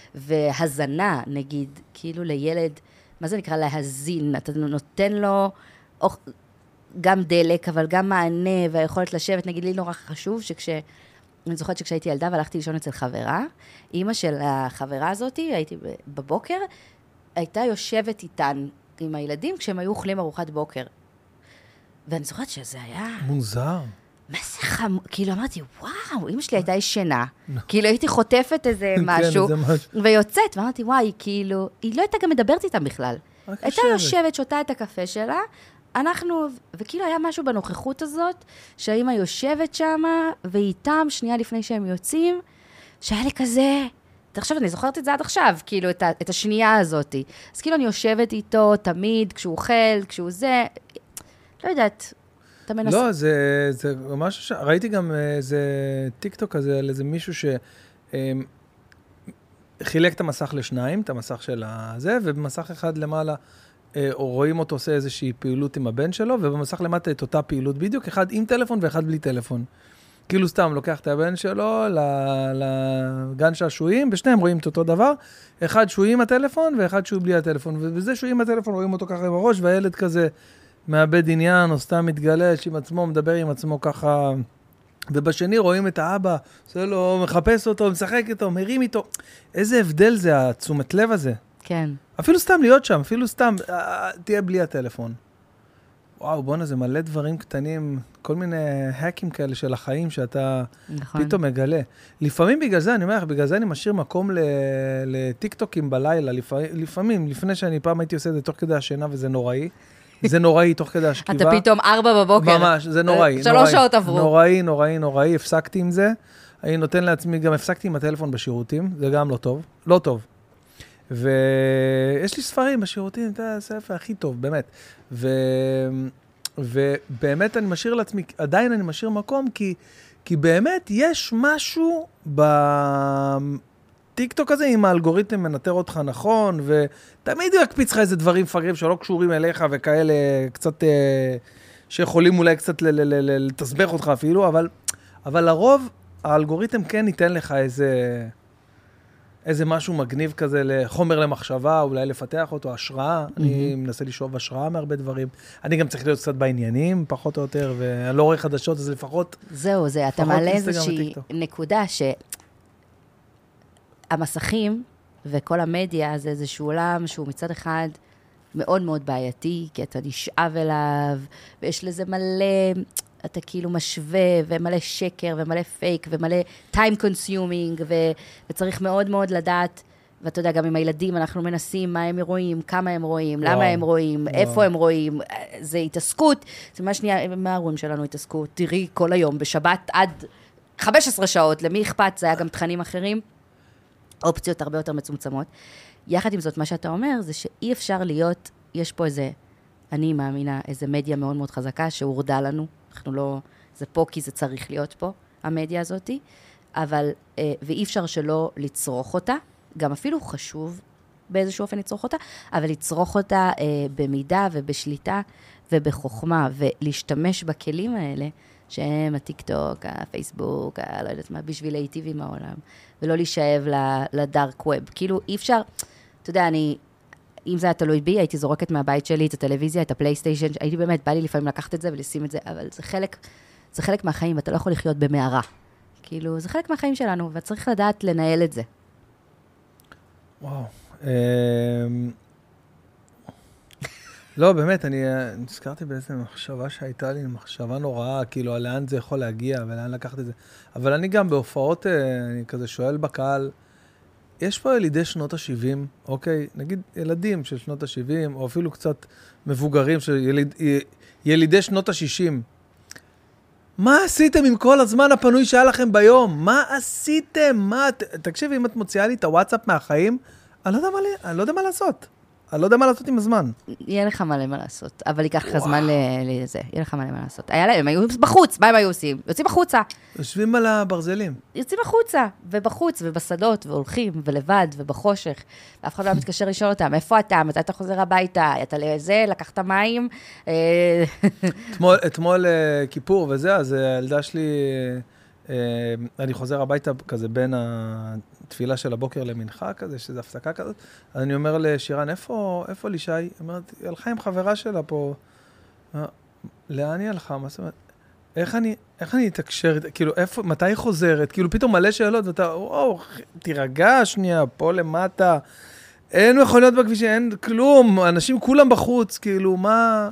והזנה, נגיד, כאילו לילד, מה זה נקרא להזין? אתה נותן לו, גם דלק, אבל גם מענה והיכולת לשבת. נגיד לי נורא חשוב שכש... אני זוכרת שכשהייתי ילדה והלכתי לישון אצל חברה, אימא של החברה הזאת, הייתי בבוקר, הייתה יושבת איתן עם הילדים כשהם היו אוכלים ארוחת בוקר. ואני זוכרת שזה היה... מוזר. מה זה חמור? כאילו אמרתי, וואו, אמא שלי הייתה ישנה. כאילו הייתי חוטפת איזה משהו, ויוצאת, ואמרתי, וואי, כאילו, היא לא הייתה גם מדברת איתם בכלל. הייתה יושבת, שותה את הקפה שלה, אנחנו, וכאילו היה משהו בנוכחות הזאת, שהאמא יושבת שמה, ואיתם, שנייה לפני שהם יוצאים, שהיה לי כזה... עכשיו, אני זוכרת את זה עד עכשיו, כאילו, את, ה, את השנייה הזאת. אז כאילו, אני יושבת איתו תמיד, כשהוא אוכל, כשהוא זה... לא יודעת, אתה מנסה... לא, זה, זה משהו ש... ראיתי גם איזה טיקטוק כזה, על איזה מישהו ש... חילק את המסך לשניים, את המסך של הזה, ובמסך אחד למעלה, או רואים אותו עושה איזושהי פעילות עם הבן שלו, ובמסך למטה את אותה פעילות בדיוק, אחד עם טלפון ואחד בלי טלפון. כאילו סתם לוקח את הבן שלו לגן שעשועים, בשניהם רואים את אותו דבר, אחד שהוא עם הטלפון ואחד שהוא בלי הטלפון, ובזה שהוא עם הטלפון רואים אותו ככה עם הראש, והילד כזה מאבד עניין, או סתם מתגלש עם עצמו, מדבר עם עצמו ככה, ובשני רואים את האבא, עושה לו, מחפש אותו, משחק איתו, מרים איתו. איזה הבדל זה, התשומת לב הזה. כן. אפילו סתם להיות שם, אפילו סתם, תהיה בלי הטלפון. וואו, בוא'נה, זה מלא דברים קטנים, כל מיני האקים כאלה של החיים שאתה נכון. פתאום מגלה. לפעמים בגלל זה, אני אומר לך, בגלל זה אני משאיר מקום לטיקטוקים בלילה, לפעמים, לפני שאני פעם הייתי עושה את זה תוך כדי השינה, וזה נוראי. זה נוראי תוך כדי השכיבה. אתה פתאום ארבע בבוקר. ממש, זה נוראי. שלוש שעות עברו. נוראי, נוראי, נוראי, הפסקתי עם זה. אני נותן לעצמי, גם הפסקתי עם הטלפון בשירותים, זה גם לא טוב. לא טוב. ויש לי ספרים בשירותים, זה הספר הכי טוב, באמת. ו... ובאמת אני משאיר לעצמי, עדיין אני משאיר מקום, כי, כי באמת יש משהו בטיקטוק הזה, אם האלגוריתם מנטר אותך נכון, ותמיד הוא יקפיץ לך איזה דברים פגרים שלא קשורים אליך, וכאלה קצת, שיכולים אולי קצת לתסבך אותך אפילו, אבל, אבל לרוב האלגוריתם כן ייתן לך איזה... איזה משהו מגניב כזה לחומר למחשבה, אולי לפתח אותו, השראה. Mm-hmm. אני מנסה לשאוב השראה מהרבה דברים. אני גם צריך להיות קצת בעניינים, פחות או יותר, ואני לא רואה חדשות, אז לפחות... זהו, זה, אתה מעלה איזושהי נקודה שהמסכים וכל המדיה זה איזשהו עולם שהוא מצד אחד מאוד מאוד בעייתי, כי אתה נשאב אליו, ויש לזה מלא... אתה כאילו משווה, ומלא שקר, ומלא פייק, ומלא time consuming, ו- וצריך מאוד מאוד לדעת, ואתה יודע, גם עם הילדים אנחנו מנסים מה הם רואים, כמה הם רואים, וואו. למה הם רואים, וואו. איפה הם רואים, זה התעסקות, זה מה שנייה, מה הרואים שלנו התעסקות? תראי כל היום, בשבת עד חמש עשרה שעות, למי אכפת? זה היה גם תכנים אחרים, אופציות הרבה יותר מצומצמות. יחד עם זאת, מה שאתה אומר, זה שאי אפשר להיות, יש פה איזה, אני מאמינה, איזה מדיה מאוד מאוד חזקה, שהורדה לנו, אנחנו לא, זה פה כי זה צריך להיות פה, המדיה הזאת, אבל, ואי אפשר שלא לצרוך אותה, גם אפילו חשוב באיזשהו אופן לצרוך אותה, אבל לצרוך אותה במידה ובשליטה ובחוכמה, ולהשתמש בכלים האלה, שהם הטיקטוק, הפייסבוק, לא יודעת מה, בשביל להיטיב עם העולם, ולא להישאב לדארק ווב. כאילו, אי אפשר, אתה יודע, אני... אם זה היה תלוי בי, הייתי זורקת מהבית שלי את הטלוויזיה, את הפלייסטיישן, הייתי באמת, בא לי לפעמים לקחת את זה ולשים את זה, אבל זה חלק, זה חלק מהחיים, ואתה לא יכול לחיות במערה. כאילו, זה חלק מהחיים שלנו, וצריך לדעת לנהל את זה. וואו. לא, באמת, אני נזכרתי באיזו מחשבה שהייתה לי, מחשבה נוראה, כאילו, לאן זה יכול להגיע ולאן לקחת את זה. אבל אני גם בהופעות, אני כזה שואל בקהל, יש פה ילידי שנות ה-שבעים, אוקיי? נגיד ילדים של שנות ה-שבעים, או אפילו קצת מבוגרים של יליד, ילידי שנות ה-שישים. מה עשיתם עם כל הזמן הפנוי שהיה לכם ביום? מה עשיתם? מה... תקשיבי, אם את מוציאה לי את הוואטסאפ מהחיים, אני לא יודע מה, אני לא יודע מה לעשות. אני לא יודע מה לעשות עם הזמן. יהיה לך מלא מה לעשות, אבל ייקח לך זמן לזה. יהיה לך מלא מה לעשות. היה להם, הם היו בחוץ, מה הם היו עושים? יוצאים החוצה. יושבים על הברזלים. יוצאים החוצה, ובחוץ, ובשדות, והולכים, ולבד, ובחושך. ואף אחד לא מתקשר לשאול אותם, איפה אתה? מתי אתה חוזר הביתה? אתה לזה, לקחת מים? אתמול כיפור וזה, אז הילדה שלי, אני חוזר הביתה כזה בין ה... תפילה של הבוקר למנחה כזה, שזו הפסקה כזאת. אז אני אומר לשירן, איפה, איפה לישי? היא אומרת, היא הלכה עם חברה שלה פה. לאן היא הלכה? מה זאת אומרת? איך אני, איך אני אתקשר, כאילו, איפה, מתי היא חוזרת? כאילו, פתאום מלא שאלות, ואתה, וואו, תירגע שנייה, פה למטה, אין מכוניות בכבישים, אין כלום, אנשים כולם בחוץ, כאילו, מה...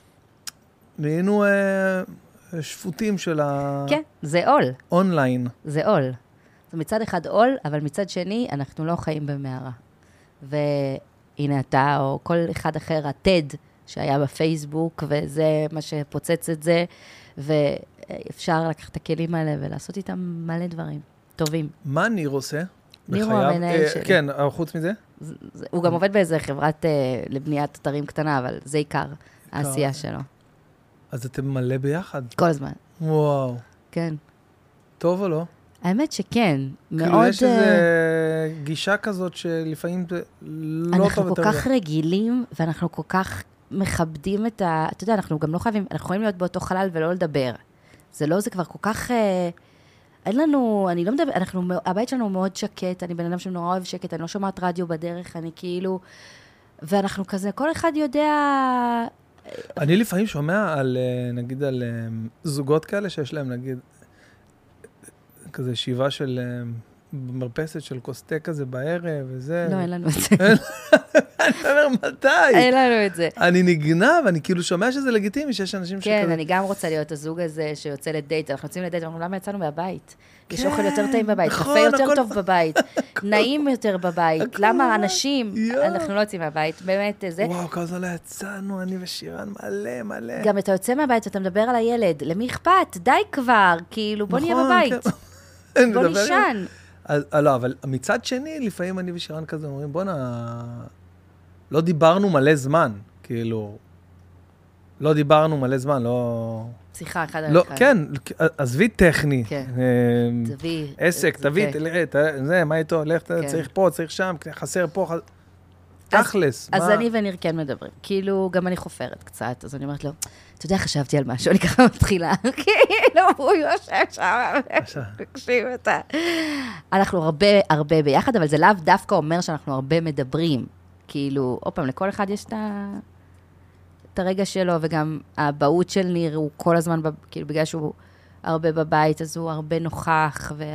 נהיינו אה, שפוטים של ה... כן, זה עול. אונליין. זה עול. זה מצד אחד עול, אבל מצד שני, אנחנו לא חיים במערה. והנה אתה, או כל אחד אחר, הטד שהיה בפייסבוק, וזה מה שפוצץ את זה, ואפשר לקחת את הכלים האלה ולעשות איתם מלא דברים טובים. מה ניר עושה? ניר הוא בחייו? המנהל אה, שלי. כן, חוץ מזה? זה, זה, הוא גם עובד באיזה חברת אה, לבניית אתרים קטנה, אבל זה עיקר העשייה שלו. אז אתם מלא ביחד? כל הזמן. וואו. כן. טוב או לא? האמת שכן. כאילו מאוד... יש איזו גישה כזאת שלפעמים זה לא טוב אנחנו יותר. כל כך רגילים, ואנחנו כל כך מכבדים את ה... אתה יודע, אנחנו גם לא חייבים, אנחנו יכולים להיות באותו חלל ולא לדבר. זה לא, זה כבר כל כך... אה, אין לנו, אני לא מדבר, אנחנו, הבית שלנו הוא מאוד שקט, אני בן אדם שנורא אוהב שקט, אני לא שומעת רדיו בדרך, אני כאילו... ואנחנו כזה, כל אחד יודע... אני לפעמים שומע על, נגיד, על זוגות כאלה שיש להם, נגיד, כזה שיבה של מרפסת של קוסטה כזה בערב וזה. לא, אין לנו את זה. אני אומר, מתי? אין לנו את זה. אני נגנב, אני כאילו שומע שזה לגיטימי, שיש אנשים שכזה... כן, אני גם רוצה להיות הזוג הזה שיוצא לדייט, אנחנו יוצאים לדייט, אנחנו למה יצאנו מהבית? יש אוכל יותר טעים בבית, קפה יותר טוב בבית, נעים יותר בבית, למה אנשים, אנחנו לא יוצאים מהבית, באמת זה. וואו, כמה זו לא יצאנו, אני ושירן מלא, מלא. גם אתה יוצא מהבית ואתה מדבר על הילד, למי אכפת? די כבר, כאילו, בוא נהיה בבית. בוא נשען. לא, אבל מצד שני, לפעמים אני ושירן כזה אומרים, בוא נה... לא דיברנו מלא זמן, כאילו... לא דיברנו מלא זמן, לא... שיחה, אחד על אחד. כן, עזבי טכני. כן. תביא. עסק, תביא, תראה, זה, מה איתו? לך, צריך פה, צריך שם, חסר פה, תכלס. אז אני וניר כן מדברים. כאילו, גם אני חופרת קצת, אז אני אומרת לו, אתה יודע, חשבתי על משהו, אני ככה מתחילה. כאילו, הוא יושב שם, תקשיב אתה. אנחנו הרבה, הרבה ביחד, אבל זה לאו דווקא אומר שאנחנו הרבה מדברים. כאילו, עוד פעם, לכל אחד יש את ה... את הרגע שלו, וגם הבאות של ניר הוא כל הזמן, כאילו בגלל שהוא הרבה בבית, אז הוא הרבה נוכח, ו...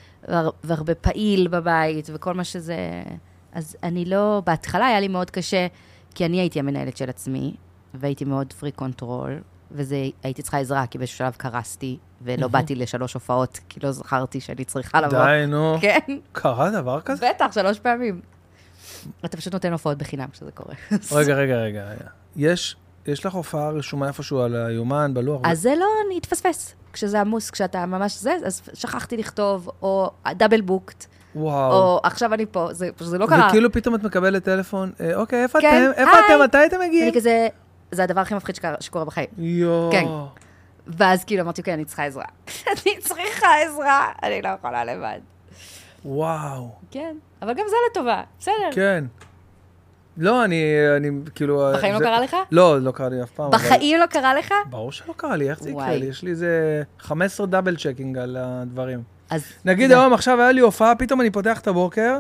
והרבה פעיל בבית, וכל מה שזה... אז אני לא... בהתחלה היה לי מאוד קשה, כי אני הייתי המנהלת של עצמי, והייתי מאוד פרי קונטרול, וזה, הייתי צריכה עזרה, כי באיזשהו שלב קרסתי, ולא באתי לשלוש הופעות, כי לא זכרתי שאני צריכה לבוא. די, נו. כן. קרה דבר כזה? בטח, שלוש פעמים. אתה פשוט נותן הופעות בחינם כשזה קורה. רגע, רגע, רגע. יש... יש לך הופעה רשומה איפשהו על היומן, בלוח? אז זה לא נתפספס. כשזה עמוס, כשאתה ממש זה, אז שכחתי לכתוב, או דאבל בוקט, או עכשיו אני פה, זה, זה לא קרה. וכאילו פתאום את מקבלת טלפון, אוקיי, איפה אתם? איפה אתם? מתי אתם מגיעים? אני כזה, זה הדבר הכי מפחיד שקורה בחיים. יואו. כן. ואז כאילו אמרתי, אוקיי, אני צריכה עזרה. אני צריכה עזרה, אני לא יכולה לבד. וואו. כן, אבל גם זה לטובה, בסדר. כן. לא, אני, אני, כאילו... בחיים לא קרה לך? לא, לא קרה לי אף פעם. בחיים לא קרה לך? ברור שלא קרה לי, איך זה יקרה לי? יש לי איזה חמש עשרה דאבל צ'קינג על הדברים. אז... נגיד היום, עכשיו היה לי הופעה, פתאום אני פותח את הבוקר,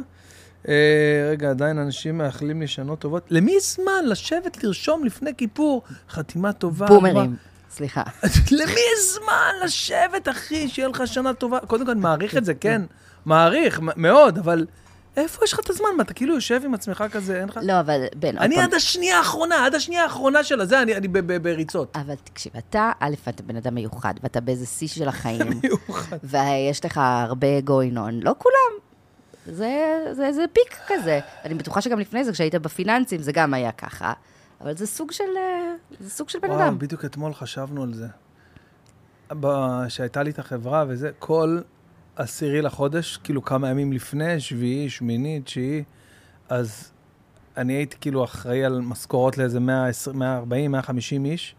רגע, עדיין אנשים מאחלים לי שנות טובות. למי זמן לשבת, לרשום לפני כיפור, חתימה טובה? בומרים, סליחה. למי זמן לשבת, אחי, שיהיה לך שנה טובה? קודם כל, מעריך את זה, כן, מעריך, מאוד, אבל... איפה יש לך את הזמן? מה, אתה כאילו יושב עם עצמך כזה, אין לך? לא, אבל בן... אני עד השנייה האחרונה, עד השנייה האחרונה שלה, זה, אני בריצות. אבל תקשיב, אתה, א', אתה בן אדם מיוחד, ואתה באיזה שיא של החיים. מיוחד. ויש לך הרבה גוינון. לא כולם. זה, זה, זה פיק כזה. אני בטוחה שגם לפני זה, כשהיית בפיננסים, זה גם היה ככה. אבל זה סוג של, זה סוג של בן אדם. וואו, בדיוק אתמול חשבנו על זה. שהייתה לי את החברה וזה, כל... עשירי לחודש, כאילו כמה ימים לפני, שביעי, שמיני, תשיעי, אז אני הייתי כאילו אחראי על משכורות לאיזה מאה ארבעים, מאה חמישים איש,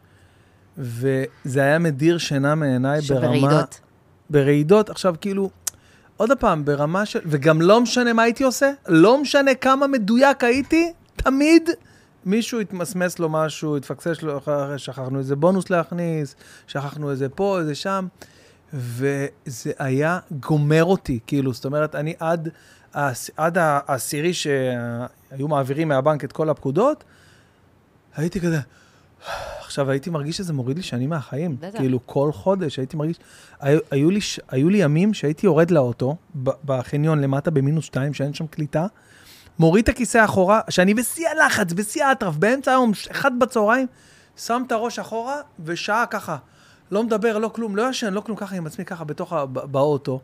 וזה היה מדיר שינה מעיניי ברמה... שברעידות. ברעידות, עכשיו כאילו, עוד הפעם, ברמה של... וגם לא משנה מה הייתי עושה, לא משנה כמה מדויק הייתי, תמיד מישהו התמסמס לו משהו, התפקסש לו, שכחנו איזה בונוס להכניס, שכחנו איזה פה, איזה שם, וזה היה גומר אותי, כאילו, זאת אומרת, אני עד, עד העשירי שהיו מעבירים מהבנק את כל הפקודות, הייתי כזה, עכשיו הייתי מרגיש שזה מוריד לי שנים מהחיים. בטח. כאילו כל חודש הייתי מרגיש, היו, היו, לי, היו לי ימים שהייתי יורד לאוטו, בחניון למטה במינוס שתיים, שאין שם קליטה, מוריד את הכיסא האחורה, שאני בשיא הלחץ, בשיא האטרף, באמצע היום, אחד בצהריים, שם את הראש אחורה, ושעה ככה, לא מדבר, לא כלום, לא ישן, לא כלום, ככה עם עצמי, ככה בתוך ה- באוטו.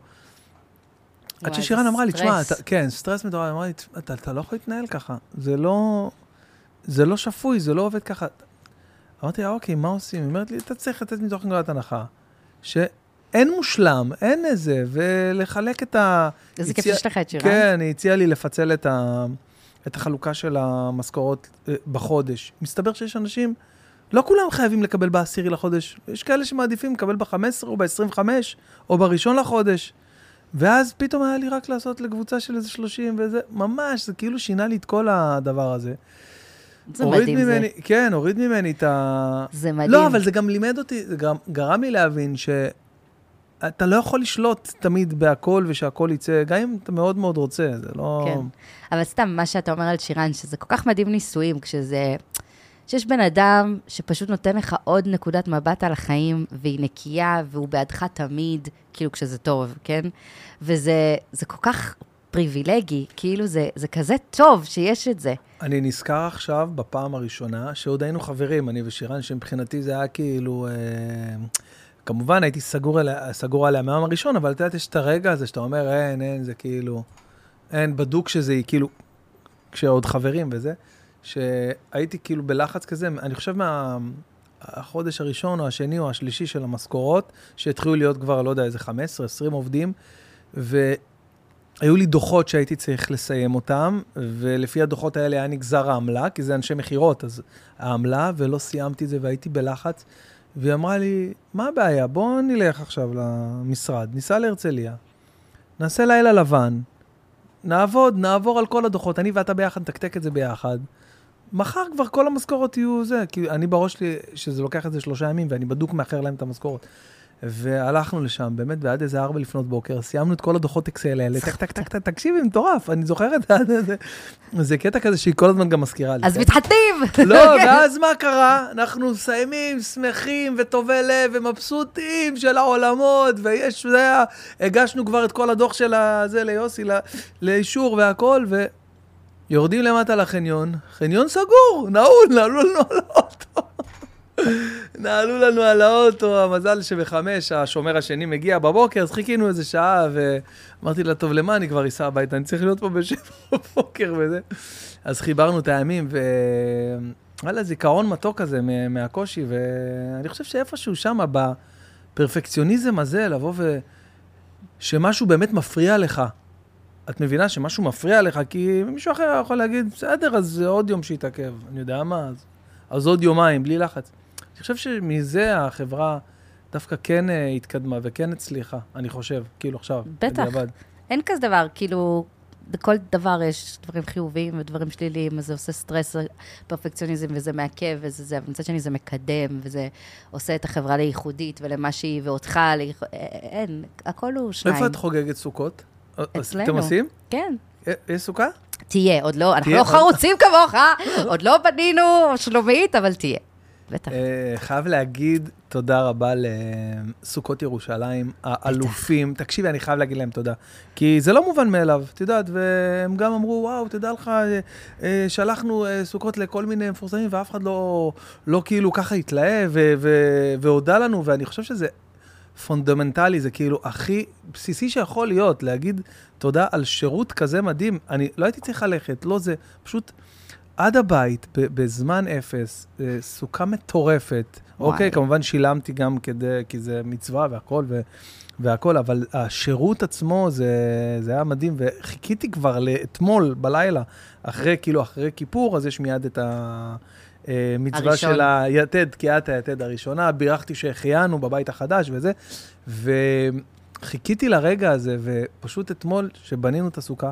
עד ששירן אמרה לי, תשמע, כן, סטרס מדורר, אמרה לי, אתה, אתה לא יכול להתנהל ככה, זה לא, זה לא שפוי, זה לא עובד ככה. אמרתי לה, אוקיי, מה עושים? היא אומרת לי, אתה צריך לתת מתוך נקודת הנחה, שאין מושלם, אין איזה, ולחלק את ה... איזה כיף שיש לך את שירן. כן, היא הציעה לי לפצל את, ה... את החלוקה של המשכורות בחודש. מסתבר שיש אנשים, לא כולם חייבים לקבל בעשירי לחודש, יש כאלה שמעדיפים לקבל ב-חמש עשרה או ב-עשרים וחמש, או בראשון לחודש. ואז פתאום היה לי רק לעשות לקבוצה של איזה שלושים, וזה ממש, זה כאילו שינה לי את כל הדבר הזה. זה מדהים זה. ממני, כן, הוריד ממני את ה... זה מדהים. לא, אבל זה גם לימד אותי, זה גם גרם לי להבין שאתה לא יכול לשלוט תמיד בהכל ושהכל יצא, גם אם אתה מאוד מאוד רוצה, זה לא... כן. אבל סתם, מה שאתה אומר על שירן, שזה כל כך מדהים ניסויים, כשזה... שיש בן אדם שפשוט נותן לך עוד נקודת מבט על החיים, והיא נקייה, והוא בעדך תמיד, כאילו כשזה טוב, כן? וזה זה כל כך פריבילגי, כאילו זה, זה כזה טוב שיש את זה. אני נזכר עכשיו בפעם הראשונה, שעוד היינו חברים, אני ושירן, שמבחינתי זה היה כאילו... אה, כמובן, הייתי סגור עליה, סגור עליה מהיום הראשון, אבל אתה יודעת, יש את הרגע הזה שאתה אומר, אין, אין, זה כאילו... אין, בדוק שזה היא כאילו... כשעוד חברים וזה... שהייתי כאילו בלחץ כזה, אני חושב מהחודש הראשון או השני או השלישי של המשכורות, שהתחילו להיות כבר, לא יודע, איזה חמש עשרה עשרים עובדים, והיו לי דוחות שהייתי צריך לסיים אותם, ולפי הדוחות האלה היה נגזר העמלה, כי זה אנשי מחירות, אז העמלה, ולא סיימתי את זה, והייתי בלחץ, והיא אמרה לי, מה הבעיה? בוא נלך עכשיו למשרד, ניסע להרצליה, נעשה לילה לבן, נעבוד, נעבור על כל הדוחות, אני ואתה ביחד, נתקתק את זה ביחד, מחר כבר כל המשכורות יהיו זה, כי אני בראש לי שזה לוקח את זה שלושה ימים, ואני בדוק מאחר להם את המשכורות. והלכנו לשם, באמת, ועד איזה ארבע לפנות בוקר, סיימנו את כל הדוחות אקסל האלה, טק, טק, טק, טק, תקשיבי, מטורף, אני זוכרת, זה קטע כזה שהיא כל הזמן גם מזכירה לי. אז מתחתים! לא, ואז מה קרה? אנחנו מסיימים, שמחים וטובי לב ומבסוטים של העולמות, ויש, זה היה, הגשנו כבר את כל הדוח של זה ליוסי, לאישור והכל, ו... יורדים למטה לחניון, חניון סגור, נעול, נעלו לנו על האוטו. נעלו לנו על האוטו, המזל שבחמש, השומר השני מגיע בבוקר, אז חיכינו איזה שעה, ואמרתי לה, טוב, למה אני כבר אסע הביתה? אני צריך להיות פה בשבע בבוקר וזה. אז חיברנו את הימים, וואלה, זיכרון מתוק כזה מהקושי, ואני חושב שאיפשהו שם, בפרפקציוניזם הזה, לבוא ו... שמשהו באמת מפריע לך, את מבינה שמשהו מפריע לך, כי מישהו אחר יכול להגיד, בסדר, אז זה עוד יום שיתעכב. אני יודע מה, אז, אז עוד יומיים, בלי לחץ. אני חושב שמזה החברה דווקא כן התקדמה וכן הצליחה, אני חושב, כאילו עכשיו. בטח, אין כזה דבר, כאילו, בכל דבר יש דברים חיוביים ודברים שליליים, אז זה עושה סטרס, פרפקציוניזם, וזה מעכב, וזה זה, ומצד שני זה מקדם, וזה עושה את החברה לייחודית ולמה שהיא, ואותך, לייחוד... אין, הכל הוא שניים. איפה את חוגגת סוכות? אצלנו. אתם עושים? כן. יש סוכה? תהיה, עוד לא, אנחנו לא חרוצים כמוך, עוד לא בנינו שלומית, אבל תהיה. בטח. חייב להגיד תודה רבה לסוכות ירושלים, האלופים. תקשיבי, אני חייב להגיד להם תודה. כי זה לא מובן מאליו, את יודעת, והם גם אמרו, וואו, תדע לך, שלחנו סוכות לכל מיני מפורסמים, ואף אחד לא כאילו ככה התלהב, והודע לנו, ואני חושב שזה פונדמנטלי, זה כאילו הכי בסיסי שיכול להיות, להגיד תודה על שירות כזה מדהים. אני לא הייתי צריך ללכת, לא זה, פשוט עד הבית, בזמן אפס, סוכה מטורפת. אוקיי, כמובן שילמתי גם כדי, כי זה מצווה והכל, והכל, אבל השירות עצמו זה, זה היה מדהים, וחיכיתי כבר לאתמול בלילה, אחרי, כאילו, אחרי כיפור, אז יש מיד את ה... מצווה של היתד, תקיעת היתד הראשונה, בירכתי שהחיינו בבית החדש וזה, וחיכיתי לרגע הזה, ופשוט אתמול שבנינו את הסוכה,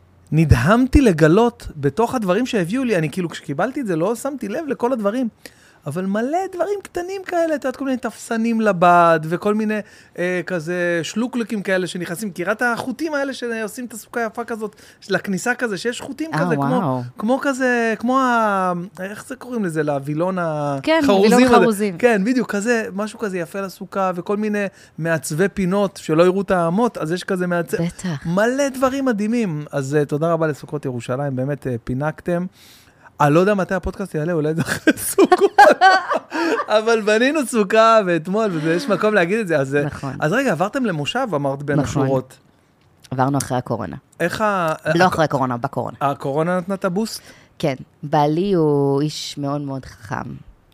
נדהמתי לגלות בתוך הדברים שהביאו לי, אני כאילו כשקיבלתי את זה לא שמתי לב לכל הדברים, אבל מלא דברים קטנים כאלה, אתה יודעת, כל מיני תפסנים לבד, וכל מיני אה, כזה שלוקלוקים כאלה שנכנסים, קירת החוטים האלה שעושים את הסוכה יפה כזאת, לכניסה כזה, שיש חוטים כזה, כמו, כמו כזה, כמו ה... איך זה קוראים לזה? לווילון כן, החרוזים. וילון חרוזים. כן, בדיוק, כזה, משהו כזה יפה לסוכה, וכל מיני מעצבי פינות שלא יראו את האמות, אז יש כזה מעצב... בטח. מלא דברים מדהימים. אז uh, תודה רבה לסוכות ירושלים, באמת uh, פינקתם. אני לא יודע מתי הפודקאסט יעלה, אולי זה אחרי סוכות. אבל בנינו סוכה ואתמול, ויש מקום להגיד את זה. אז, נכון. אז רגע, עברתם למושב, אמרת בין נכון. השורות. עברנו אחרי הקורונה. איך ה... לא אחרי הקורונה, בקורונה. הקורונה נתנה את הבוסט? כן. בעלי הוא איש מאוד מאוד חכם,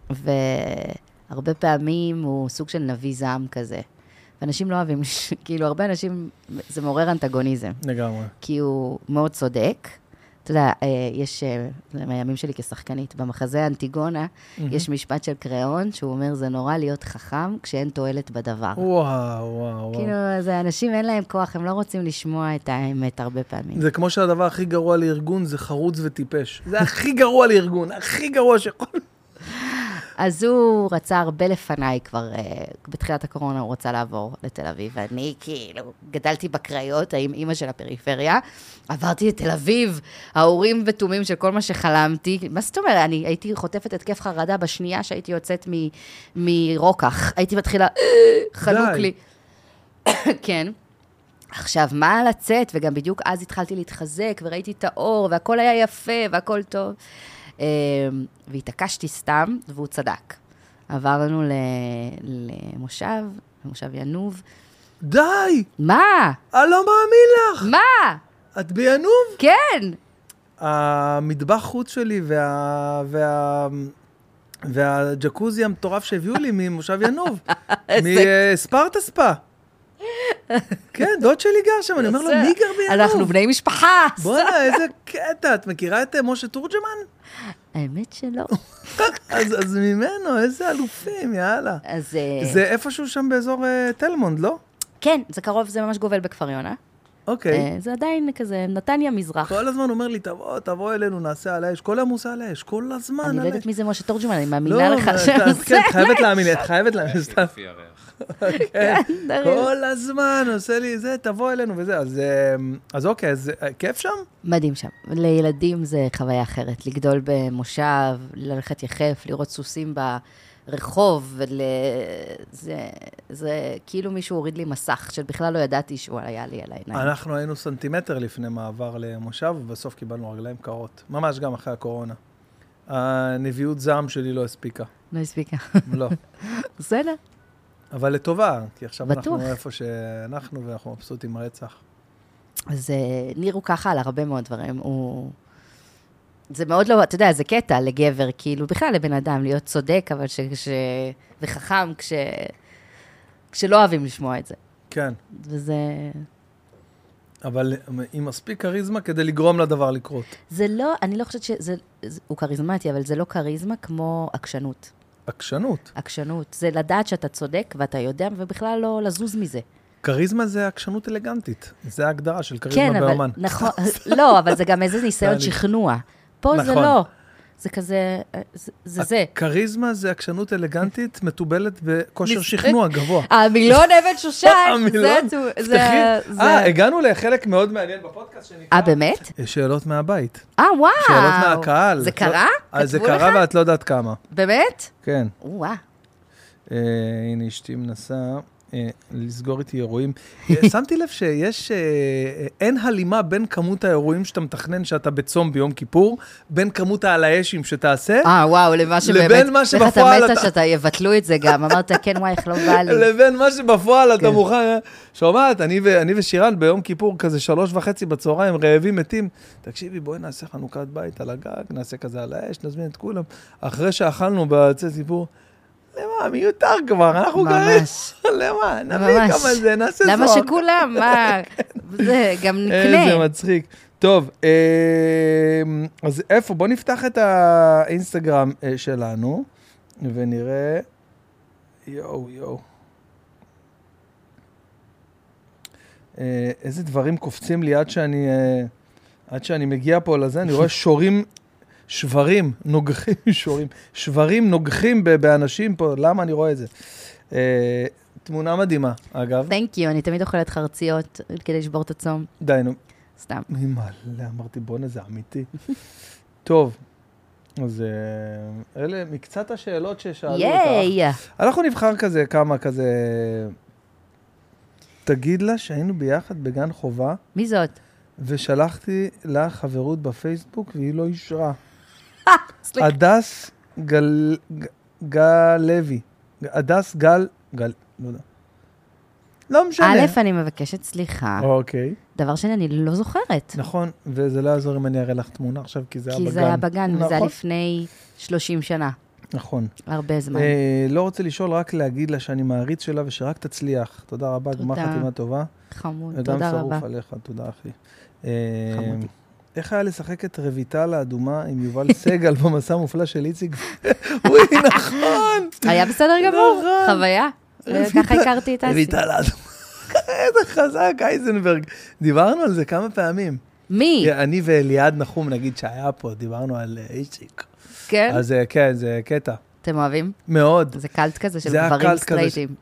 והרבה פעמים הוא סוג של נביא זעם כזה. ואנשים לא אוהבים, כאילו, הרבה אנשים, זה מעורר אנטגוניזם. לגמרי. כי הוא מאוד צודק. אתה יודע, יש, מהימים שלי כשחקנית, במחזה אנטיגונה, יש משפט של קריאון, שהוא אומר, זה נורא להיות חכם כשאין תועלת בדבר. וואו, וואו, כאילו, זה אנשים אין להם כוח, הם לא רוצים לשמוע את האמת הרבה פעמים. זה כמו שהדבר הכי גרוע לארגון, זה חרוץ וטיפש. זה הכי גרוע לארגון, הכי גרוע שיכול... אז הוא רצה הרבה לפניי כבר, בתחילת הקורונה הוא רצה לעבור לתל אביב, ואני כאילו גדלתי בקריות, עם אמא של הפריפריה, עברתי לתל אביב, ההורים ותומים של כל מה שחלמתי, מה זאת אומרת? אני הייתי חוטפת התקף חרדה בשנייה שהייתי יוצאת מרוקח, הייתי מתחילה, חנוק לי. כן. עכשיו, מה לצאת? וגם בדיוק אז התחלתי להתחזק, וראיתי את האור, והכל היה יפה, והכל טוב. והתעקשתי סתם, והוא צדק. עברנו למושב, למושב ינוב. די! מה? אני לא מאמין לך! מה? את בינוב? כן! המטבח חוץ שלי וה... וה... והג'קוזי המטורף שהביאו לי ממושב ינוב. מספרטה ספה. כן, דוד שלי גר שם, אני אומר לו, מי גר בינוב? אנחנו בני משפחה. בוא'נה, איזה קטע, את מכירה את משה תורג'מן? האמת שלא. אז, אז ממנו, איזה אלופים, יאללה. אז... זה איפשהו שם באזור תלמונד, לא? כן, זה קרוב, זה ממש גובל בכפר יונה. אוקיי. זה עדיין כזה, נתניה מזרח. כל הזמן אומר לי, תבוא, תבוא אלינו, נעשה על האש. כל היום עושה על האש, כל הזמן על האש. אני לא יודעת מי זה משה תורג'מן, אני מאמינה לך שעושה. כן, את חייבת להאמין, את חייבת להאמין. כן, כל הזמן עושה לי זה, תבוא אלינו וזה. אז אוקיי, אז כיף שם? מדהים שם. לילדים זה חוויה אחרת. לגדול במושב, ללכת יחף, לראות סוסים ברחוב, זה כאילו מישהו הוריד לי מסך, שבכלל לא ידעתי שהוא היה לי על העיניים. אנחנו היינו סנטימטר לפני מעבר למושב, ובסוף קיבלנו רגליים קרות. ממש גם אחרי הקורונה. הנביאות זעם שלי לא הספיקה. לא הספיקה. לא. בסדר. אבל לטובה, כי עכשיו בטוח. אנחנו איפה שאנחנו, ואנחנו מבסוטים רצח. אז נראו ככה על הרבה מאוד דברים. הוא... זה מאוד לא, אתה יודע, זה קטע לגבר, כאילו, בכלל לבן אדם, להיות צודק, אבל ש... ש... וחכם, כש... כשלא אוהבים לשמוע את זה. כן. וזה... אבל עם מספיק קריזמה כדי לגרום לדבר לקרות. זה לא, אני לא חושבת שזה... הוא קריזמטי, אבל זה לא קריזמה כמו עקשנות. עקשנות. עקשנות. זה לדעת שאתה צודק, ואתה יודע, ובכלל לא לזוז מזה. קריזמה זה עקשנות אלגנטית. זה ההגדרה של קריזמה כן, באומן. אבל, נכון, לא, אבל זה גם איזה ניסיון שכנוע. פה זה לא. זה כזה, זה זה. קריזמה זה עקשנות אלגנטית, מטובלת בכושר שכנוע גבוה. המילון אבן שושן, זה... אה, הגענו לחלק מאוד מעניין בפודקאסט שנקרא. אה, באמת? שאלות מהבית. אה, וואו. שאלות מהקהל. זה קרה? זה קרה ואת לא יודעת כמה. באמת? כן. וואו. הנה אשתי מנסה לסגור איתי אירועים. שמתי לב שיש, אין הלימה בין כמות האירועים שאתה מתכנן שאתה בצום ביום כיפור, בין כמות העליישים שתעשה, אה, וואו, למה שבאמת, לבין מה שבפועל אתה... אתה מתה שאתה יבטלו את זה גם, אמרת, כן, וואי, איך לא בא לי. לבין מה שבפועל אתה מוכן, שומעת, אני ושירן ביום כיפור כזה שלוש וחצי בצהריים, רעבים מתים, תקשיבי, בואי נעשה חנוכת בית על הגג, נעשה כזה על האש, נזמין את כולם, אחרי שאכלנו בצאת סיפור, למה? מיותר כבר, אנחנו גרים. למה? נביא כמה זה, נעשה זוהר. למה שכולם? מה? זה, גם נקנה. איזה מצחיק. טוב, אז איפה? בוא נפתח את האינסטגרם שלנו, ונראה... יואו, יואו. איזה דברים קופצים לי עד שאני... עד שאני מגיע פה לזה, אני רואה שורים... שברים, נוגחים, שברים, שברים, נוגחים באנשים פה, למה אני רואה את זה? תמונה מדהימה, אגב. Thank you, אני תמיד אוכלת חרציות כדי לשבור את הצום. די, נו. סתם. מי מלא, אמרתי, בוא'נה, זה אמיתי. טוב, אז אלה מקצת השאלות ששאלו אותך. ייי! אנחנו נבחר כזה, כמה כזה... תגיד לה שהיינו ביחד בגן חובה. מי זאת? ושלחתי לה חברות בפייסבוק, והיא לא אישרה. סליחה. הדס גל... גל לוי. הדס גל... גל... לא יודע. לא משנה. א', אני מבקשת סליחה. אוקיי. דבר שני, אני לא זוכרת. נכון, וזה לא יעזור אם אני אראה לך תמונה עכשיו, כי זה היה בגן. כי זה היה בגן, נכון. וזה היה לפני שלושים שנה. נכון. הרבה זמן. אה, לא רוצה לשאול, רק להגיד לה שאני מעריץ שלה, ושרק תצליח. תודה רבה, תודה. גמר חתימה טובה. חמוד, תודה רבה. וגם שרוף עליך, תודה אחי. אה, חמודי. איך היה לשחק את רויטל האדומה עם יובל סגל במסע המופלא של איציק? וואי, נכון. היה בסדר גמור, נכון. חוויה. ככה הכרתי את אסי. רויטל האדומה. איזה חזק, אייזנברג. דיברנו על זה כמה פעמים. מי? אני ואליעד נחום, נגיד שהיה פה, דיברנו על איציק. כן? אז כן, זה קטע. אתם אוהבים? מאוד. זה קלט כזה של זה היה גברים קלט כזה סטרייטים.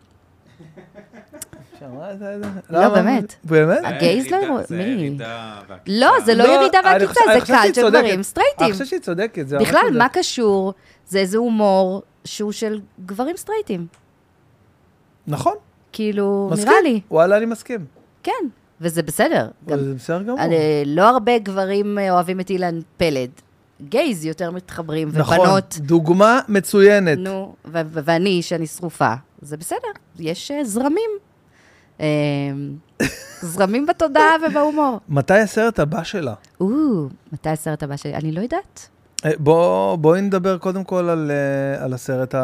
שמע, זה... לא, באמת. באמת? הגייז לא יראו, זה מי? ירידה והקיצה. לא, זה לא ירידה אני והקיצה, חושב- אני זה חושב שהיא קלט של צודקת. גברים סטרייטים. אני חושב שהיא צודקת. זה ממש בכלל, צודק. מה קשור? זה איזה הומור שהוא של גברים סטרייטים. נכון. כאילו, מסכים. נראה לי. וואלה, אני מסכים. כן, וזה בסדר. גם זה בסדר גמור. אני- לא הרבה גברים אה, אוהבים את אילן פלד. גייז יותר מתחברים, נכון. ובנות, דוגמה מצוינת. נו, ו- ו- ואני, שאני שרופה. זה בסדר, יש אה, זרמים. אה, זרמים בתודעה ובהומור. מתי הסרט הבא שלה? או, מתי הסרט הבא שלי? אני לא יודעת. אה, בוא, בואי נדבר קודם כל על, אה, על הסרט ה...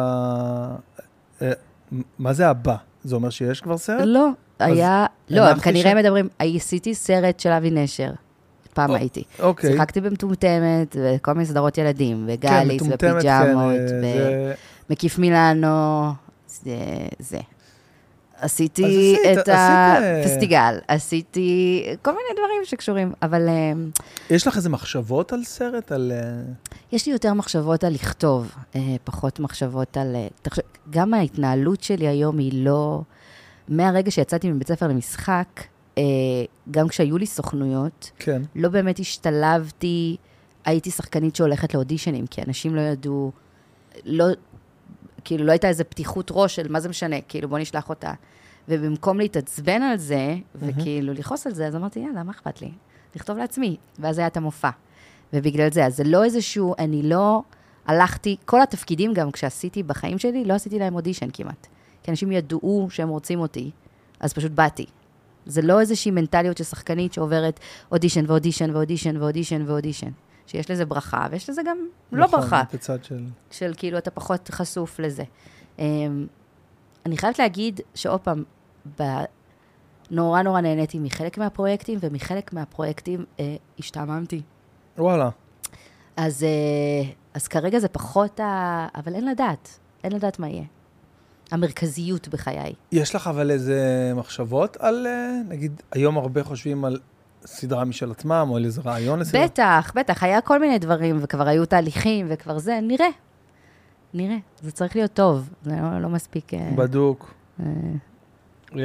אה, מה זה הבא? זה אומר שיש כבר סרט? לא, היה, לא, הם הנחתי כנראה ש- מדברים, עשיתי סרט של אבי נשר. פעם או, הייתי. אוקיי. שיחקתי במטומטמת, וכל מיני סדרות ילדים, כן, וגליס, מטומטמת, ופיג'מות, כן, אה, זה- ומקיף מילאנו, זה, זה. אז עשיתי עשית, את עשית, אה, הפסטיגל, עשיתי כל מיני דברים שקשורים, אבל אה, יש לך איזה מחשבות על סרט? על... אה, יש לי יותר מחשבות על לכתוב, אה, פחות מחשבות על... אה, תחשב, גם ההתנהלות שלי היום היא לא... מהרגע שיצאתי מבית ספר למשחק, אה, גם כשהיו לי סוכנויות, כן. לא באמת השתלבתי, הייתי שחקנית שהולכת לאודישנים, כי אנשים לא ידעו, לא, כאילו לא הייתה איזו פתיחות ראש של מה זה משנה, כאילו בוא נשלח אותה. ובמקום להתעצבן על זה, וכאילו לכעוס על זה, אז אמרתי, יאללה, מה אכפת לי? לכתוב לעצמי. ואז היה את המופע. ובגלל זה, אז זה לא איזשהו, אני לא הלכתי, כל התפקידים גם כשעשיתי בחיים שלי, לא עשיתי להם אודישן כמעט. כי אנשים ידעו שהם רוצים אותי, אז פשוט באתי. זה לא איזושהי מנטליות של שחקנית שעוברת אודישן ואודישן ואודישן ואודישן ואודישן. שיש לזה ברכה, ויש לזה גם לא נכון, ברכה. בצד של... של כאילו אתה פחות חשוף לזה. Um, אני חייבת להגיד שעוד פעם, ב... נורא נורא נהניתי מחלק מהפרויקטים, ומחלק מהפרויקטים uh, השתעממתי. וואלה. אז, uh, אז כרגע זה פחות, ה... אבל אין לדעת, אין לדעת מה יהיה. המרכזיות בחיי. יש לך אבל איזה מחשבות על, אה, נגיד, היום הרבה חושבים על סדרה משל עצמם, או על איזה רעיון לסדרה? בטח, בטח, היה כל מיני דברים, וכבר היו תהליכים, וכבר זה, נראה. נראה, זה צריך להיות טוב, זה לא, לא מספיק... אה, בדוק. אה, אה,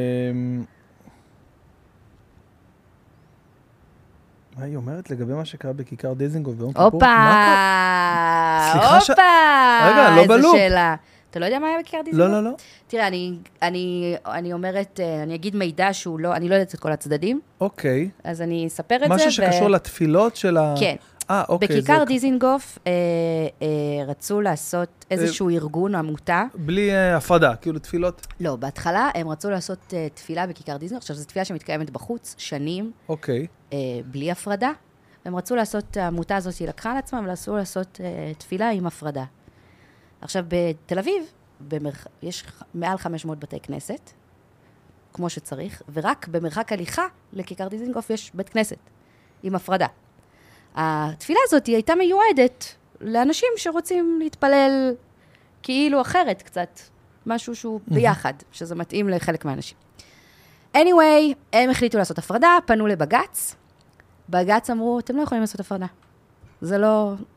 מה היא אומרת לגבי מה שקרה בכיכר דיזינגוף ביום כיפור? הופה, מה קרה? סליחה ש- הופה, רגע, לא איזה בלופ. שאלה. אתה לא יודע מה היה בכיכר דיזינגוף? לא, לא, לא. תראה, אני, אני, אני אומרת, אה, אני אגיד מידע שהוא לא, אני לא יודעת את כל הצדדים, אוקיי. אז אני אספר את זה. משהו שקשור לתפילות של ה... כן. אה, אוקיי. בכיכר זה- דיזינגוף אה, אה, רצו לעשות איזשהו ארגון או עמותה. בלי אה, הפרדה, כאילו תפילות. לא, בהתחלה הם רצו לעשות אה, תפילה בכיכר דיזינגוף, עכשיו זו תפילה שמתקיימת בחוץ, שנים, אוקיי. אה, בלי הפרדה. הם רצו לעשות, העמותה הזאת היא לקחה על עצמם, ורצו לעשות אה, תפילה עם הפרדה. עכשיו, בתל אביב, במרח... יש מעל חמש מאות בתי כנסת, כמו שצריך, ורק במרחק הליכה לכיכר דיזינגוף יש בית כנסת, עם הפרדה. התפילה הזאת היא הייתה מיועדת לאנשים שרוצים להתפלל כאילו אחרת קצת, משהו שהוא ביחד, שזה מתאים לחלק מהאנשים. anyway, הם החליטו לעשות הפרדה, פנו לבגץ, בגץ אמרו, אתם לא יכולים לעשות הפרדה. זה לא,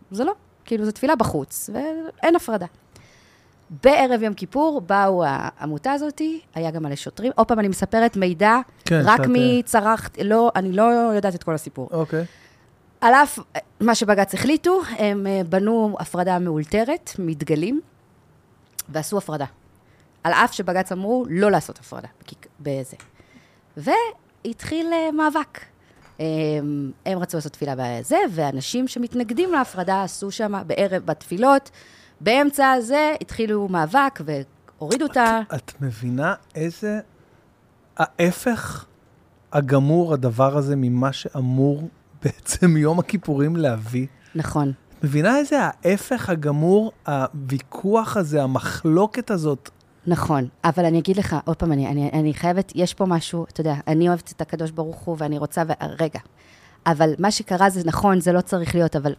זה לא. כאילו, זו תפילה בחוץ, ואין הפרדה. בערב יום כיפור באו העמותה הזאת, היה גם מלא שוטרים. עוד פעם, אני מספרת מידע, כן, רק שאת... מצרח, לא, אני לא יודעת את כל הסיפור. אוקיי. על אף מה שבג"ץ החליטו, הם בנו הפרדה מאולתרת, מדגלים, ועשו הפרדה. על אף שבג"ץ אמרו לא לעשות הפרדה בזה. והתחיל מאבק. הם, הם רצו לעשות תפילה בזה, ואנשים שמתנגדים להפרדה עשו שם בערב בתפילות, באמצע הזה התחילו מאבק והורידו אותה. את, את מבינה איזה ההפך הגמור הדבר הזה ממה שאמור בעצם יום הכיפורים להביא? נכון. את מבינה איזה ההפך הגמור, הוויכוח הזה, המחלוקת הזאת? נכון, אבל אני אגיד לך, עוד פעם, אני, אני, אני חייבת, יש פה משהו, אתה יודע, אני אוהבת את הקדוש ברוך הוא, ואני רוצה, ו... רגע, אבל מה שקרה זה נכון, זה לא צריך להיות, אבל...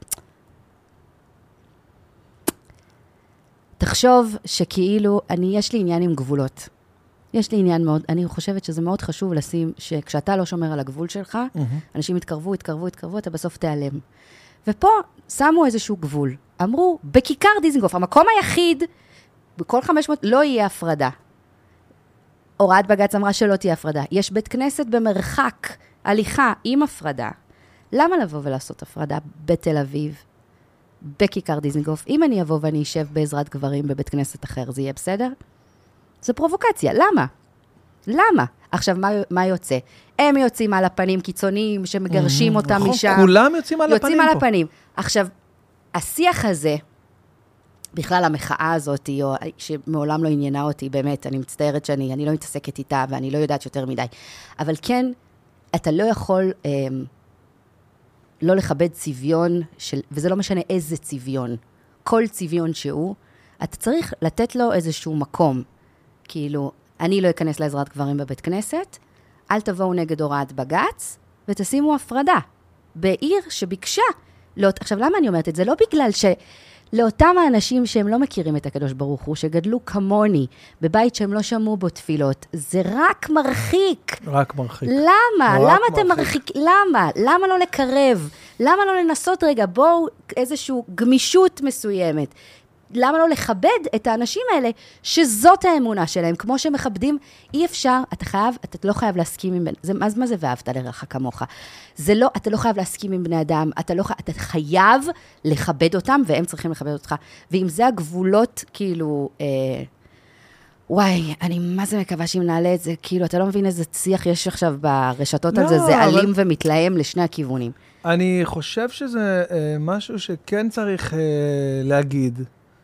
תחשוב שכאילו, אני, יש לי עניין עם גבולות. יש לי עניין מאוד, אני חושבת שזה מאוד חשוב לשים, שכשאתה לא שומר על הגבול שלך, mm-hmm. אנשים יתקרבו, יתקרבו, יתקרבו, אתה בסוף תיעלם. ופה שמו איזשהו גבול. אמרו, בכיכר דיזנגוף, המקום היחיד, בכל חמש מאות לא יהיה הפרדה. הוראת בג"ץ אמרה שלא תהיה הפרדה. יש בית כנסת במרחק, הליכה עם הפרדה. למה לבוא ולעשות הפרדה בתל אביב, בכיכר דיזנגוף? אם אני אבוא ואני אשב בעזרת גברים בבית כנסת אחר, זה יהיה בסדר? זה פרובוקציה. למה? למה? עכשיו, מה, מה יוצא? הם יוצאים על הפנים קיצוניים, שמגרשים אותם נכון, משם. כולם יוצאים על יוצאים הפנים על פה. הפנים. עכשיו, השיח הזה, בכלל המחאה הזאת, או, שמעולם לא עניינה אותי, באמת, אני מצטערת שאני אני לא מתעסקת איתה, ואני לא יודעת יותר מדי. אבל כן, אתה לא יכול אה, לא לכבד צביון, של, וזה לא משנה איזה צביון, כל צביון שהוא, אתה צריך לתת לו איזשהו מקום. כאילו, אני לא אכנס לעזרת גברים בבית כנסת, אל תבואו נגד הוראת בג"ץ, ותשימו הפרדה. בעיר שביקשה, לא, עכשיו למה אני אומרת את זה? לא בגלל ש... לאותם האנשים שהם לא מכירים את הקדוש ברוך הוא, שגדלו כמוני, בבית שהם לא שמעו בו תפילות, זה רק מרחיק. רק מרחיק. למה? רק למה אתם מרחיק. מרחיק? למה? למה לא לקרב? למה לא לנסות רגע? בואו איזושהי גמישות מסוימת. למה לא לכבד את האנשים האלה, שזאת האמונה שלהם, כמו שמכבדים, אי אפשר, אתה חייב, אתה לא חייב להסכים עם, זה, מה, מה זה ואהבת לרעך כמוך? זה לא, אתה לא חייב להסכים עם בני אדם, אתה לא, אתה חייב לכבד אותם, והם צריכים לכבד אותך. ואם זה הגבולות, כאילו, אה, וואי, אני מה זה מקווה שאם נעלה את זה, כאילו, אתה לא מבין איזה שיח יש עכשיו ברשתות לא, על זה, זה אבל... אלים ומתלהם לשני הכיוונים. אני חושב שזה אה, משהו שכן צריך אה, להגיד,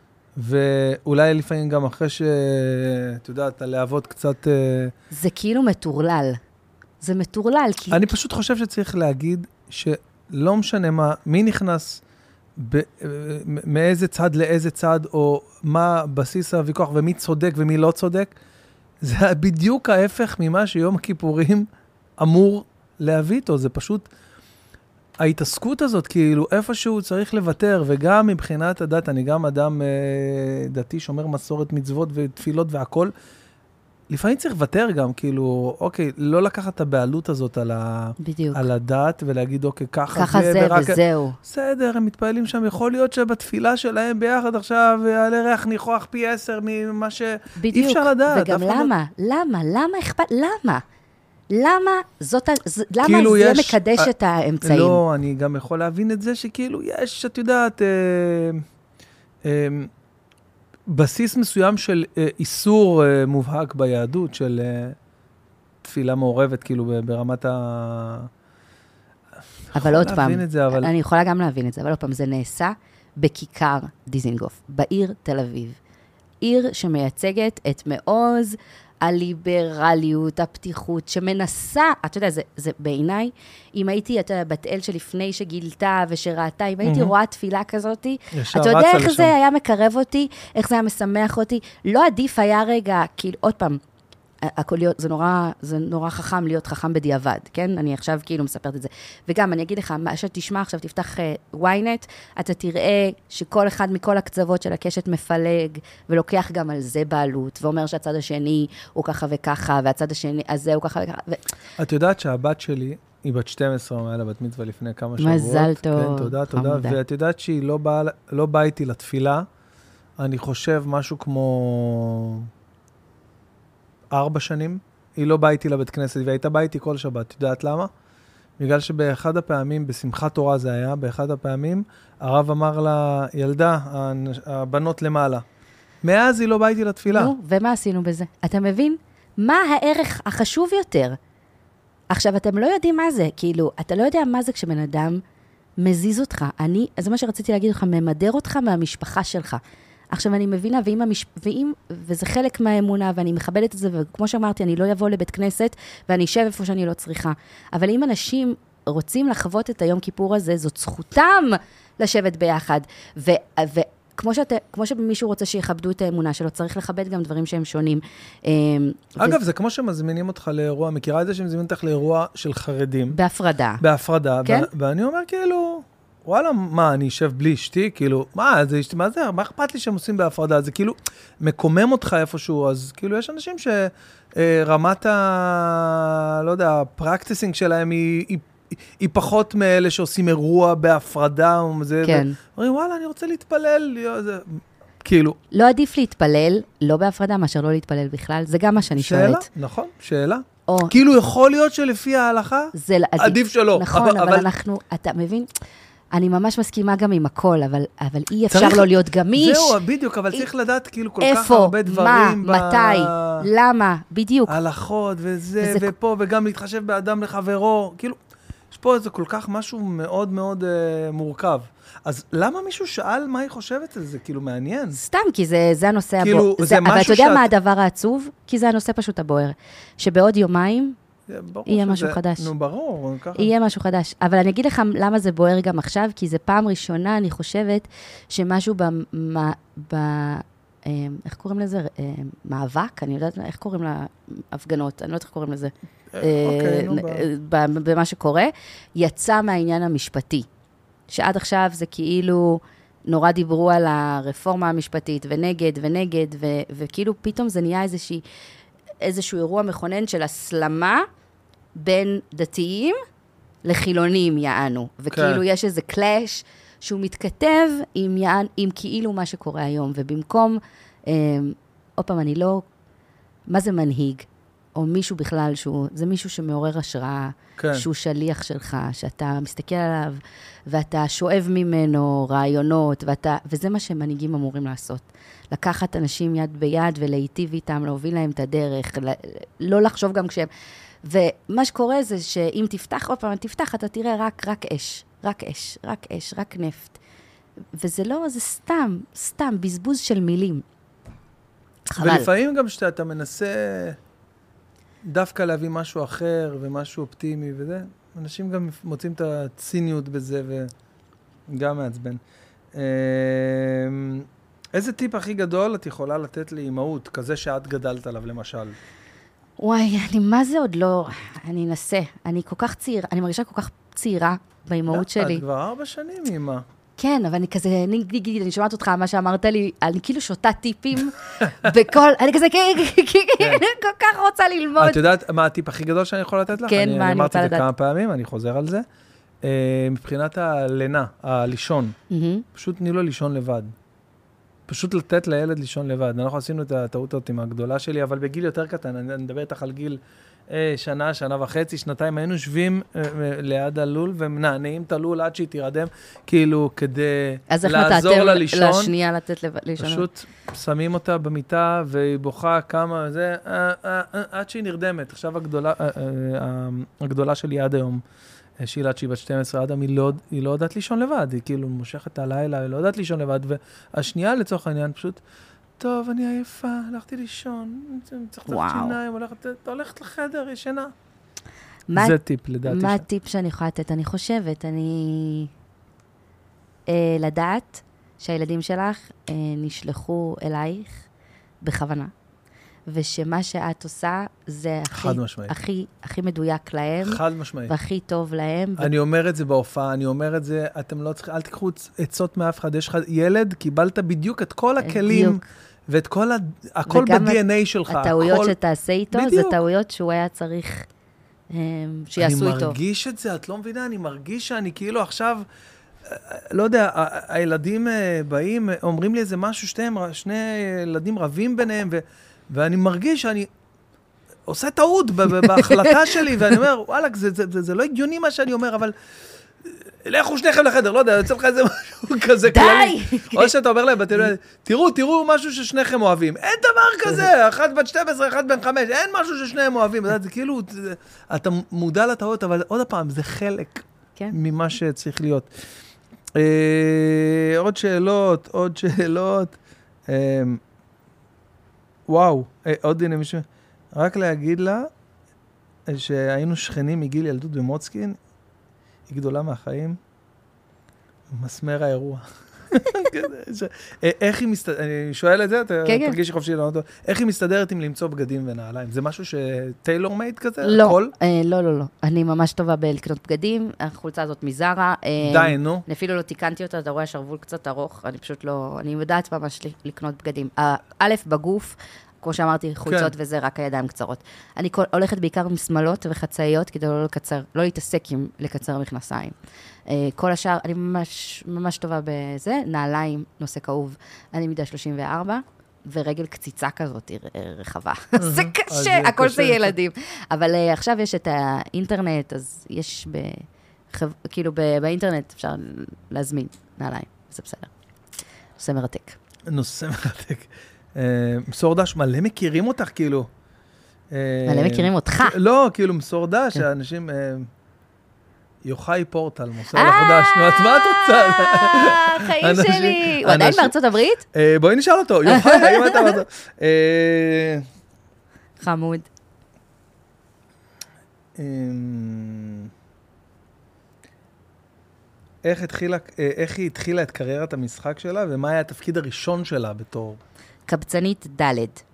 ואולי לפעמים גם אחרי ש... אתה יודעת, הלהבות קצת... זה כאילו מטורלל. זה מטורלל, כי... אני פשוט חושב שצריך להגיד שלא משנה מה, מי נכנס ב... מאיזה צד לאיזה צד, או מה בסיס הוויכוח, ומי צודק ומי לא צודק, זה בדיוק ההפך ממה שיום הכיפורים אמור להביא איתו. זה פשוט... ההתעסקות הזאת, כאילו, איפשהו צריך לוותר, וגם מבחינת הדת, אני גם אדם אה, דתי, שומר מסורת מצוות ותפילות והכל, לפעמים צריך לוותר גם, כאילו, אוקיי, לא לקחת את הבעלות הזאת על, ה, על הדת, ולהגיד, אוקיי, ככה, ככה זה, זה ורק... וזהו. בסדר, הם מתפעלים שם, יכול להיות שבתפילה שלהם ביחד עכשיו, יעלה ריח ניחוח פי עשר ממה ש... בדיוק. אי אפשר לדעת. וגם למה? לא... למה? למה אכפת? למה? למה זאת, למה כאילו זה יש, מקדש א- את האמצעים? לא, אני גם יכול להבין את זה שכאילו יש, את יודעת, אה, אה, בסיס מסוים של אה, איסור אה, מובהק ביהדות, של אה, תפילה מעורבת, כאילו ברמת ה... אבל עוד פעם, את זה, אבל... אני יכולה גם להבין את זה, אבל עוד פעם, זה נעשה בכיכר דיזנגוף, בעיר תל אביב. עיר שמייצגת את מעוז, הליברליות, הפתיחות, שמנסה, אתה יודע, זה, זה בעיניי, אם הייתי, אתה בת אל שלפני שגילתה ושראתה, אם הייתי רואה תפילה כזאת, אתה יודע איך זה היה מקרב אותי, איך זה היה משמח אותי, לא עדיף היה רגע, כאילו, עוד פעם, הכל להיות, זה נורא, זה נורא חכם להיות חכם בדיעבד, כן? אני עכשיו כאילו מספרת את זה. וגם אני אגיד לך, מה שתשמע עכשיו, תפתח וויינט, אתה תראה שכל אחד מכל הקצוות של הקשת מפלג, ולוקח גם על זה בעלות, ואומר שהצד השני הוא ככה וככה, והצד השני הזה הוא ככה וככה. ו... את יודעת שהבת שלי, היא בת שתים עשרה, היה לה בת מצווה לפני כמה שבועות. מזל טוב. כן, תודה, תודה. חמודה. ואת יודעת שהיא לא באה, לא באה איתי לתפילה, אני חושב משהו כמו ארבע שנים, היא לא באה איתי לבית כנסת, והיא הייתה באה איתי כל שבת. יודעת למה? בגלל שבאחד הפעמים, בשמחת תורה זה היה, באחד הפעמים, הרב אמר לה, ילדה, הבנות למעלה. מאז היא לא באה איתי לתפילה. נו, ומה עשינו בזה? אתה מבין? מה הערך החשוב יותר? עכשיו, אתם לא יודעים מה זה, כאילו, אתה לא יודע מה זה כשבן אדם מזיז אותך. אני, זה מה שרציתי להגיד לך, ממדר אותך מהמשפחה שלך. עכשיו, אני מבינה, ואם המש... ואם, וזה חלק מהאמונה, ואני מכבדת את זה, וכמו שאמרתי, אני לא אבוא לבית כנסת, ואני אשב איפה שאני לא צריכה. אבל אם אנשים רוצים לחוות את היום כיפור הזה, זאת זכותם לשבת ביחד. ו... ו... כמו, שאת, כמו שמישהו רוצה שיכבדו את האמונה שלו, צריך לכבד גם דברים שהם שונים. אגב, ו... זה כמו שמזמינים אותך לאירוע, מכירה את זה שמזמינים אותך לאירוע של חרדים. בהפרדה. בהפרדה, כן? ו- ואני אומר כאילו, וואלה, מה, אני אשב בלי אשתי? כאילו, מה, זה, מה זה, מה אכפת לי שהם עושים בהפרדה? זה כאילו, מקומם אותך איפשהו, אז כאילו, יש אנשים שרמת ה... לא יודע, הפרקטיסינג שלהם היא... היא היא פחות מאלה שעושים אירוע בהפרדה, וזה, כן. ואומרים, וואלה, אני רוצה להתפלל, זה, כאילו. לא עדיף להתפלל, לא בהפרדה, מאשר לא להתפלל בכלל, זה גם מה שאני שאלה, שואלת. שאלה, נכון, שאלה. או, כאילו יכול להיות שלפי ההלכה, זה עדיף, עדיף שלא. נכון, אבל, אבל, אבל אנחנו, אתה מבין? אני ממש מסכימה גם עם הכל, אבל, אבל אי אפשר צריך, לא להיות גמיש. זהו, בדיוק, אבל צריך לדעת כאילו כל איפה, כך הרבה דברים. מה, ב... מתי, למה, בדיוק. הלכות וזה, וזה... ופה, וגם להתחשב באדם לחברו, כאילו, יש פה איזה כל כך משהו מאוד מאוד אה, מורכב. אז למה מישהו שאל מה היא חושבת על זה? כאילו, מעניין. סתם, כי זה, זה הנושא כאילו, הבוער. זה זה, אבל אתה יודע שאת... מה הדבר העצוב? כי זה הנושא פשוט הבוער. שבעוד יומיים יהיה שזה... משהו חדש. נו, ברור. ככה. יהיה משהו חדש. אבל אני אגיד לך למה זה בוער גם עכשיו, כי זה פעם ראשונה, אני חושבת, שמשהו ב... ב... איך קוראים לזה? מאבק? אני יודעת איך קוראים להפגנות, אני לא יודעת איך קוראים לזה. במה שקורה, יצא מהעניין המשפטי. שעד עכשיו זה כאילו נורא דיברו על הרפורמה המשפטית, ונגד ונגד, וכאילו פתאום זה נהיה איזשהו אירוע מכונן של הסלמה בין דתיים לחילונים יענו. וכאילו יש איזה קלאש שהוא מתכתב עם, יען, עם כאילו מה שקורה היום, ובמקום, אה, עוד פעם, אני לא, מה זה מנהיג? או מישהו בכלל שהוא, זה מישהו שמעורר השראה, כן. שהוא שליח שלך, שאתה מסתכל עליו, ואתה שואב ממנו רעיונות, ואתה, וזה מה שמנהיגים אמורים לעשות. לקחת אנשים יד ביד ולהיטיב איתם, להוביל להם את הדרך, לא לחשוב גם כשהם, ומה שקורה זה שאם תפתח, עוד פעם, תפתח, אתה תראה רק, רק אש. רק אש, רק אש, רק נפט. וזה לא, זה סתם, סתם, בזבוז של מילים. חבל. ולפעמים גם שאתה מנסה דווקא להביא משהו אחר ומשהו אופטימי וזה, אנשים גם מוצאים את הציניות בזה וגם מעצבן. איזה טיפ הכי גדול את יכולה לתת לאימהות, כזה שאת גדלת עליו למשל? וואי, אני מה זה עוד לא, אני אנסה. אני כל כך צעירה, אני מרגישה כל כך צעירה באימהות שלי. את כבר ארבע שנים, אימא. כן, אבל אני כזה, אני, אני, אני שומעת אותך, מה שאמרת לי, אני כאילו שותה טיפים בכל, אני כזה, כל כך רוצה ללמוד. את יודעת מה הטיפ הכי גדול שאני יכול לתת לך? כן, מה אני רוצה לדעת? אני אמרתי את זה כמה פעמים, אני חוזר על זה. מבחינת הלינה, הלישון, פשוט תני לו לישון לבד. פשוט לתת לילד לישון לבד. אנחנו עשינו את הטעות הזאת עם הגדולה שלי, אבל בגיל יותר קטן, אני מדבר איתך על גיל שנה, שנה וחצי, שנתיים, היינו שווים ליד הלול, ומנענעים את הלול עד שהיא תירדם, כאילו כדי לעזור לה לישון. אז איך נתתם לשנייה לתת לישון? פשוט שמים אותה במיטה, והיא בוכה כמה, זה, עד שהיא נרדמת. עכשיו הגדולה, הגדולה שלי עד היום, שאלה שהיא בת שתים עשרה, אדם, היא לא, היא לא יודעת לישון לבד, היא כאילו מושכת הלילה, היא לא יודעת לישון לבד, והשנייה לצורך העניין פשוט, טוב, אני עייפה, הלכתי לישון, צריך לתת שיניים, הולכת, הולכת לחדר, ישנה. זה טיפ, לדעתי. מה הטיפ שאני יכולה לתת? אני חושבת, אני אה, לדעת שהילדים שלך אה, נשלחו אלייך בכוונה, ושמה שאת עושה זה הכי, הכי, הכי מדויק להם. חד משמעית. והכי טוב להם. אני אומר את זה בהופעה, אני אומר את זה, אתם לא צריכים, אל תיקחו עצות מאף אחד, יש לך ילד, קיבלת בדיוק את כל הכלים, בדיוק. ואת כל, ה, הכל ב-די אן איי שלך. הטעויות הכל... שתעשה איתו, בדיוק. זה טעויות שהוא היה צריך שיעשו איתו. אני מרגיש את זה, את לא מבינה, אני מרגיש שאני כאילו עכשיו, לא יודע, הילדים באים, אומרים לי איזה משהו, שני ילדים רבים ביניהם, ואני מרגיש שאני עושה טעות בהחלטה שלי, ואני אומר, וואלק, זה לא הגיוני מה שאני אומר, אבל לכו שניכם לחדר, לא יודע, יוצא לך איזה משהו כזה כללי. או שאתה אומר להם, תראו, תראו משהו ששניכם אוהבים. אין דבר כזה, אחת בת שתים עשרה, אחת בן חמש, אין משהו ששניהם אוהבים. זה כאילו, אתה מודע לטעות, אבל עוד פעם, זה חלק ממה שצריך להיות. עוד שאלות, עוד שאלות. וואו, עוד הנה מישהו. רק להגיד לה, שהיינו שכנים מגיל ילדות במוצקין, היא גדולה מהחיים, מסמר האירוע. איך היא מסתדרת, אני שואל את זה, תרגישי חופשי לענות אותו, איך היא מסתדרת עם למצוא בגדים ונעליים? זה משהו שטיילור מייד כזה? לא, לא, לא, לא. אני ממש טובה בלקנות בגדים, החולצה הזאת מזרה. די, נו. אני אפילו לא תיקנתי אותה, אתה רואה שרוול קצת ארוך, אני פשוט לא, אני יודעת ממש לקנות בגדים. א', בגוף, כמו שאמרתי, חולצות כן. וזה, רק הידיים קצרות. אני כל, הולכת בעיקר עם שמלות וחצאיות, כדי לא לקצר, לא להתעסק עם לקצר מכנסיים. Uh, כל השאר, אני ממש, ממש טובה בזה, נעליים, נושא כאוב, אני מידה שלושים וארבע, ורגל קציצה כזאת, רחבה. זה קשה, הכל זה ילדים. אבל uh, עכשיו יש את האינטרנט, אז יש ב, חב, כאילו ב, באינטרנט אפשר להזמין נעליים, זה בסדר. נושא מרתק. נושא מרתק. מסור דש, מלא מכירים אותך, כאילו. מלא מכירים אותך. לא, כאילו, מסור דש, האנשים... יוחאי פורטל, מוסר לחדש. נו, את מה את רוצה? חיים שלי. הוא עדיין בארצות הברית? בואי נשאל אותו. יוחאי, האם אתה רוצה? חמוד. איך היא התחילה את קריירת המשחק שלה, ומה היה התפקיד הראשון שלה בתור... קבצנית ד'.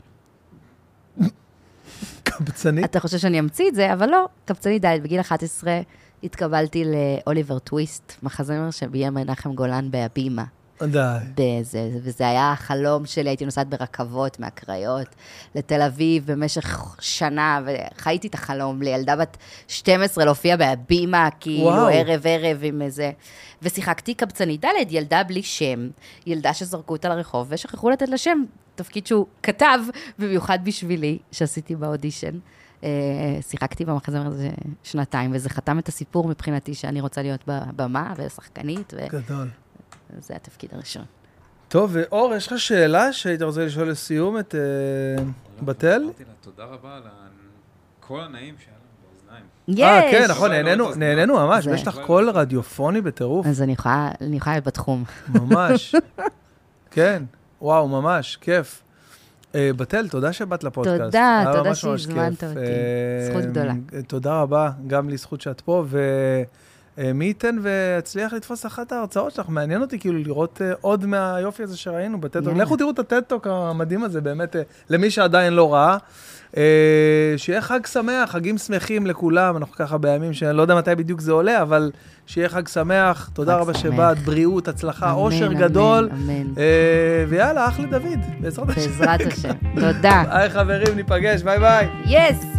קבצנית? אתה חושב שאני אמציא את זה, אבל לא. קבצנית ד', בגיל אחת עשרה התקבלתי לאוליבר טוויסט, מחזמר שביים מנחם גולן בהבימה. די. בזה, וזה היה החלום שלי, הייתי נוסעת ברכבות מהקריות לתל אביב במשך שנה, וחייתי את החלום לילדה בת שתים עשרה להופיע בהבימה, כאילו ערב ערב עם איזה... ושיחקתי קבצנית ד', ילדה בלי שם, ילדה שזרקו אותה לרחוב, ושכחו לתת לה שם, תפקיד שהוא כתב, במיוחד בשבילי, שעשיתי באודישן. שיחקתי במחזמר הזה שנתיים, וזה חתם את הסיפור מבחינתי שאני רוצה להיות בבמה ושחקנית. גדול. זה התפקיד הראשון. טוב, ואור, יש לך שאלה שהיית רוצה לשאול לסיום את בתל? אמרתי לה, תודה רבה על כל הנעים שהיה לנו באוזניים. אה, כן, נכון, נהנינו ממש, ויש לך קול רדיופוני בטירוף. אז אני יכולה להיות בתחום. ממש. כן, וואו, ממש, כיף. בתל, תודה שבאת לפודקאסט. תודה, תודה שהזמנת אותי. זכות גדולה. תודה רבה, גם לי זכות שאת פה, ומי ייתן והצליח לתפוס אחת ההרצאות שלך. מעניין אותי כאילו לראות עוד מהיופי הזה שראינו בטד-טוק. לכו תראו את הטד-טוק המדהים הזה, באמת, למי שעדיין לא ראה. שיהיה חג שמח, חגים שמחים לכולם, אנחנו ככה בימים שאני לא יודע מתי בדיוק זה עולה, אבל שיהיה חג שמח, תודה רבה שבאת, בריאות, הצלחה, אושר גדול, ויאללה, אח לדוד, בעזרת השם. בעזרת השם, תודה. היי חברים, ניפגש, ביי ביי. יס!